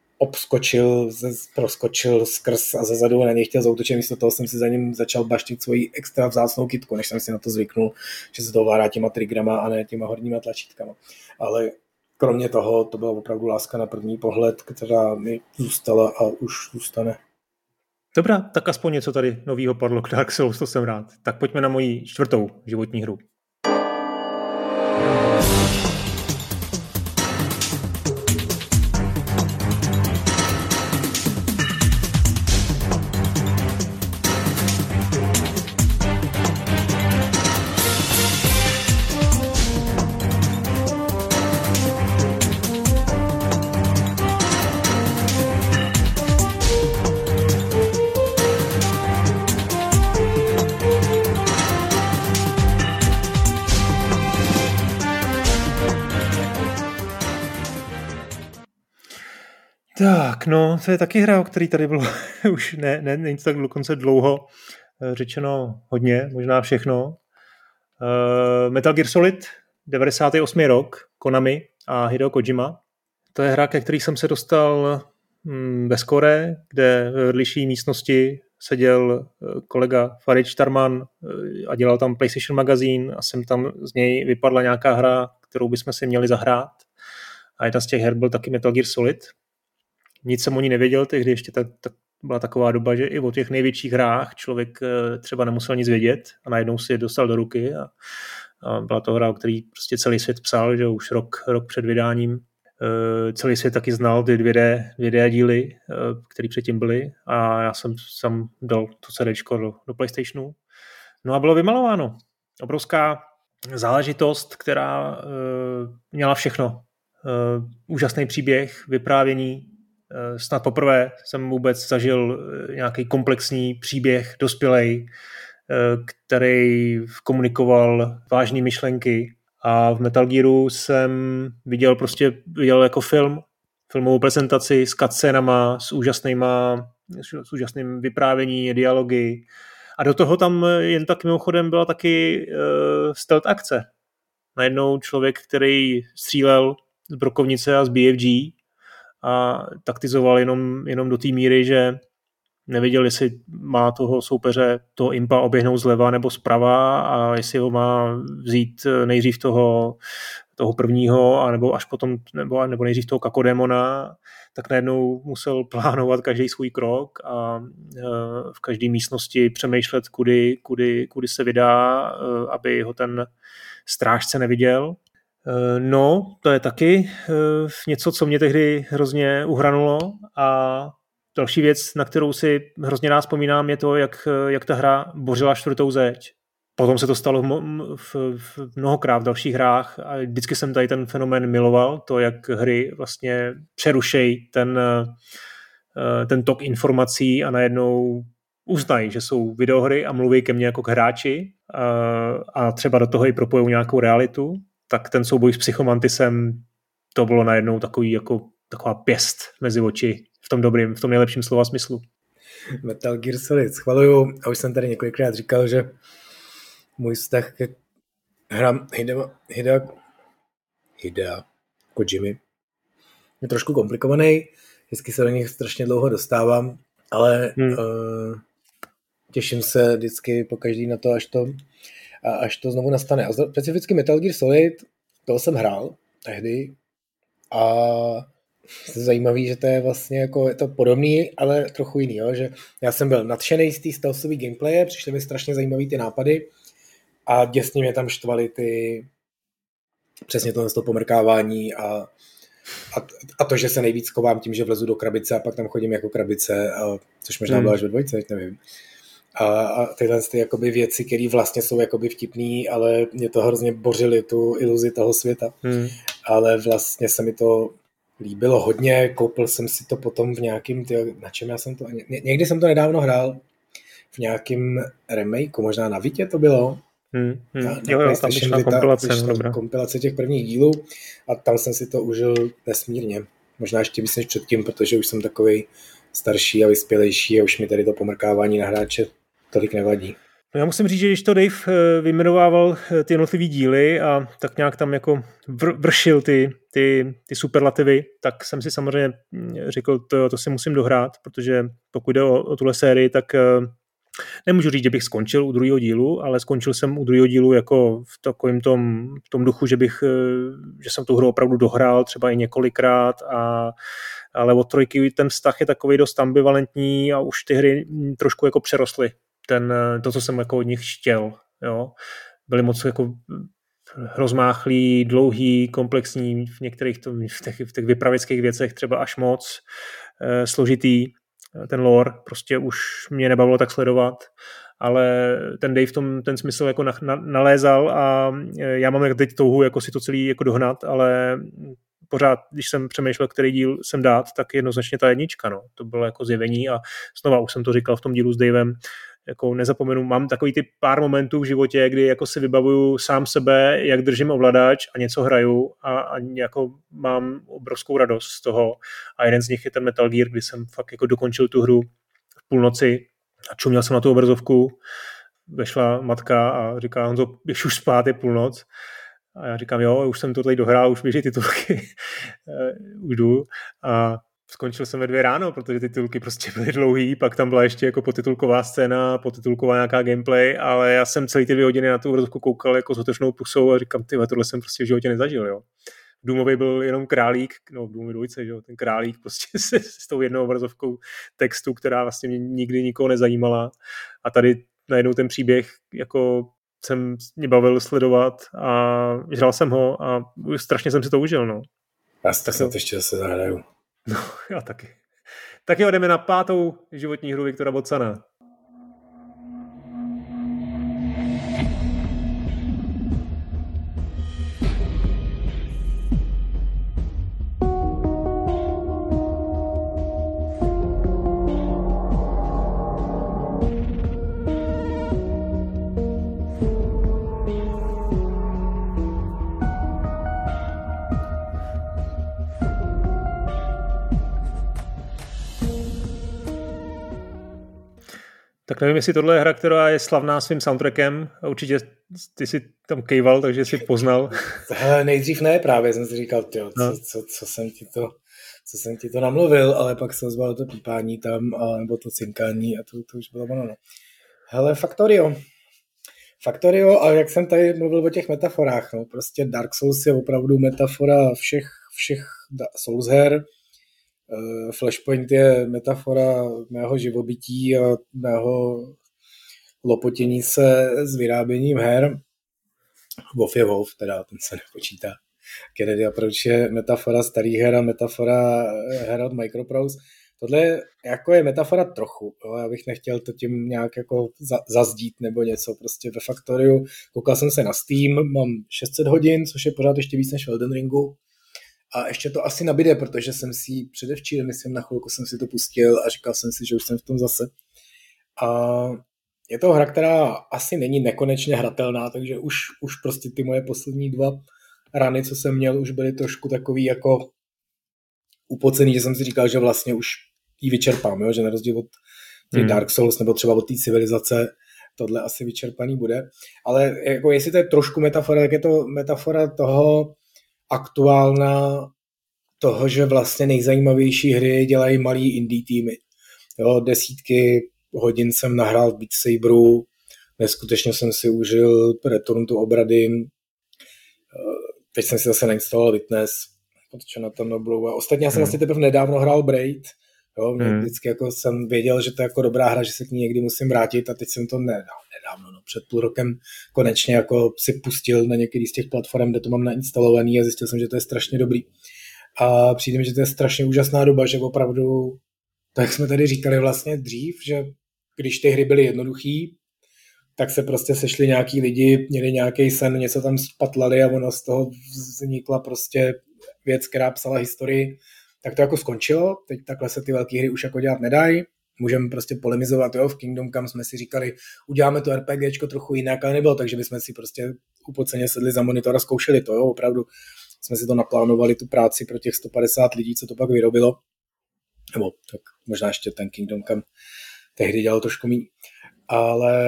proskočil skrz a zezadu a na něj chtěl zaútočit. Místo toho jsem si za ním začal baštit svoji extra vzácnou kytku, než jsem si na to zvyknul, že se to ovládá těma triggerama a ne těma horníma tlačítkama. Ale kromě toho, to byla opravdu láska na první pohled, která mi zůstala a už zůstane. Dobrá, tak aspoň něco tady novýho padlo k Dark Souls, to jsem rád. Tak pojďme na moji 4. životní hru. Tak, no, to je taky hra, o který tady bylo už není tak dokonce dlouho řečeno hodně, možná všechno. Metal Gear Solid, 98. rok, Konami a Hideo Kojima. To je hra, ke který jsem se dostal ve Skore, kde ve vedlejší místnosti seděl kolega Farid Štarman a dělal tam PlayStation magazín a sem tam z něj vypadla nějaká hra, kterou bychom si měli zahrát. A jedna z těch her byl taky Metal Gear Solid. Nic jsem o ní nevěděl, tehdy ještě byla taková doba, že i o těch největších hrách člověk třeba nemusel nic vědět a najednou si je dostal do ruky a byla to hra, o který prostě celý svět psal, že už rok před vydáním. Celý svět taky znal ty 2D díly, které předtím byly a já jsem dal to CDčko do PlayStationu. No a bylo vymalováno. Obrovská záležitost, která měla všechno. Úžasný příběh, vyprávění. Snad poprvé jsem vůbec zažil nějaký komplexní příběh dospělej, který komunikoval vážné myšlenky. A v Metal Gearu jsem viděl jako filmovou prezentaci s cutscénama, s úžasným vyprávění, dialogy. A do toho tam jen tak mimochodem byla taky stealth akce. Najednou člověk, který střílel z brokovnice a z BFG a taktizoval jenom do té míry, že nevěděl, jestli má toho soupeře, toho impa oběhnout zleva nebo zprava a jestli ho má vzít nejdřív toho prvního, anebo až potom, nebo nejdřív toho kakodémona, tak najednou musel plánovat každý svůj krok a v každé místnosti přemýšlet, kudy se vydá, aby ho ten strážce neviděl. No, to je taky něco, co mě tehdy hrozně uhranulo a další věc, na kterou si hrozně rád vzpomínám, je to, jak ta hra bořila čtvrtou zeď. Potom se to stalo mnohokrát v dalších hrách a vždycky jsem tady ten fenomén miloval, to, jak hry vlastně přerušejí ten tok informací a najednou uznají, že jsou videohry a mluví ke mně jako k hráči a třeba do toho i propojou nějakou realitu, tak ten souboj s Psychomantisem, to bylo najednou taková pěst mezi oči v tom nejlepším slova smyslu. Metal Gear Solid schvaluju a už jsem tady několikrát říkal, že můj vztah ke hrám Hidea Kojimy je trošku komplikovaný, vždycky se do nich strašně dlouho dostávám, ale těším se vždycky pokaždý na to, až to znovu nastane. A specificky Metal Gear Solid, toho jsem hrál tehdy a zajímavý, že to je vlastně jako, je to podobný, ale trochu jiný, jo? Že já jsem byl nadšený z té stealthové gameplaye, přišly mi strašně zajímavý ty nápady a děsně mě tam štvaly ty přesně to pomrkávání a to, že se nejvíc kovám tím, že vlezu do krabice a pak tam chodím jako krabice, což možná bylo až ve dvojce, nevím. A tyhle ty jakoby věci, které vlastně jsou jakoby vtipný, ale mě to hrozně bořily tu iluzi toho světa. Ale vlastně se mi to líbilo hodně, koupil jsem si to potom v nějakým, na čem já jsem to, někdy jsem to nedávno hrál, v nějakým remakeu, možná na Vitě to bylo. Jo, tam vyšla kompilace těch prvních dílů a tam jsem si to užil nesmírně. Možná ještě víc než předtím, protože už jsem takovej starší a vyspělejší a už mi tady to pomrkávání na hráče tolik nevadí. No já musím říct, že když to Dave vyjmenovával ty jednotlivý díly a tak nějak tam jako vršil ty superlativy, tak jsem si samozřejmě řekl, to si musím dohrát, protože pokud jde o tuhle sérii, tak nemůžu říct, že bych skončil u druhého dílu, ale skončil jsem u druhého dílu jako v takovém tom duchu, že jsem tu hru opravdu dohrál třeba i několikrát, ale od trojky ten vztah je takový dost ambivalentní a už ty hry trošku jako přerostly to, co jsem jako od nich chtěl. Jo. Byly moc jako rozmáchlý, dlouhý, komplexní, v některých v těch vypravěckých věcech třeba až moc složitý. Ten lore prostě už mě nebavilo tak sledovat, ale ten Dave ten smysl jako nalézal a já mám teď touhu jako si to celý jako dohnat, ale pořád, když jsem přemýšlel, který díl jsem dát, tak jednoznačně ta jednička, no. To bylo jako zjevení a znova už jsem to říkal v tom dílu s Davem, jako nezapomenu, mám takový ty pár momentů v životě, kdy jako si vybavuju sám sebe, jak držím ovladač a něco hraju a jako mám obrovskou radost z toho a jeden z nich je ten Metal Gear, kdy jsem fakt jako dokončil tu hru v půlnoci a čuměl jsem na tu obrazovku, vešla matka a říká, Honzo, běž už spát, je půlnoc. A já říkám, jo, už jsem to tady dohrál, už běží titulky, už jdu a skončil jsem ve 2 ráno, protože ty titulky prostě byly dlouhý, pak tam byla ještě jako potitulková scéna, potitulková nějaká gameplay, ale já jsem celý ty 2 hodiny na tu obrazovku koukal jako s otevřenou pusou a říkám, tohle jsem prostě v životě nezažil, jo. V Doomovej byl jenom králík, no v Doomovej 2, že jo, ten králík prostě s tou jednou obrazovkou textu, která vlastně mě nikdy nikoho nezajímala a tady najednou ten příběh jako mě bavil sledovat a hrál jsem ho a strašně jsem si to užil, no. Já si tak snad ještě zase zahraju. No, já taky. Tak jo, jdeme na 5. životní hru Viktora Bocana. Tak nevím, jestli tohle je hra, která je slavná svým soundtrackem. Určitě ty si tam kejval, takže si poznal. Nejdřív ne, právě jsem si říkal, co jsem ti to namluvil, ale pak se ozvalo to pípání tam, nebo to cinkání a to už bylo ono. Hele, Factorio, a jak jsem tady mluvil o těch metaforách, no, prostě Dark Souls je opravdu metafora všech Souls her. Flashpoint je metafora mého živobytí a mého lopotění se s vyráběním her. Wolf je Wolf, teda ten se nepočítá. Kennedy Approach je metafora starých her a metafora her od Microprose. Tohle jako je metafora trochu. Jo? Já bych nechtěl to tím nějak jako zazdít nebo něco. Prostě ve Factoriu koukal jsem se na Steam, mám 600 hodin, což je pořád ještě víc než v Elden Ringu. A ještě to asi nabíde, protože jsem si předevčírem, myslím, na chvilku jsem si to pustil a říkal jsem si, že už jsem v tom zase. A je to hra, která asi není nekonečně hratelná, takže už prostě ty moje poslední 2 rany, co jsem měl, už byly trošku takový jako upocený, že jsem si říkal, že vlastně už ji vyčerpám, jo? Že na rozdíl od těch Dark Souls nebo třeba od té civilizace, tohle asi vyčerpaný bude. Ale jako jestli to je trošku metafora, tak je to metafora toho aktuálna toho, že vlastně nejzajímavější hry dělají malý indie týmy. Jo, desítky hodin jsem nahrál v Beat Saberu, neskutečně jsem si užil Return to Obradin. Teď jsem si zase nainstaloval Witness, protože na tom a ostatně já jsem vlastně teprve nedávno hrál Braid. Jo, vždycky jako jsem věděl, že to je jako dobrá hra, že se k ní někdy musím vrátit a teď jsem to nedávno, před půl rokem konečně jako si pustil na některý z těch platform, kde to mám nainstalovaný a zjistil jsem, že to je strašně dobrý. A přijde mi, že to je strašně úžasná doba, že opravdu, tak jak jsme tady říkali vlastně dřív, že když ty hry byly jednoduchý, tak se prostě sešli nějaký lidi, měli nějaký sen, něco tam spatlali a ono z toho vznikla prostě věc, která psala historii. Tak to jako skončilo, teď takhle se ty velké hry už jako dělat nedají, můžeme prostě polemizovat, jo, v Kingdom Come jsme si říkali, uděláme to RPGčko trochu jinak, ale nebylo, takže bychom si prostě upoceně sedli za monitor a zkoušeli to, jo, opravdu jsme si to naplánovali, tu práci pro těch 150 lidí, co to pak vyrobilo, nebo tak možná ještě ten Kingdom Come tehdy dělal trošku méně, ale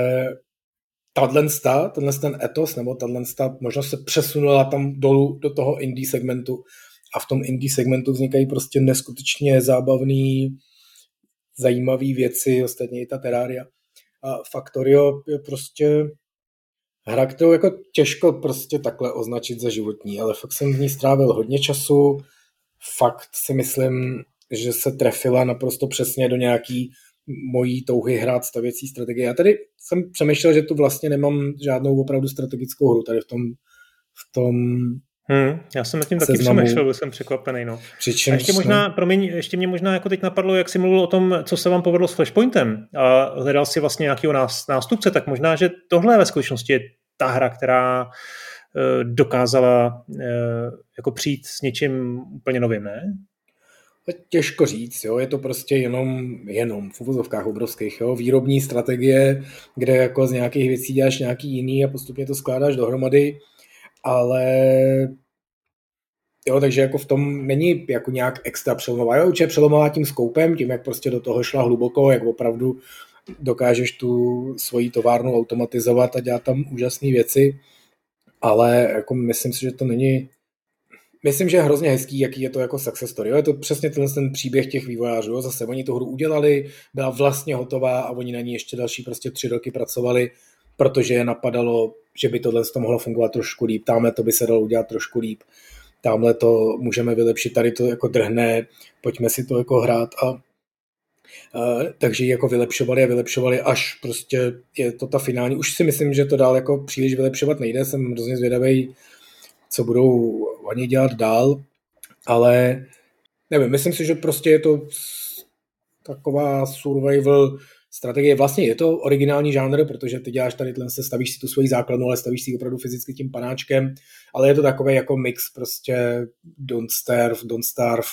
tenhle ten etos, nebo tato možnost se přesunula tam dolů do toho indie segmentu a v tom indie segmentu vznikají prostě neskutečně zábavný, zajímavý věci, ostatně i ta Terraria. A Factorio je prostě hra, kterou jako těžko prostě takhle označit za životní, ale fakt jsem v ní strávil hodně času, fakt si myslím, že se trefila naprosto přesně do nějaký mojí touhy hrát stavěcí strategie. Já tady jsem přemýšlel, že tu vlastně nemám žádnou opravdu strategickou hru tady v tom já jsem nad tím taky přemýšlel, byl jsem překvapený. No. Přičemž a ještě možná, promiň, ještě mě možná jako teď napadlo, jak jsi mluvil o tom, co se vám povedlo s Flashpointem a hledal si vlastně nějakého nástupce, tak možná, že tohle ve skutečnosti je ta hra, která dokázala jako přijít s něčím úplně novým, ne? Těžko říct, jo, je to prostě jenom v uvozovkách obrovských, jo, výrobní strategie, kde jako z nějakých věcí děláš nějaký jiný a postupně to skládáš dohromady, ale jo, takže jako v tom není jako nějak extra přelomová, jo, určitě přelomová tím skoupem, tím, jak prostě do toho šla hluboko, jak opravdu dokážeš tu svoji továrnu automatizovat a dělat tam úžasné věci, ale jako myslím si, že to není. Myslím, že je hrozně hezký, jaký je to jako success story. Jo? Je to přesně ten příběh těch vývojářů. Jo? Zase oni tu hru udělali, byla vlastně hotová a oni na ní ještě další prostě 3 roky pracovali, protože je napadalo, že by tohle mohlo fungovat trošku líp. Tamhle to by se dalo udělat trošku líp. Tamhle to můžeme vylepšit, tady to jako drhne, pojďme si to jako hrát takže ji jako vylepšovali, až prostě je to ta finální. Už si myslím, že to dál jako příliš vylepšovat nejde. Jsem hrozně zvědavý, co budou oni dělat dál, ale nevím, myslím si, že prostě je to taková survival strategie. Vlastně je to originální žánr, protože ty děláš tady, stavíš si tu svoji základnu, ale stavíš si ji fyzicky tím panáčkem, ale je to takový jako mix prostě Don't Starve,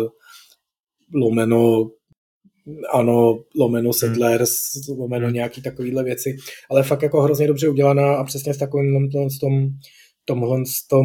lomeno Settlers, lomeno nějaký takovýhle věci, ale fakt jako hrozně dobře udělaná a přesně s takovým tomhle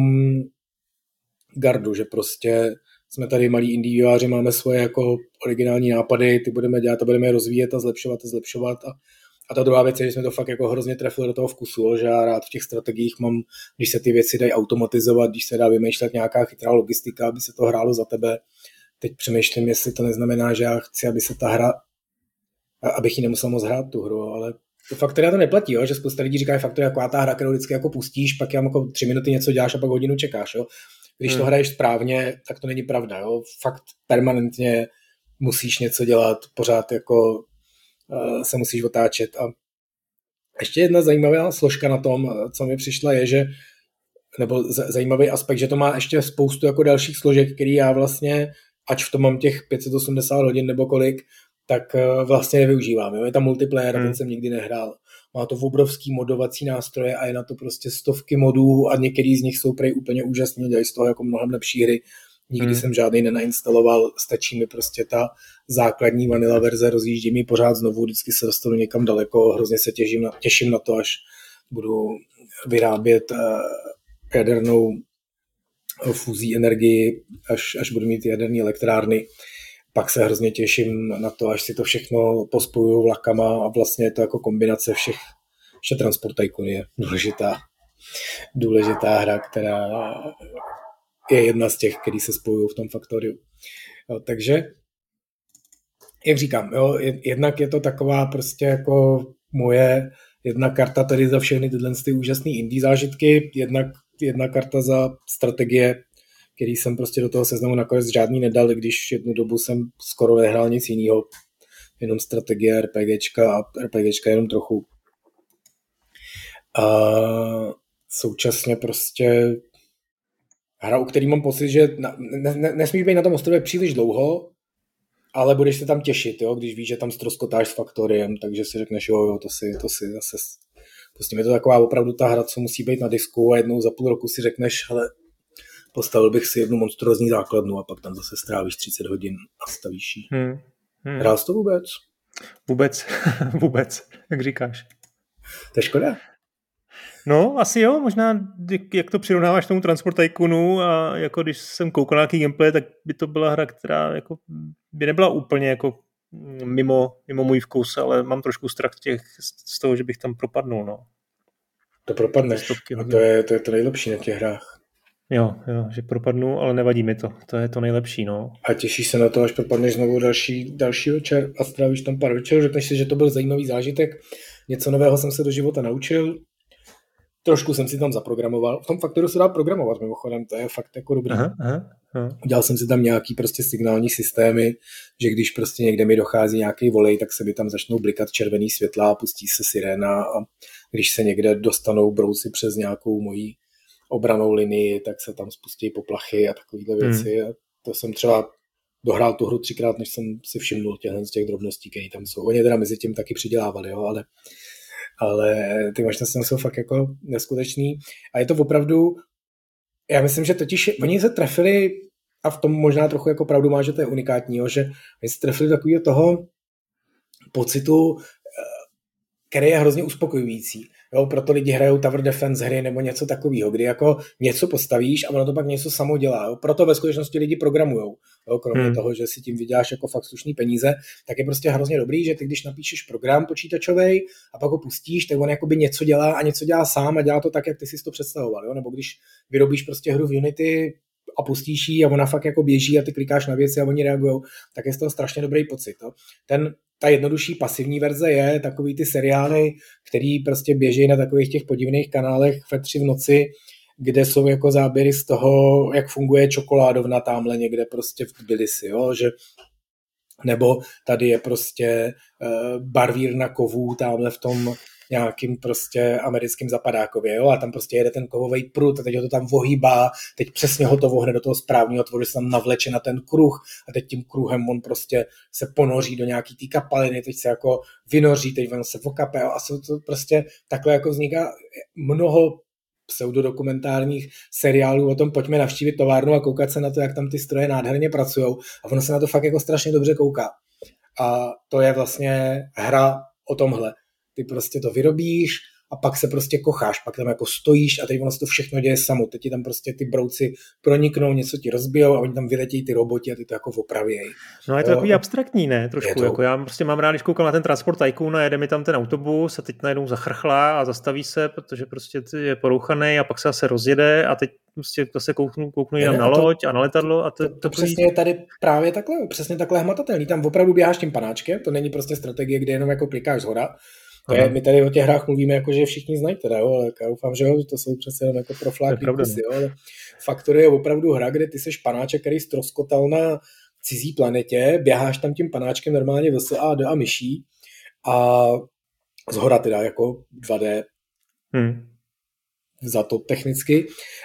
gardu, že prostě jsme tady malí indie vývojáři, máme svoje jako originální nápady, ty budeme dělat a budeme je rozvíjet a zlepšovat a ta druhá věc je, že jsme to fakt jako hrozně trefili do toho vkusu, že já rád v těch strategiích mám, když se ty věci dají automatizovat, když se dá vymýšlet nějaká chytrá logistika, aby se to hrálo za tebe. Teď přemýšlím, jestli to neznamená, že já chci, aby se ta hra, abych ji nemusel moc hrát tu hru, ale Factoria to neplatí, jo? Že spousta lidí říká, že Factoria je taková ta hra, kterou vždycky jako pustíš, pak jako 3 minuty něco děláš a pak hodinu čekáš. Jo? Když to hraješ správně, tak to není pravda. Jo? Fakt permanentně musíš něco dělat, pořád jako se musíš otáčet. A ještě jedna zajímavá složka na tom, co mi přišla, je, že nebo zajímavý aspekt, že to má ještě spoustu jako dalších složek, který já vlastně, ať v tom mám těch 580 hodin nebo kolik, tak vlastně nevyužívám. Jo? Je tam multiplayer, ten jsem nikdy nehrál. Má to obrovský modovací nástroje a je na to prostě stovky modů a některý z nich jsou prej úplně úžasný, dělají z toho jako mnohem lepší hry. Nikdy jsem žádný nenainstaloval, stačí mi prostě ta základní vanilla verze, rozjíždí mi pořád znovu, vždycky se dostanu někam daleko, hrozně se těším na to, až budu vyrábět jadernou fúzí energii, až budu mít jaderné elektrárny. Pak se hrozně těším na to, až si to všechno pospojuju vlakama a vlastně je to jako kombinace všech. Ještě Transport Tycoon je důležitá hra, která je jedna z těch, který se spojují v tom Factoriu. Jo, takže, jak říkám, jo, jednak je to taková prostě jako moje jedna karta tady za všechny tyhle ty úžasné indie zážitky, jedna karta za strategie, který jsem prostě do toho seznamu nakonec žádný nedal, když jednu dobu jsem skoro nehrál nic jiného, jenom strategie, RPGčka jenom trochu. A současně prostě hra, u který mám pocit, že nesmíš být na tom ostrově příliš dlouho, ale budeš se tam těšit, jo? Když víš, že tam ztroskotáš s Factoriem, takže si řekneš, jo, to si zase... Prostě je to taková opravdu ta hra, co musí být na disku a jednou za půl roku si řekneš, hele, postavil bych si jednu monstrózní základnu a pak tam zase strávíš 30 hodin a stavíš ji. Hrál jsi to vůbec? Vůbec, jak říkáš. To je škoda. No, asi jo, možná, jak to přirovnáváš tomu Transport Tycoonu a jako když jsem koukal na nějaký gameplay, tak by to byla hra, která jako by nebyla úplně jako mimo můj vkus, ale mám trošku strach z toho, že bych tam propadnul, no. To propadneš, a to je to nejlepší na těch hrách. Jo, že propadnu, ale nevadí mi to. To je to nejlepší, no. A těšíš se na to, až propadneš znovu další večer a strávíš tam pár večerů, řekneš si, že to byl zajímavý zážitek. Něco nového jsem se do života naučil. Trošku jsem si tam zaprogramoval. V tom Faktoru se dá programovat, mimochodem, to je fakt jako dobrý. Aha. Udělal jsem si tam nějaký prostě signální systémy, že když prostě někde mi dochází nějaký volej, tak se mi tam začnou blikat červený světla, pustí se siréna a když se někde dostanou brouci přes nějakou moji obranou linii, tak se tam spustí poplachy a takovéhle věci. A to jsem třeba dohrál tu hru 3krát, než jsem si všimnul z těch drobností, které tam jsou. Oni teda mezi tím taky přidělávali, jo, ale ty možnosti jsou fakt jako neskutečný. A je to opravdu, já myslím, že totiž oni se trefili, a v tom možná trochu jako pravdu má, že to je unikátní, jo, že oni se trefili takového toho pocitu, který je hrozně uspokojující. Jo, proto lidi hrajou Tower Defense hry nebo něco takového, kdy jako něco postavíš a ono to pak něco samo dělá. Jo. Proto ve skutečnosti lidi programujou. Jo, kromě toho, že si tím vyděláš jako fakt slušný peníze, tak je prostě hrozně dobrý, že ty když napíšeš program počítačový a pak ho pustíš, tak on jakoby něco dělá a něco dělá sám a dělá to tak, jak ty jsi to představoval. Jo. Nebo když vyrobíš prostě hru v Unity a pustíš ji a ona fakt jako běží a ty klikáš na věci a oni reagujou, tak je z toho strašně dobrý pocit. Jo. Ta jednodušší pasivní verze je takový ty seriály, který prostě běží na takových těch podivných kanálech ve 3 v noci, kde jsou jako záběry z toho, jak funguje čokoládovna tamhle někde prostě v Tbilisi, jo, že nebo tady je prostě barvírna kovů tamhle v tom nějakým prostě americkým zapadákově, jo, a tam prostě jede ten kovový prut a teď ho to tam vohýbá, teď přesně ho to vohne do toho správného tvoru, se tam navleče na ten kruh a teď tím kruhem on prostě se ponoří do nějaký té kapaliny, teď se jako vynoří, teď on se okape, jo, a to prostě takhle jako vzniká mnoho pseudodokumentárních seriálů o tom, pojďme navštívit továrnu a koukat se na to, jak tam ty stroje nádherně pracujou a ono se na to fakt jako strašně dobře kouká. A to je vlastně hra o tomhle. Ty prostě to vyrobíš a pak se prostě kocháš, pak tam jako stojíš a teď ono se to všechno děje samo. Teď ti tam prostě ty brouci proniknou, něco ti rozbijou a oni tam vyletějí ty roboti a ty to jako opravějí. No je to takový abstraktní, ne? Trošku. Jako já prostě mám rád, když koukám na ten Transport Tycoon a jede mi tam ten autobus a teď najednou zachrchlá a zastaví se, protože prostě je porouchaný a pak se zase rozjede a teď prostě zase kouknu jinam na loď a na letadlo. A to přesně je tady právě takhle, přesně takhle hmatatelný. Tam opravdu běháš tím panáčkem, to není prostě strategie, kde jenom jako klikáš zhora. My tady o těch hrách mluvíme jako, že všichni znají teda, jo, ale já doufám, že jo, to jsou přece jenom jako profláklý kusy, jo, ale Factory je opravdu hra, kde ty seš panáček, který ztroskotal na cizí planetě, běháš tam tím panáčkem normálně VSA a myší a zhora teda jako 2D za to technicky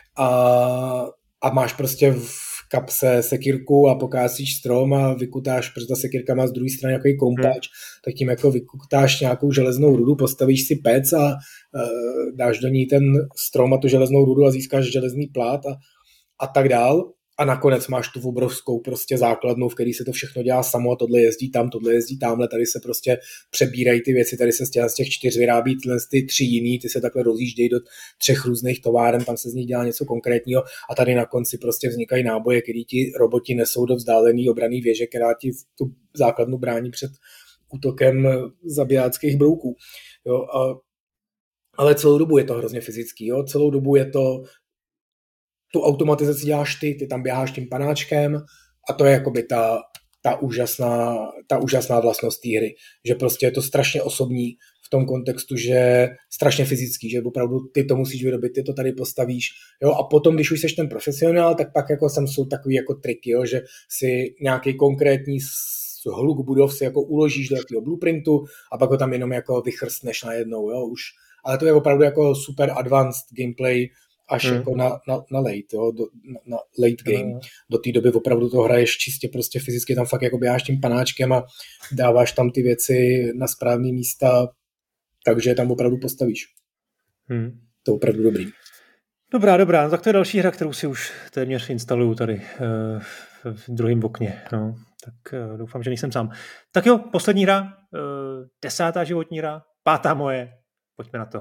a máš prostě v kapse sekírku a pokásíš strom a vykutáš, protože ta sekírka má z druhé strany nějaký koumpač, tak tím jako vykutáš nějakou železnou rudu, postavíš si pec a dáš do ní ten strom a tu železnou rudu a získáš železný plát a tak dál. A nakonec máš tu obrovskou prostě základnu, v který se to všechno dělá samo a tohle jezdí tamhle, tady se prostě přebírají ty věci, tady se z těch 4 vyrábí ty 3 jiný, ty se takhle rozjíždějí do 3 různých továren, tam se z nich dělá něco konkrétního a tady na konci prostě vznikají náboje, který ti roboti nesou do vzdálený obranný věže, která ti tu základnu brání před útokem zabijáckých brouků. Jo, ale celou dobu je to hrozně fyzický, jo, celou dobu je to tu automatizaci děláš ty tam běháš tím panáčkem a to je jakoby ta úžasná vlastnost té hry, že prostě je to strašně osobní v tom kontextu, že strašně fyzický, že opravdu ty to musíš vyrobit, ty to tady postavíš, jo, a potom, když už seš ten profesionál, tak pak jako sem jsou takový jako triky, jo, že si nějaký konkrétní hluk budov si jako uložíš do takového blueprintu a pak ho tam jenom jako vychrstneš najednou, jo, už, ale to je opravdu jako super advanced gameplay až jako na late, jo, na late game. Do té doby opravdu to hraješ čistě prostě fyzicky, tam fakt jako běháš tím panáčkem a dáváš tam ty věci na správné místa, takže je tam opravdu postavíš. To je opravdu dobrý. Dobrá, tak to je další hra, kterou si už téměř instaluju tady v druhém okně. No, tak doufám, že nejsem sám. Tak jo, poslední hra, 10. životní hra, 5. moje, pojďme na to.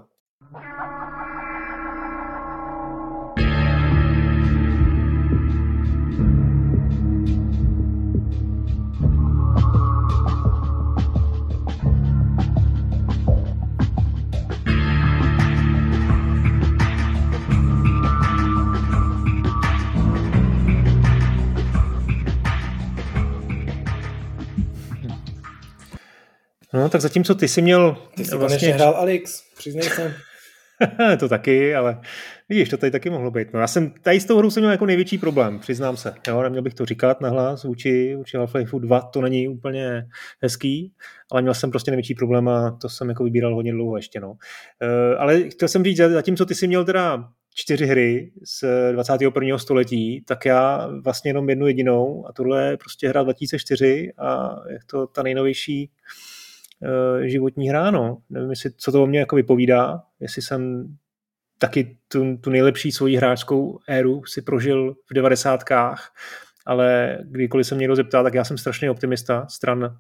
No, tak zatímco ty jsi měl... Ty jsi vlastně hrál Alex, přiznej se. To taky, ale vidíš, to tady taky mohlo být. No, já jsem tady s tou hrou jsem měl jako největší problém, přiznám se. Jo, neměl bych to říkat nahlas vůči Half-Life 2, to není úplně hezký, ale měl jsem prostě největší problém a to jsem jako vybíral hodně dlouho ještě. No. Ale chtěl jsem říct, zatímco ty jsi měl teda 4 hry z 21. století, tak já vlastně jenom jednu jedinou a tohle je prostě hra 2004 a je to ta nejnovější životní hra, no. Nevím, co to o mě jako vypovídá, jestli jsem taky tu nejlepší svoji hráčskou éru si prožil v 90kách, ale kdykoliv se mě někdo zeptá, tak já jsem strašný optimista stran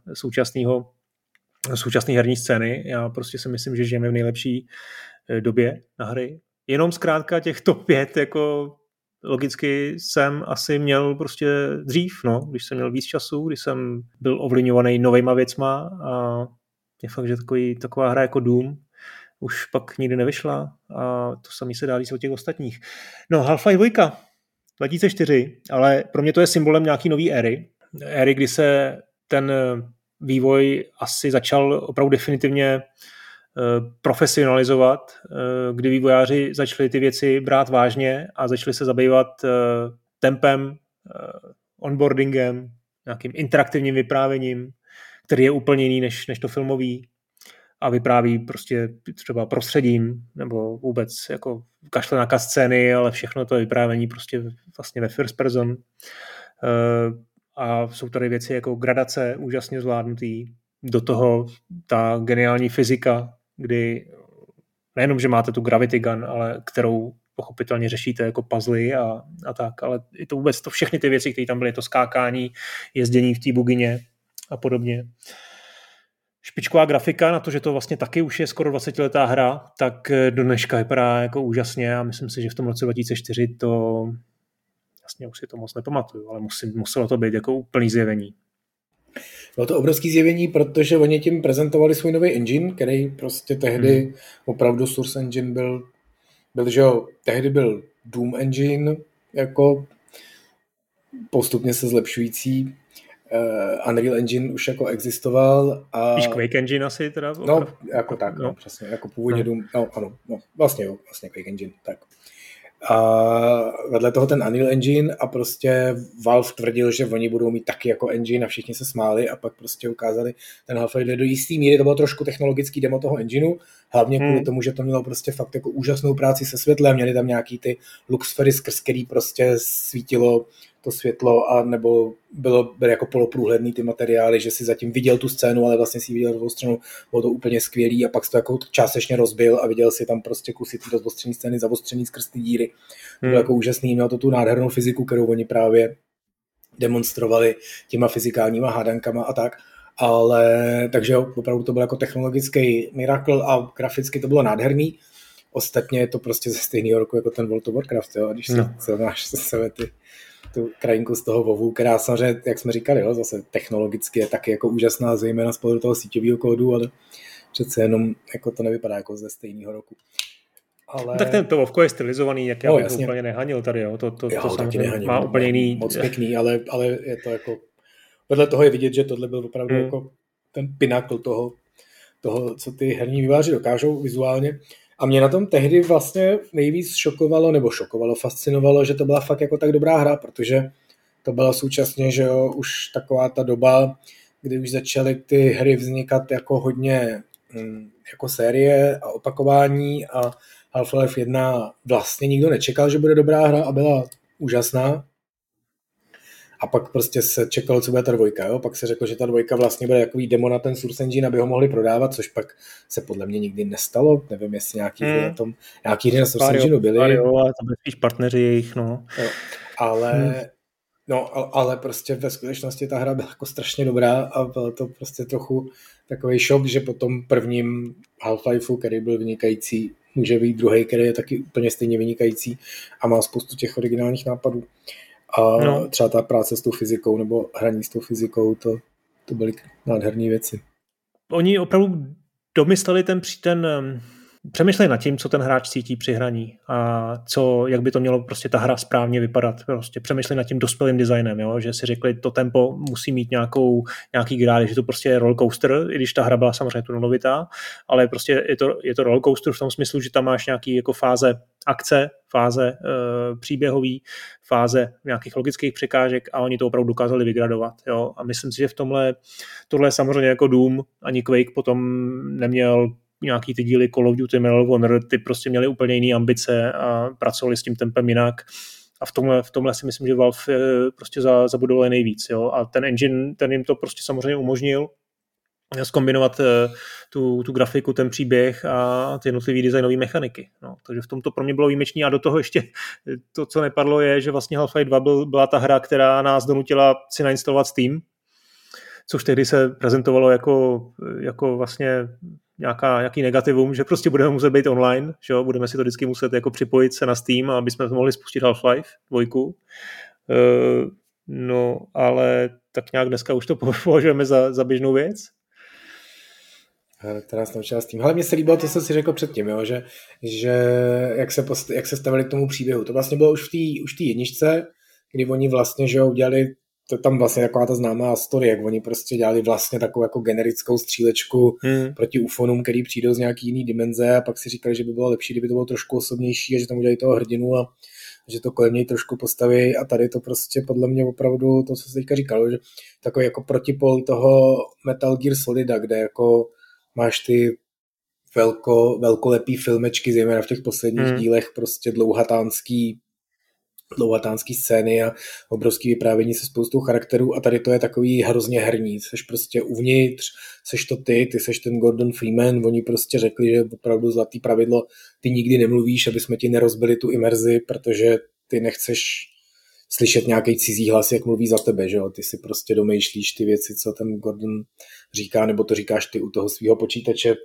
současné herní scény. Já prostě si myslím, že žijeme v nejlepší době na hry. Jenom zkrátka těch top 5 jako logicky jsem asi měl prostě dřív, no, když jsem měl víc času, když jsem byl ovlivňovaný novejma věcma a je fakt, že taková hra jako Doom už pak nikdy nevyšla a to samý se dá říct o těch ostatních. No, Half-Life 2, 2004, ale pro mě to je symbolem nějaký nový éry, kdy se ten vývoj asi začal opravdu definitivně profesionalizovat, kdy vývojáři začali ty věci brát vážně a začali se zabývat tempem, onboardingem, nějakým interaktivním vyprávěním, který je úplně jiný než to filmový a vypráví prostě třeba prostředím nebo vůbec jako kašle na scény, ale všechno to vyprávění prostě vlastně ve first person. A jsou tady věci jako gradace úžasně zvládnutý, do toho ta geniální fyzika, kdy nejenom, že máte tu gravity gun, ale kterou pochopitelně řešíte jako puzzly a tak, ale i to vůbec všechny ty věci, které tam byly, to skákání, jezdění v té bugině a podobně. Špičková grafika na to, že to vlastně taky už je skoro 20letá hra, tak do dneška vypadá jako úžasně a myslím si, že v tom roce 2004 to vlastně už si to moc nepamatuju, ale muselo to být jako úplný zjevení. Bylo to obrovský zjevení, protože oni tím prezentovali svůj nový engine, který prostě tehdy opravdu Source Engine byl, že jo, tehdy byl Doom Engine, jako postupně se zlepšující. Unreal Engine už jako existoval. A... Víš Quake Engine asi teda? No, jako tak, no, přesně, jako původně Doom, no, ano, no, vlastně Quake Engine, tak. A vedle toho ten Unreal Engine a prostě Valve tvrdil, že oni budou mít taky jako engine a všichni se smáli a pak prostě ukázali ten Half-Life 2 do jistý míry, to bylo trošku technologický demo toho engineu, hlavně kvůli tomu, že to mělo prostě fakt jako úžasnou práci se světlem, měli tam nějaký ty luxfery, skrz který prostě svítilo to světlo a nebo byly jako poloprůhledný ty materiály, že si zatím viděl tu scénu, ale vlastně si viděl rozostřenou, bylo to úplně skvělý a pak si to jako částečně rozbil a viděl si tam prostě kusy ty rozostřený scény, zavostřený skrz ty díry. To bylo jako úžasný, mělo to tu nádhernou fyziku, kterou oni právě demonstrovali těma fyzikálníma hádankama a tak. Ale takže opravdu to byl jako technologický miracle a graficky to bylo nádherný. Ostatně je to prostě ze stejného roku jako ten World of Warcraft, jo? A když se máš tu krajinku z toho WoWu, která samozřejmě, jak jsme říkali, jo, zase technologicky je taky jako úžasná, zejména z pohledu toho síťového kódu, ale přece jenom jako to nevypadá jako ze stejného roku. Ale... Tak ten WoWko je stylizovaný, jak já bych to úplně nehanil tady, jo. To samozřejmě má úplně jiný... Moc pěkný, ale je to jako... Vedle toho je vidět, že tohle byl opravdu jako ten pinakl toho, co ty herní vývojáři dokážou vizuálně. A mě na tom tehdy vlastně nejvíc fascinovalo, že to byla fakt jako tak dobrá hra, protože to byla současně, že jo, už taková ta doba, kdy už začaly ty hry vznikat jako hodně jako série a opakování a Half-Life 1 vlastně nikdo nečekal, že bude dobrá hra a byla úžasná. A pak prostě se čekalo, co bude ta dvojka. Jo? Pak se řeklo, že ta dvojka vlastně bude takový demo na ten Source Engine, aby ho mohli prodávat, což pak se podle mě nikdy nestalo. Nevím, jestli nějaký hry na Source Engineu byly. Jo, ale to byli spíš partneři jejich, no. Jo. Ale prostě ve skutečnosti ta hra byla jako strašně dobrá a byl to prostě trochu takový šok, že po tom prvním Half-Lifeu, který byl vynikající, může být druhý, který je taky úplně stejně vynikající a má spoustu těch originálních nápadů. A třeba ta práce s tou fyzikou nebo hraní s tou fyzikou, to byly nádherné věci. Oni opravdu domysleli přemýšleli nad tím, co ten hráč cítí při hraní a jak by to mělo prostě ta hra správně vypadat. Prostě přemýšleli nad tím dospělým designem, jo? Že si řekli, to tempo musí mít nějaký grad, že to prostě je rollercoaster, i když ta hra byla samozřejmě tunelovitá, ale prostě je to rollercoaster v tom smyslu, že tam máš nějaký jako fáze akce, fáze příběhový, fáze nějakých logických překážek a oni to opravdu dokázali vygradovat. Jo? A myslím si, že v tohle samozřejmě jako Doom ani Quake potom neměl nějaký ty díly Call of Duty, Medal of Honor, ty prostě měli úplně jiné ambice a pracovali s tím tempem jinak. A v tomhle si myslím, že Valve prostě zabudoval nejvíc. Jo? A ten engine, ten jim to prostě samozřejmě umožnil zkombinovat tu grafiku, ten příběh a ty jednotlivé designové mechaniky. No, takže v tomto pro mě bylo výjimečný a do toho ještě to, co nepadlo, je, že vlastně Half-Life 2 byla ta hra, která nás donutila si nainstalovat Steam, což tehdy se prezentovalo jako vlastně nějaký negativum, že prostě budeme muset být online, že jo? Budeme si to vždycky muset jako připojit se na Steam, aby jsme mohli spustit Half-Life 2. No, ale tak nějak dneska už to považujeme za běžnou věc. Která nás naučila s tím. Ale mně se líbilo to, co jsi řekl předtím, jo? Že jak se stavili k tomu příběhu. To vlastně bylo už v té jedničce, kdy oni vlastně, že jo, udělali to tam vlastně taková ta známá story, jak oni prostě dělali vlastně takovou jako generickou střílečku proti ufonům, který přijdou z nějaký jiný dimenze a pak si říkali, že by bylo lepší, kdyby to bylo trošku osobnější a že tam udělají toho hrdinu a že to kolem něj trošku postaví a tady to prostě podle mě opravdu to, co se teďka říkalo, že takový jako protipol toho Metal Gear Solida, kde jako máš ty velkolepý filmečky, zejména v těch posledních dílech, prostě dlouhatánský scény a obrovský vyprávění se spoustou charakterů a tady to je takový hrozně herní. Seš prostě uvnitř, seš to ty seš ten Gordon Freeman, oni prostě řekli, že opravdu zlatý pravidlo, ty nikdy nemluvíš, aby jsme ti nerozbili tu imerzi, protože ty nechceš slyšet nějaký cizí hlas, jak mluví za tebe, že jo? Ty si prostě domýšlíš ty věci, co ten Gordon říká, nebo to říkáš ty u toho svého počítače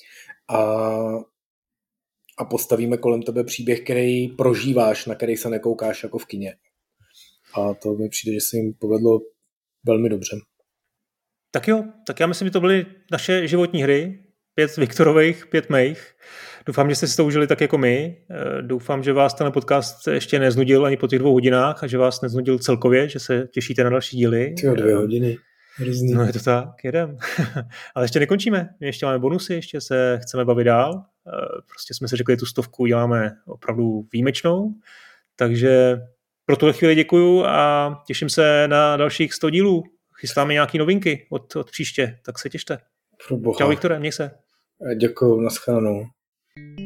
a postavíme kolem tebe příběh, který prožíváš, na který se nekoukáš jako v kině. A to mi přijde, že se jim povedlo velmi dobře. Tak jo, tak já myslím, že to byly naše životní hry, 5 Viktorových, 5 mých. Doufám, že jste si to užili tak jako my. Doufám, že vás ten podcast ještě neznudil ani po těch 2 hodinách a že vás neznudil celkově, že se těšíte na další díly. 2 hodiny. Hrozný. No je to tak, jedem. Ale ještě nekončíme. My ještě máme bonusy, ještě se chceme bavit dál. Prostě jsme si řekli, tu 100 uděláme opravdu výjimečnou. Takže pro tuhle chvíli děkuju a těším se na dalších 100 dílů. Chystáme nějaké novinky od příště, tak se těšte. Čau Viktore, měj se. Děkuju, nashledanou.